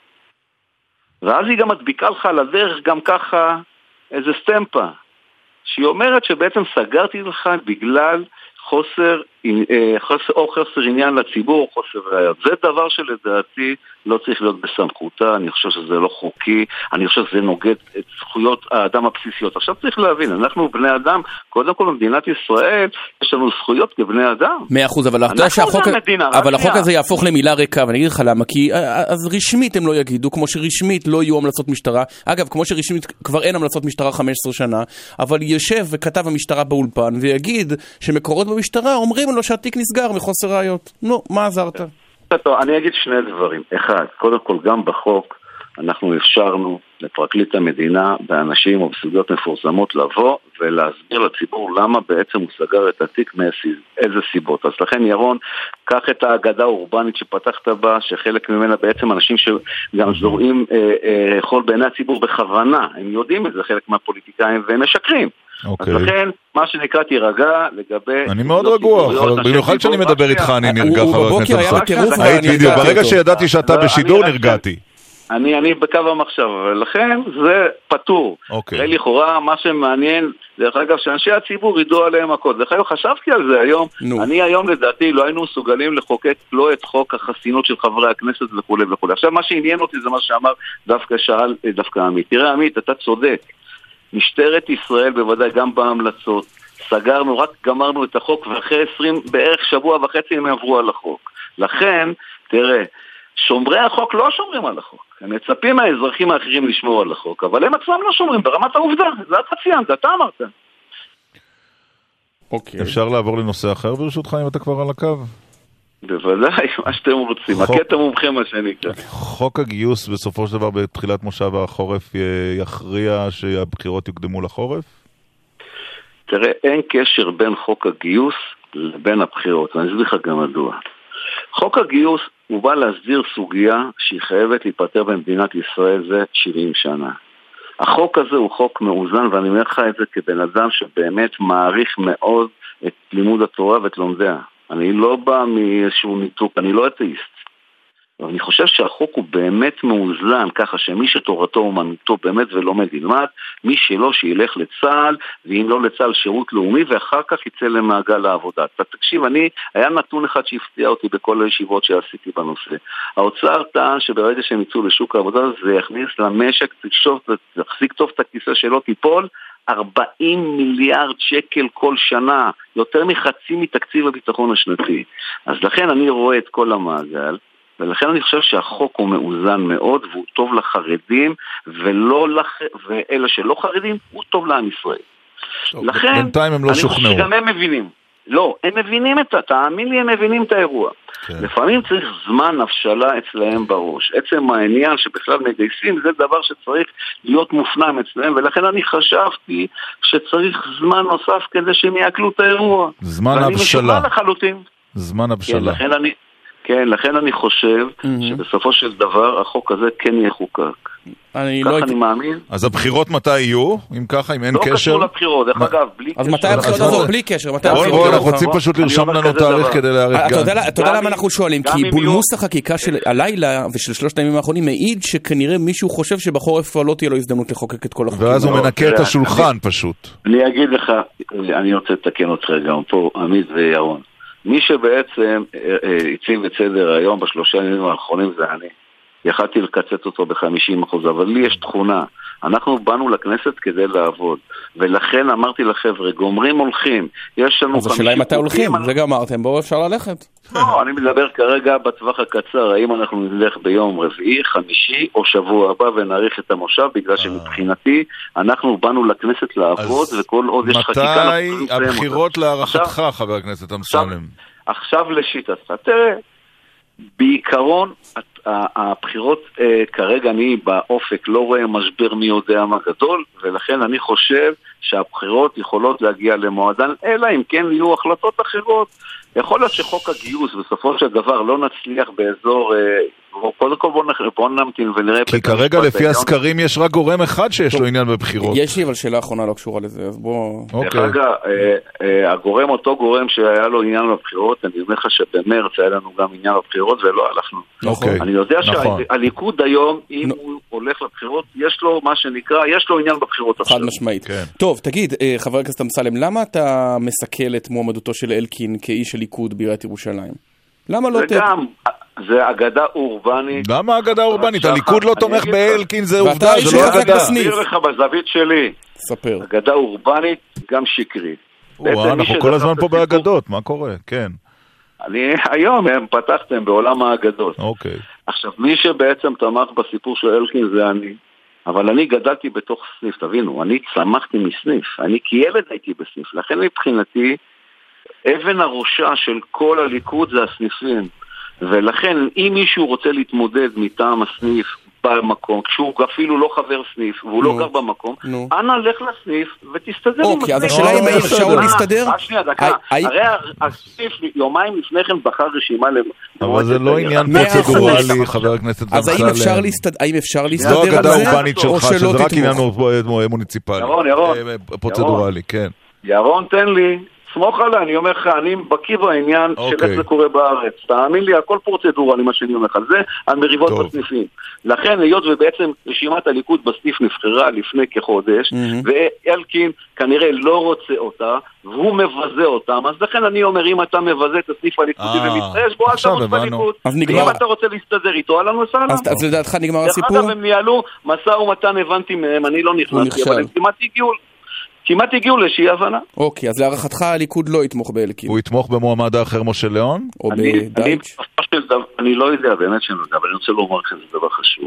ואז היא גם מדביקה לך על הדרך גם ככה איזה סטמפה, שהיא אומרת שבעצם סגרתי לך בגלל חוסר, חוסר, או חוסר עניין לציבור, חוסר ראיות. זה דבר שלדעתי לא צריך להיות בסמכותה, אני חושב שזה לא חוקי, אני חושב שזה נוגד את זכויות האדם הבסיסיות. עכשיו צריך להבין, אנחנו בני אדם, קודם כל במדינת ישראל, יש לנו זכויות כבני אדם. מאה אחוז, אבל אתה שהחוק, אבל החוק הזה יהפוך למילה ריקה, ואני אגיד לך למה, כי אז רשמית הם לא יגידו, כמו שרשמית לא יהיו המלצות משטרה, אגב, כמו שרשמית כבר אין המלצות משטרה חמש עשרה שנה, אבל יושב וכתב המשטרה באולפן, ויגיד שמקורות במשטרה אומרים לו שהתיק נסגר מחוסר ראיות. נו, מה עזרת? אני אגיד שני דברים. אחד, קודם כל גם בחוק אנחנו אפשרנו לפרקליט המדינה באנשים או בסוגיות מפורסמות לבוא ולהסביר לציבור למה בעצם הוא סגר את התיק מאיזה סיבות. אז לכן ירון, קח את האגדה האורבנית שפתחת בה, שחלק ממנה בעצם אנשים שגם זורעים אה, אה, חול בעיני הציבור בכוונה, הם יודעים את זה, חלק מהפוליטיקאים, והם משקרים. אז לכן, מה שנקרא תירגע לגבי... אני מאוד רגוע, במיוחד שאני מדבר איתך אני נרגע, חבר הכנסת אמסלם. הייתי בדיוק, ברגע שידעתי שאתה בשידור נרגעתי. אני, אני בקו המחשב, ולכן זה פטור. אוקיי. זה לכאורה מה שמעניין, דרך אגב, שאנשי הציבור ידעו עליהם הכל. דרך אגב, חשבתי על זה היום. נו. אני היום לדעתי לא היינו מסוגלים לחוקק לא את חוק החסינות של חברי הכנסת וכו' וכו'. עכשיו, מה שעניין אותי זה מה שאמר דווקא שאל, דווקא עמית. תראה עמית, אתה צודק. משטרת ישראל בוודאי גם בהמלצות. סגרנו, רק גמרנו את החוק, ואחרי עשרים, בערך שבוע וחצי הם עברו על החוק. לכן, תראה, שומרי החוק לא שומרים על החוק. הם מצפים מהאזרחים האחרים לשמור על החוק, אבל הם עצמם לא שומרים ברמת העובדה. זה אתה ציינת, אתה אמרת. אוקיי. אפשר לעבור לנושא אחר ברשותך אם אתה כבר על הקו? בוודאי, מה שאתם רוצים. הקטע מומחה מה שנקרא. חוק הגיוס בסופו של דבר בתחילת מושב החורף יכריע שהבחירות יוקדמו לחורף? תראה, אין קשר בין חוק הגיוס לבין הבחירות, ואני אסביר לך גם מדוע. חוק הגיוס הוא בא להסדיר סוגיה שהיא חייבת להיפטר במדינת ישראל זה שבעים שנה. החוק הזה הוא חוק מאוזן, ואני אומר לך את זה כבן אדם שבאמת מעריך מאוד את לימוד התורה ואת לומדיה. אני לא בא מאיזשהו ניתוק, אני לא אתאיסט. אבל אני חושב שהחוק הוא באמת מאוזן, ככה שמי שתורתו אומנותו באמת ולומד ילמד, מי שלא שילך לצה"ל, ואם לא לצה"ל שירות לאומי, ואחר כך יצא למעגל העבודה. תקשיב, אני, היה נתון אחד שהפתיע אותי בכל הישיבות שעשיתי בנושא. האוצר טען שברגע שהם יצאו לשוק העבודה, זה יכניס למשק, תחזיק טוב את הכיסא שלו, תיפול, ארבעים מיליארד שקל כל שנה, יותר מחצי מתקציב הביטחון השנתי. אז לכן אני רואה את כל המעגל, ולכן אני חושב שהחוק הוא מאוזן מאוד, והוא טוב לחרדים, ולא לח... ואלה שלא חרדים, הוא טוב לעם ישראל. טוב, לכן, בינתיים הם לא אני שוכנעו. חושב שגם הם מבינים. לא, הם מבינים את זה, תאמין לי, הם מבינים את האירוע. כן. לפעמים צריך זמן הבשלה אצלהם בראש. עצם העניין שבכלל מגייסים, זה דבר שצריך להיות מופנם אצלהם, ולכן אני חשבתי שצריך זמן נוסף כדי שהם יעקלו את האירוע. זמן הבשלה. ואני משוכנע לחלוטין. זמן הבשלה. כן, לכן אני... כן, לכן אני חושב mm-hmm. שבסופו של דבר החוק הזה כן יחוקק. אני ככה לא... אני מאמין. אז הבחירות מתי יהיו? אם ככה, אם אין לא קשר? לא קשור לבחירות, דרך אגב, בלי אז קשר. אז מתי הבחירות הזאת? בלי קשר. מתי בואו, הבחירות? אנחנו רוצים פשוט לרשום לנו תאריך כדי להאריך גם. אתה יודע למה אנחנו שואלים? כי בולמוס החקיקה של הלילה ושל שלושת הימים האחרונים מעיד שכנראה מישהו חושב שבחורף לא תהיה לו הזדמנות לחוקק את כל החוקים. ואז הוא מנקה את השולחן פשוט. אני אגיד לך, אני רוצה לתקן אותך גם פה, עמית וירון. מי שבעצם הציב את סדר היום בשלושה ימים האחרונים זה אני. יכלתי לקצץ אותו ב-חמישים אחוז, אבל לי יש תכונה. אנחנו באנו לכנסת כדי לעבוד, ולכן אמרתי לחבר'ה, גומרים הולכים. יש לנו אז השאלה אם מתי הולכים, זה גם אמרתם, בואו אפשר ללכת. לא, אני מדבר כרגע בטווח הקצר, האם אנחנו נלך ביום רביעי, חמישי או שבוע הבא ונאריך את המושב, בגלל שמבחינתי אנחנו באנו לכנסת לעבוד, וכל עוד יש חקיקה... מתי הבחירות להערכתך, חבר הכנסת אמסלם? עכשיו לשיטתך, תראה, בעיקרון הבחירות כרגע אני באופק לא רואה משבר מי יודע מה גדול, ולכן אני חושב שהבחירות יכולות להגיע למועדן, אלא אם כן יהיו החלטות אחרות. יכול להיות שחוק הגיוס בסופו של דבר לא נצליח באזור, קודם כל בוא נמתין ונראה. כי כרגע לפי הסקרים יש רק גורם אחד שיש לו עניין בבחירות. יש לי אבל שאלה אחרונה לא קשורה לזה, אז בוא... כרגע הגורם אותו גורם שהיה לו עניין בבחירות, אני אומר לך שבמרץ היה לנו גם עניין בבחירות ולא הלכנו. אני יודע שהליכוד היום, אם הוא הולך לבחירות, יש לו מה שנקרא, יש לו עניין בבחירות עכשיו. חד משמעית. טוב, תגיד, חבר הכנסת אמסלם, למה אתה מסכל את מועמדותו של אלקין כאיש של ליכוד בעיריית ירושלים? למה לא... זה גם, זה אגדה אורבנית. למה אגדה אורבנית? הליכוד לא תומך באלקין, זה עובדה, זה לא אגדה. אני אסביר לך בזווית שלי. ספר. אגדה אורבנית, גם שקרית. אנחנו כל הזמן פה באגדות, מה קורה? כן. אני, היום הם פתחתם בעולם האגדות. אוקיי. עכשיו, מי שבעצם תמך בסיפור של אלקין זה אני. אבל אני גדלתי בתוך סניף, תבינו, אני צמחתי מסניף. אני כילד הייתי בסניף. לכן מבחינתי, אבן הראשה של כל הליכוד זה הסניפים. ולכן, אם מישהו רוצה להתמודד מטעם הסניף במקום, כשהוא אפילו לא חבר סניף, והוא לא גר במקום, אנא לך לסניף ותסתדר עם הסניף. אוקיי, אז השאלה אם אפשר להסתדר? רק שנייה, דקה. הרי הסניף יומיים לפני כן בחר רשימה... אבל זה לא עניין פרוצדורלי, חבר הכנסת אמסלם. אז האם אפשר להסתדר על זה? זו אגדה אורבנית שלך, שזה רק עניין מוניציפלי. ירון, ירון. פרוצדורלי, כן. ירון, תן לי. סמוך עליי, אני אומר לך, אני בקיא בעניין של איך זה קורה בארץ. תאמין לי, הכל פרוצדורה, מה שאני אומר לך. זה על מריבות בסניפים. לכן, היות ובעצם רשימת הליכוד בסניף נבחרה לפני כחודש, ואלקין כנראה לא רוצה אותה, והוא מבזה אותם, אז לכן אני אומר, אם אתה מבזה את הסניף הליכודי ומתרש, בוא אל תרוץ בליכוד. אם אתה רוצה להסתדר איתו, אהלן וסהלן. אז לדעתך נגמר הסיפור? דרך אגב, הם ניהלו משא ומתן, הבנתי מהם, אני לא נכנסתי, אבל הם כמעט הגיעו כמעט הגיעו לאיזושהי הבנה. אוקיי, אז להערכתך הליכוד לא יתמוך באלקין. הוא יתמוך במועמד האחר משה ליאון? או בדייץ'? אני לא יודע, באמת שאני יודע, אבל אני רוצה לומר לכם, זה דבר חשוב.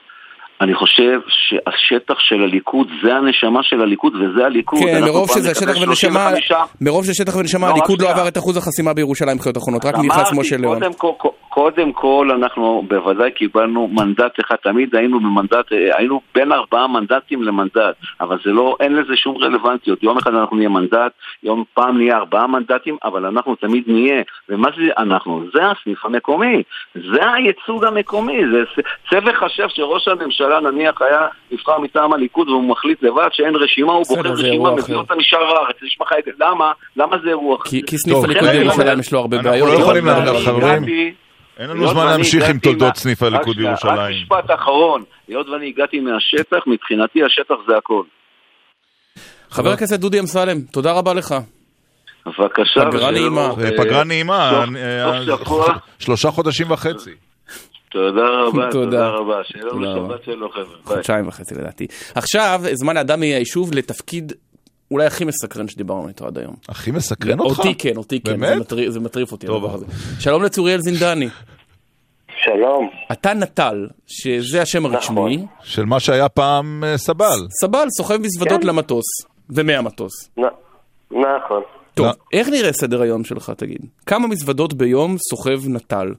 אני חושב שהשטח של הליכוד זה הנשמה של הליכוד וזה הליכוד. כן, מרוב שזה שטח ונשמה, מרוב שזה שטח ונשמה, הליכוד לא עבר את אחוז החסימה בירושלים בחירות האחרונות, רק נכנס משה ליאון. קודם כל אנחנו בוודאי קיבלנו מנדט אחד, תמיד היינו במנדט, היינו בין ארבעה מנדטים למנדט, אבל זה לא, אין לזה שום רלוונטיות. יום אחד אנחנו נהיה מנדט, יום פעם נהיה ארבעה מנדטים, אבל אנחנו תמיד נהיה. ומה זה אנחנו? זה הסניף המקומי, זה הייצוג המקומי, זה צוות חשב שראש הממשלה נניח היה נבחר מטעם הליכוד והוא מחליט לבד שאין רשימה, הוא בוחר רשימה מביא אותה משאר הארץ. למה? למה זה אירוע אחר? כי סניף הליכוד בירושלים יש לו הרבה בעיות. אנחנו לא יכולים להגיד חברים, אין לנו זמן להמשיך עם תולדות סניף הליכוד בירושלים. רק משפט אחרון, היות ואני הגעתי מהשטח, מבחינתי השטח זה הכל. חבר הכנסת דודי אמסלם, תודה רבה לך. בבקשה. פגרה נעימה. פגרה נעימה, שלושה חודשים וחצי. תודה רבה, תודה רבה. שלום לשבת שלו חבר'ה. חודשיים וחצי לדעתי. עכשיו, זמן האדם מהיישוב לתפקיד אולי הכי מסקרן שדיברנו איתו עד היום. הכי מסקרן אותך? אותי כן, אותי כן. זה מטריף אותי. שלום לצוריאל זינדני. שלום. אתה נטל, שזה השם הרשמי. של מה שהיה פעם סבל. סבל, סוחב מזוודות למטוס. ומהמטוס. נכון. טוב, איך נראה סדר היום שלך, תגיד? כמה מזוודות ביום סוחב נטל?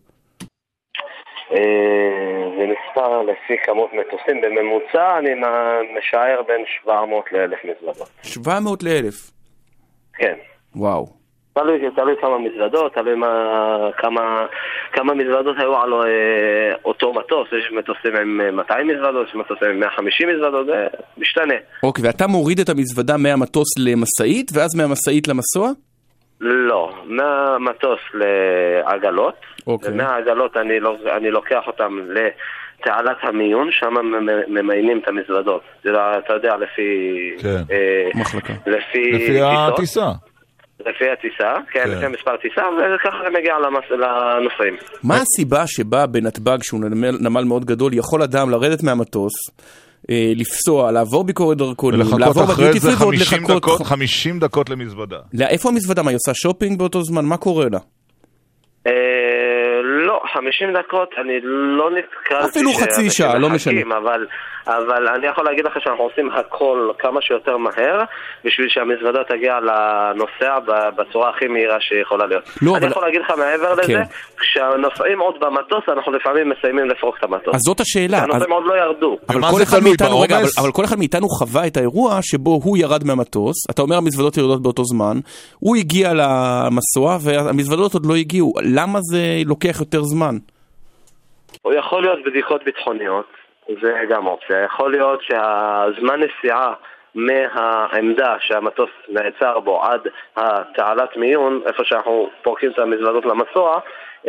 זה מספר לפי כמות מטוסים. בממוצע אני משער בין שבע מאות לאלף מזוודות. שבע מאות לאלף? כן. וואו. תלוי, תלוי כמה מזוודות, תלוי מה, כמה, כמה מזוודות היו על אותו מטוס. יש מטוסים עם מאתיים מזוודות, יש מטוסים עם מאה וחמישים מזוודות, זה משתנה. אוקיי, ואתה מוריד את המזוודה מהמטוס למסעית, ואז מהמסעית למסוע? לא, מהמטוס לעגלות, אוקיי. ומהעגלות אני, לא, אני לוקח אותם לתעלת המיון, שם ממיינים את המזוודות. זה, אתה יודע, לפי... כן, אה, מחלקה. לפי, לפי הטיסה. לפי הטיסה, כן, כן. לפי המספר טיסה, וככה זה מגיע למס... לנוסעים. מה הסיבה שבה בנתב"ג, שהוא נמל, נמל מאוד גדול, יכול אדם לרדת מהמטוס, אה, לפסוע, לעבור ביקורת דרכונים, ולחכות אחרי זה חמישים לחכות... דקות, חמישים דקות למזוודה. איפה המזוודה? מה, היא עושה שופינג באותו זמן? מה קורה לה? אה, לא, חמישים דקות, אני לא נתקלתי... אפילו חצי שעה, לא משנה. אבל, אבל אני יכול להגיד לך שאנחנו עושים הכל כמה שיותר מהר, בשביל שהמזוודה תגיע לנוסע בצורה הכי מהירה שיכולה להיות. לא, אני אבל... יכול להגיד לך מעבר כן. לזה, כשהנוסעים עוד במטוס, אנחנו לפעמים מסיימים לפרוק את המטוס. אז זאת השאלה. הנוסעים אז... עוד לא ירדו. אבל כל, אחד מאיתנו, רגע, אבל, אבל כל אחד מאיתנו חווה את האירוע שבו הוא ירד מהמטוס, אתה אומר המזוודות יורדות באותו זמן, הוא הגיע למסוע והמזוודות עוד לא הגיעו. למה זה לוקח יותר זמן? הוא יכול להיות בדיקות ביטחוניות, זה גם אופציה. יכול להיות שהזמן נסיעה מהעמדה שהמטוס נעצר בו עד התעלת מיון, איפה שאנחנו פורקים את המזוודות למסוע,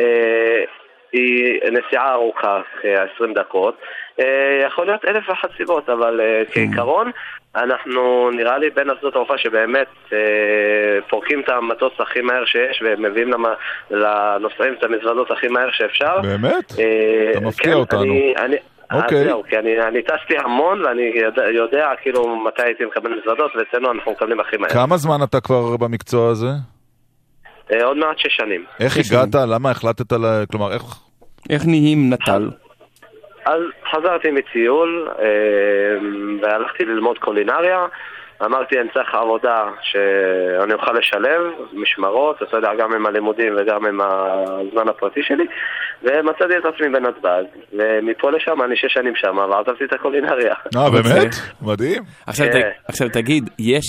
היא נסיעה ארוכה, עשרים דקות. יכול להיות אלף ואחת סיבות, אבל כעיקרון אנחנו נראה לי בין אסדות תעופה שבאמת פורקים את המטוס הכי מהר שיש ומביאים לנוסעים את המזוודות הכי מהר שאפשר. באמת? אתה מפתיע אותנו. אוקיי. זהו, כי אני טסתי המון ואני יודע כאילו מתי הייתי מקבל מזוודות, ואצלנו אנחנו מקבלים הכי מהר. כמה זמן אתה כבר במקצוע הזה? עוד מעט שש שנים. איך הגעת? למה החלטת? כלומר, איך... איך נהיים נטל? אז חזרתי מציול והלכתי ללמוד קולינריה. אמרתי, אני צריך עבודה שאני אוכל לשלב, משמרות, אתה יודע, גם עם הלימודים וגם עם הזמן הפרטי שלי, ומצאתי את עצמי בנתב"ג, ומפה לשם, אני שש שנים שם, ועזבתי את הקולינריה. אה, באמת? מדהים. עכשיו תגיד, יש...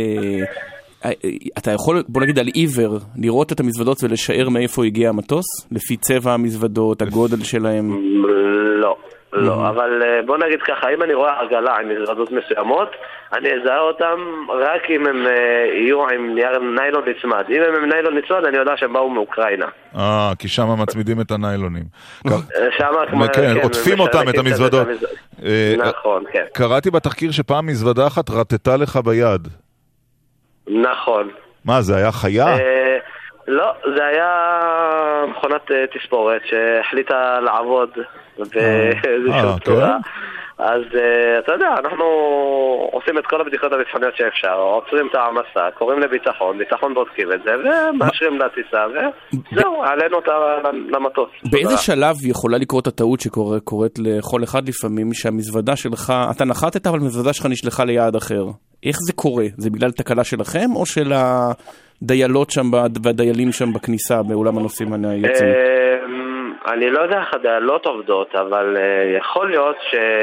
אתה יכול, בוא נגיד על עיוור, לראות את המזוודות ולשער מאיפה הגיע המטוס? לפי צבע המזוודות, הגודל שלהם? לא. לא, אבל בוא נגיד ככה, אם אני רואה עגלה עם מזוודות מסוימות, אני אזהה אותם רק אם הם יהיו עם נייר ניילון נצמד. אם הם עם ניילון נצמד, אני יודע שהם באו מאוקראינה. אה, כי שם מצמידים את הניילונים. שם, כן, עוטפים אותם, את המזוודות. נכון, כן. קראתי בתחקיר שפעם מזוודה אחת רטטה לך ביד. נכון. מה, זה היה חיה? לא, זה היה מכונת תספורת שהחליטה לעבוד באיזושהי צורה. אז אתה יודע, אנחנו עושים את כל הבדיקות הביטחוניות שאפשר, עוצרים את העמסה, קוראים לביטחון, ביטחון בודקים את זה, ומאשרים לטיסה, וזהו, עלינו אותה למטוס. באיזה שלב יכולה לקרות הטעות שקורית לכל אחד לפעמים, שהמזוודה שלך, אתה נחתת אבל המזוודה שלך נשלחה ליעד אחר? איך זה קורה? זה בגלל תקלה שלכם, או של הדיילות שם והדיילים שם בכניסה, באולם הנוסעים היוצאים? אני לא יודע איך הדיילות עובדות, אבל uh, יכול להיות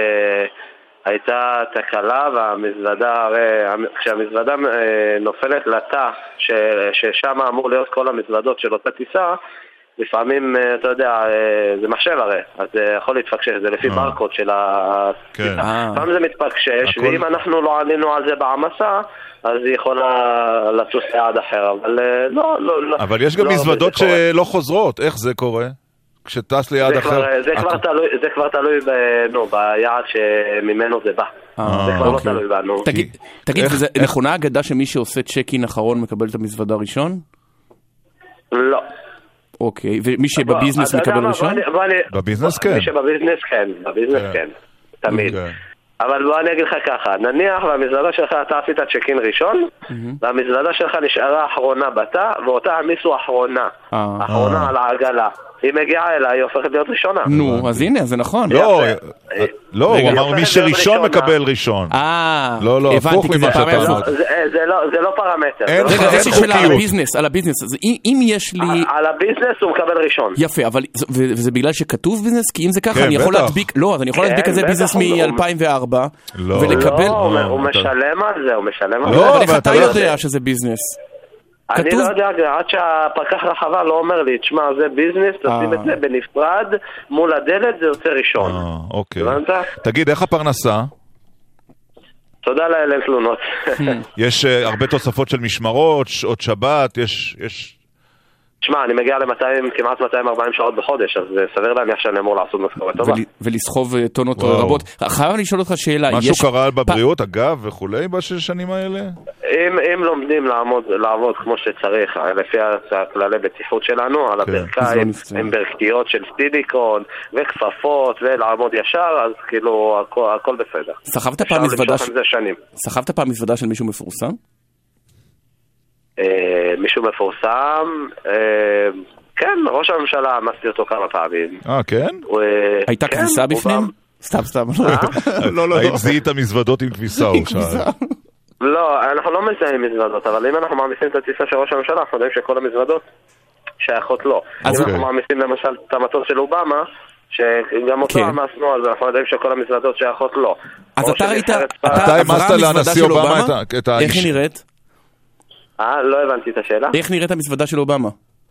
שהייתה תקלה והמזוודה, הרי כשהמזוודה uh, נופלת לתא, ש, ששם אמור להיות כל המזוודות של אותה טיסה, לפעמים, uh, אתה יודע, uh, זה מחשב הרי, אז זה uh, יכול להתפקשש, זה לפי uh. ברקוד של הטיסה. כן. פעם זה מתפקשש, הכל... ואם אנחנו לא עלינו על זה בעמסה, אז היא יכולה לטוס ליעד אחר, אבל uh, לא, לא, לא. אבל יש גם לא, מזוודות שלא חוזרות, איך זה קורה? כשטס ליעד אחר... זה כבר תלוי, זה כבר תלוי נו, ביעד שממנו זה בא. זה כבר לא תלוי בנו. תגיד, וזה נכונה אגדה שמי שעושה צ'ק-אין אחרון מקבל את המזוודה ראשון? לא. אוקיי, ומי שבביזנס מקבל ראשון? בביזנס כן. מי שבביזנס כן, בביזנס כן, תמיד. אבל בוא אני אגיד לך ככה, נניח והמזוודה שלך אתה עשית צ'ק-אין ראשון, והמזוודה שלך נשארה אחרונה בתא, ואותה עמיסו אחרונה, אחרונה על העגלה. היא מגיעה אליי, היא הופכת להיות ראשונה. נו, אז הנה, זה נכון. לא, לא, הוא אמר מי שראשון מקבל ראשון. אה, לא, לא, הפוך ממה שאתה אמר. זה לא פרמטר. אין רגע, יש לי שאלה על הביזנס, על הביזנס. אם יש לי... על הביזנס הוא מקבל ראשון. יפה, אבל וזה בגלל שכתוב ביזנס? כי אם זה ככה, אני יכול להדביק... לא, אז אני יכול להדביק כזה ביזנס מ-אלפיים וארבע, ולקבל... לא, הוא משלם על זה, הוא משלם על זה. אבל איך אתה יודע שזה ביזנס? אני לא יודע, עד שהפקח רחבה לא אומר לי, תשמע, זה ביזנס, תשים את זה בנפרד, מול הדלת זה יוצא ראשון. אוקיי. תגיד, איך הפרנסה? תודה לאלה תלונות. יש הרבה תוספות של משמרות, שעות שבת, יש... תשמע, אני מגיע ל-מאתיים, כמעט מאתיים וארבעים שעות בחודש, אז סביר להניח שאני אמור לעשות משכורת טובה. ולסחוב טונות רבות. חייב לשאול אותך שאלה. משהו קרה בבריאות, אגב, וכולי, בשש שנים האלה? אם לומדים לעבוד כמו שצריך, לפי הכללי בטיחות שלנו, על הברכיים, עם ברכתיות של סטיליקון, וכפפות, ולעמוד ישר, אז כאילו, הכל בסדר. סחבת פעם מזוודה של מישהו מפורסם? מישהו מפורסם, כן, ראש הממשלה עמסתי אותו כמה פעמים. אה, כן? הייתה כביסה בפנים? סתם, סתם. לא, לא, האם זיהית מזוודות עם כביסה? לא, אנחנו לא מזהים מזוודות, אבל אם אנחנו מעמיסים את הטיסה של ראש הממשלה, אנחנו יודעים שכל המזוודות שייכות לו. אם אנחנו מעמיסים למשל את המטוס של אובמה, שגם אותו עמסנו, אז אנחנו יודעים שכל המזוודות שייכות לו. אז אתה ראית, אתה עמסת לנשיא אובמה את האיש. איך היא נראית? אה, לא הבנתי את השאלה. איך נראית המזוודה של אובמה?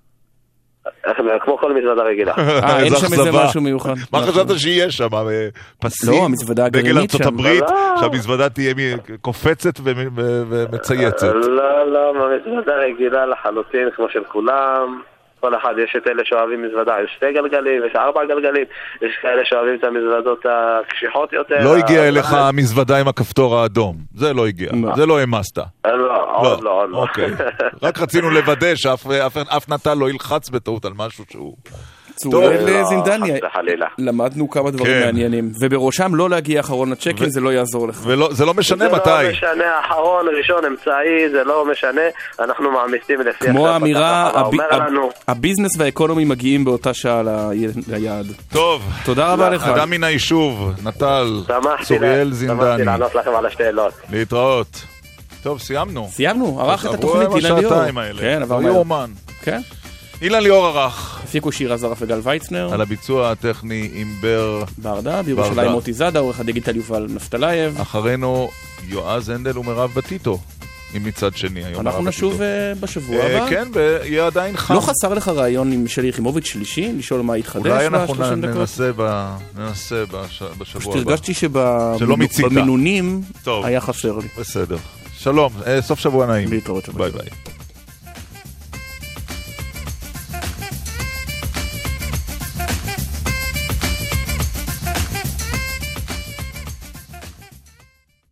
כמו כל מזוודה רגילה. אה, אין שם איזה משהו מיוחד. מה חשבת שיהיה שם? פסים? לא, המזוודה הגרעינית שם. דגל ארצות הברית, שהמזוודה תהיה קופצת ומצייצת. לא, לא, המזוודה רגילה לחלוטין, כמו של כולם. כל אחד, יש את אלה שאוהבים מזוודה, יש שתי גלגלים, יש ארבע גלגלים, יש כאלה שאוהבים את המזוודות הקשיחות יותר. לא הגיע אליך המזוודה עם הכפתור האדום, זה לא הגיע, זה לא אמסת. לא, עוד לא, עוד לא. רק רצינו לוודא שאף נטל לא ילחץ בטעות על משהו שהוא... צוראל זינדני, למדנו כמה דברים מעניינים, ובראשם לא להגיע אחרון לצ'קין, זה לא יעזור לך. זה לא משנה מתי. זה לא משנה, אחרון, ראשון, אמצעי, זה לא משנה, אנחנו מעמיסים לפי... כמו האמירה, הביזנס והאקונומי מגיעים באותה שעה ליעד. טוב. תודה רבה לך. אדם מן היישוב, נטל, צוריאל זינדני. שמחתי לענות לכם על השאלות. להתראות. טוב, סיימנו. סיימנו, ערך את התוכנית אילן ליאור. כן, עבר מהר. כן. אילן ליאור ערך. הפיקו שירה זרף וגל ויצנר. על הביצוע הטכני עם בר... ברדה, בירושלים מוטי זאדה, עורך הדיגיטל יובל נפתלייב. אחרינו יועז הנדל ומרב בטיטו, עם מצד שני. אנחנו נשוב בשבוע הבא. כן, ויהיה עדיין חם. לא חסר לך רעיון עם שלי יחימוביץ' שלישי, לשאול מה יתחדש אולי אנחנו ננסה בשבוע הבא. הרגשתי שבמינונים היה חסר לי. בסדר. שלום, סוף שבוע נעים. להתראות. ביי ביי.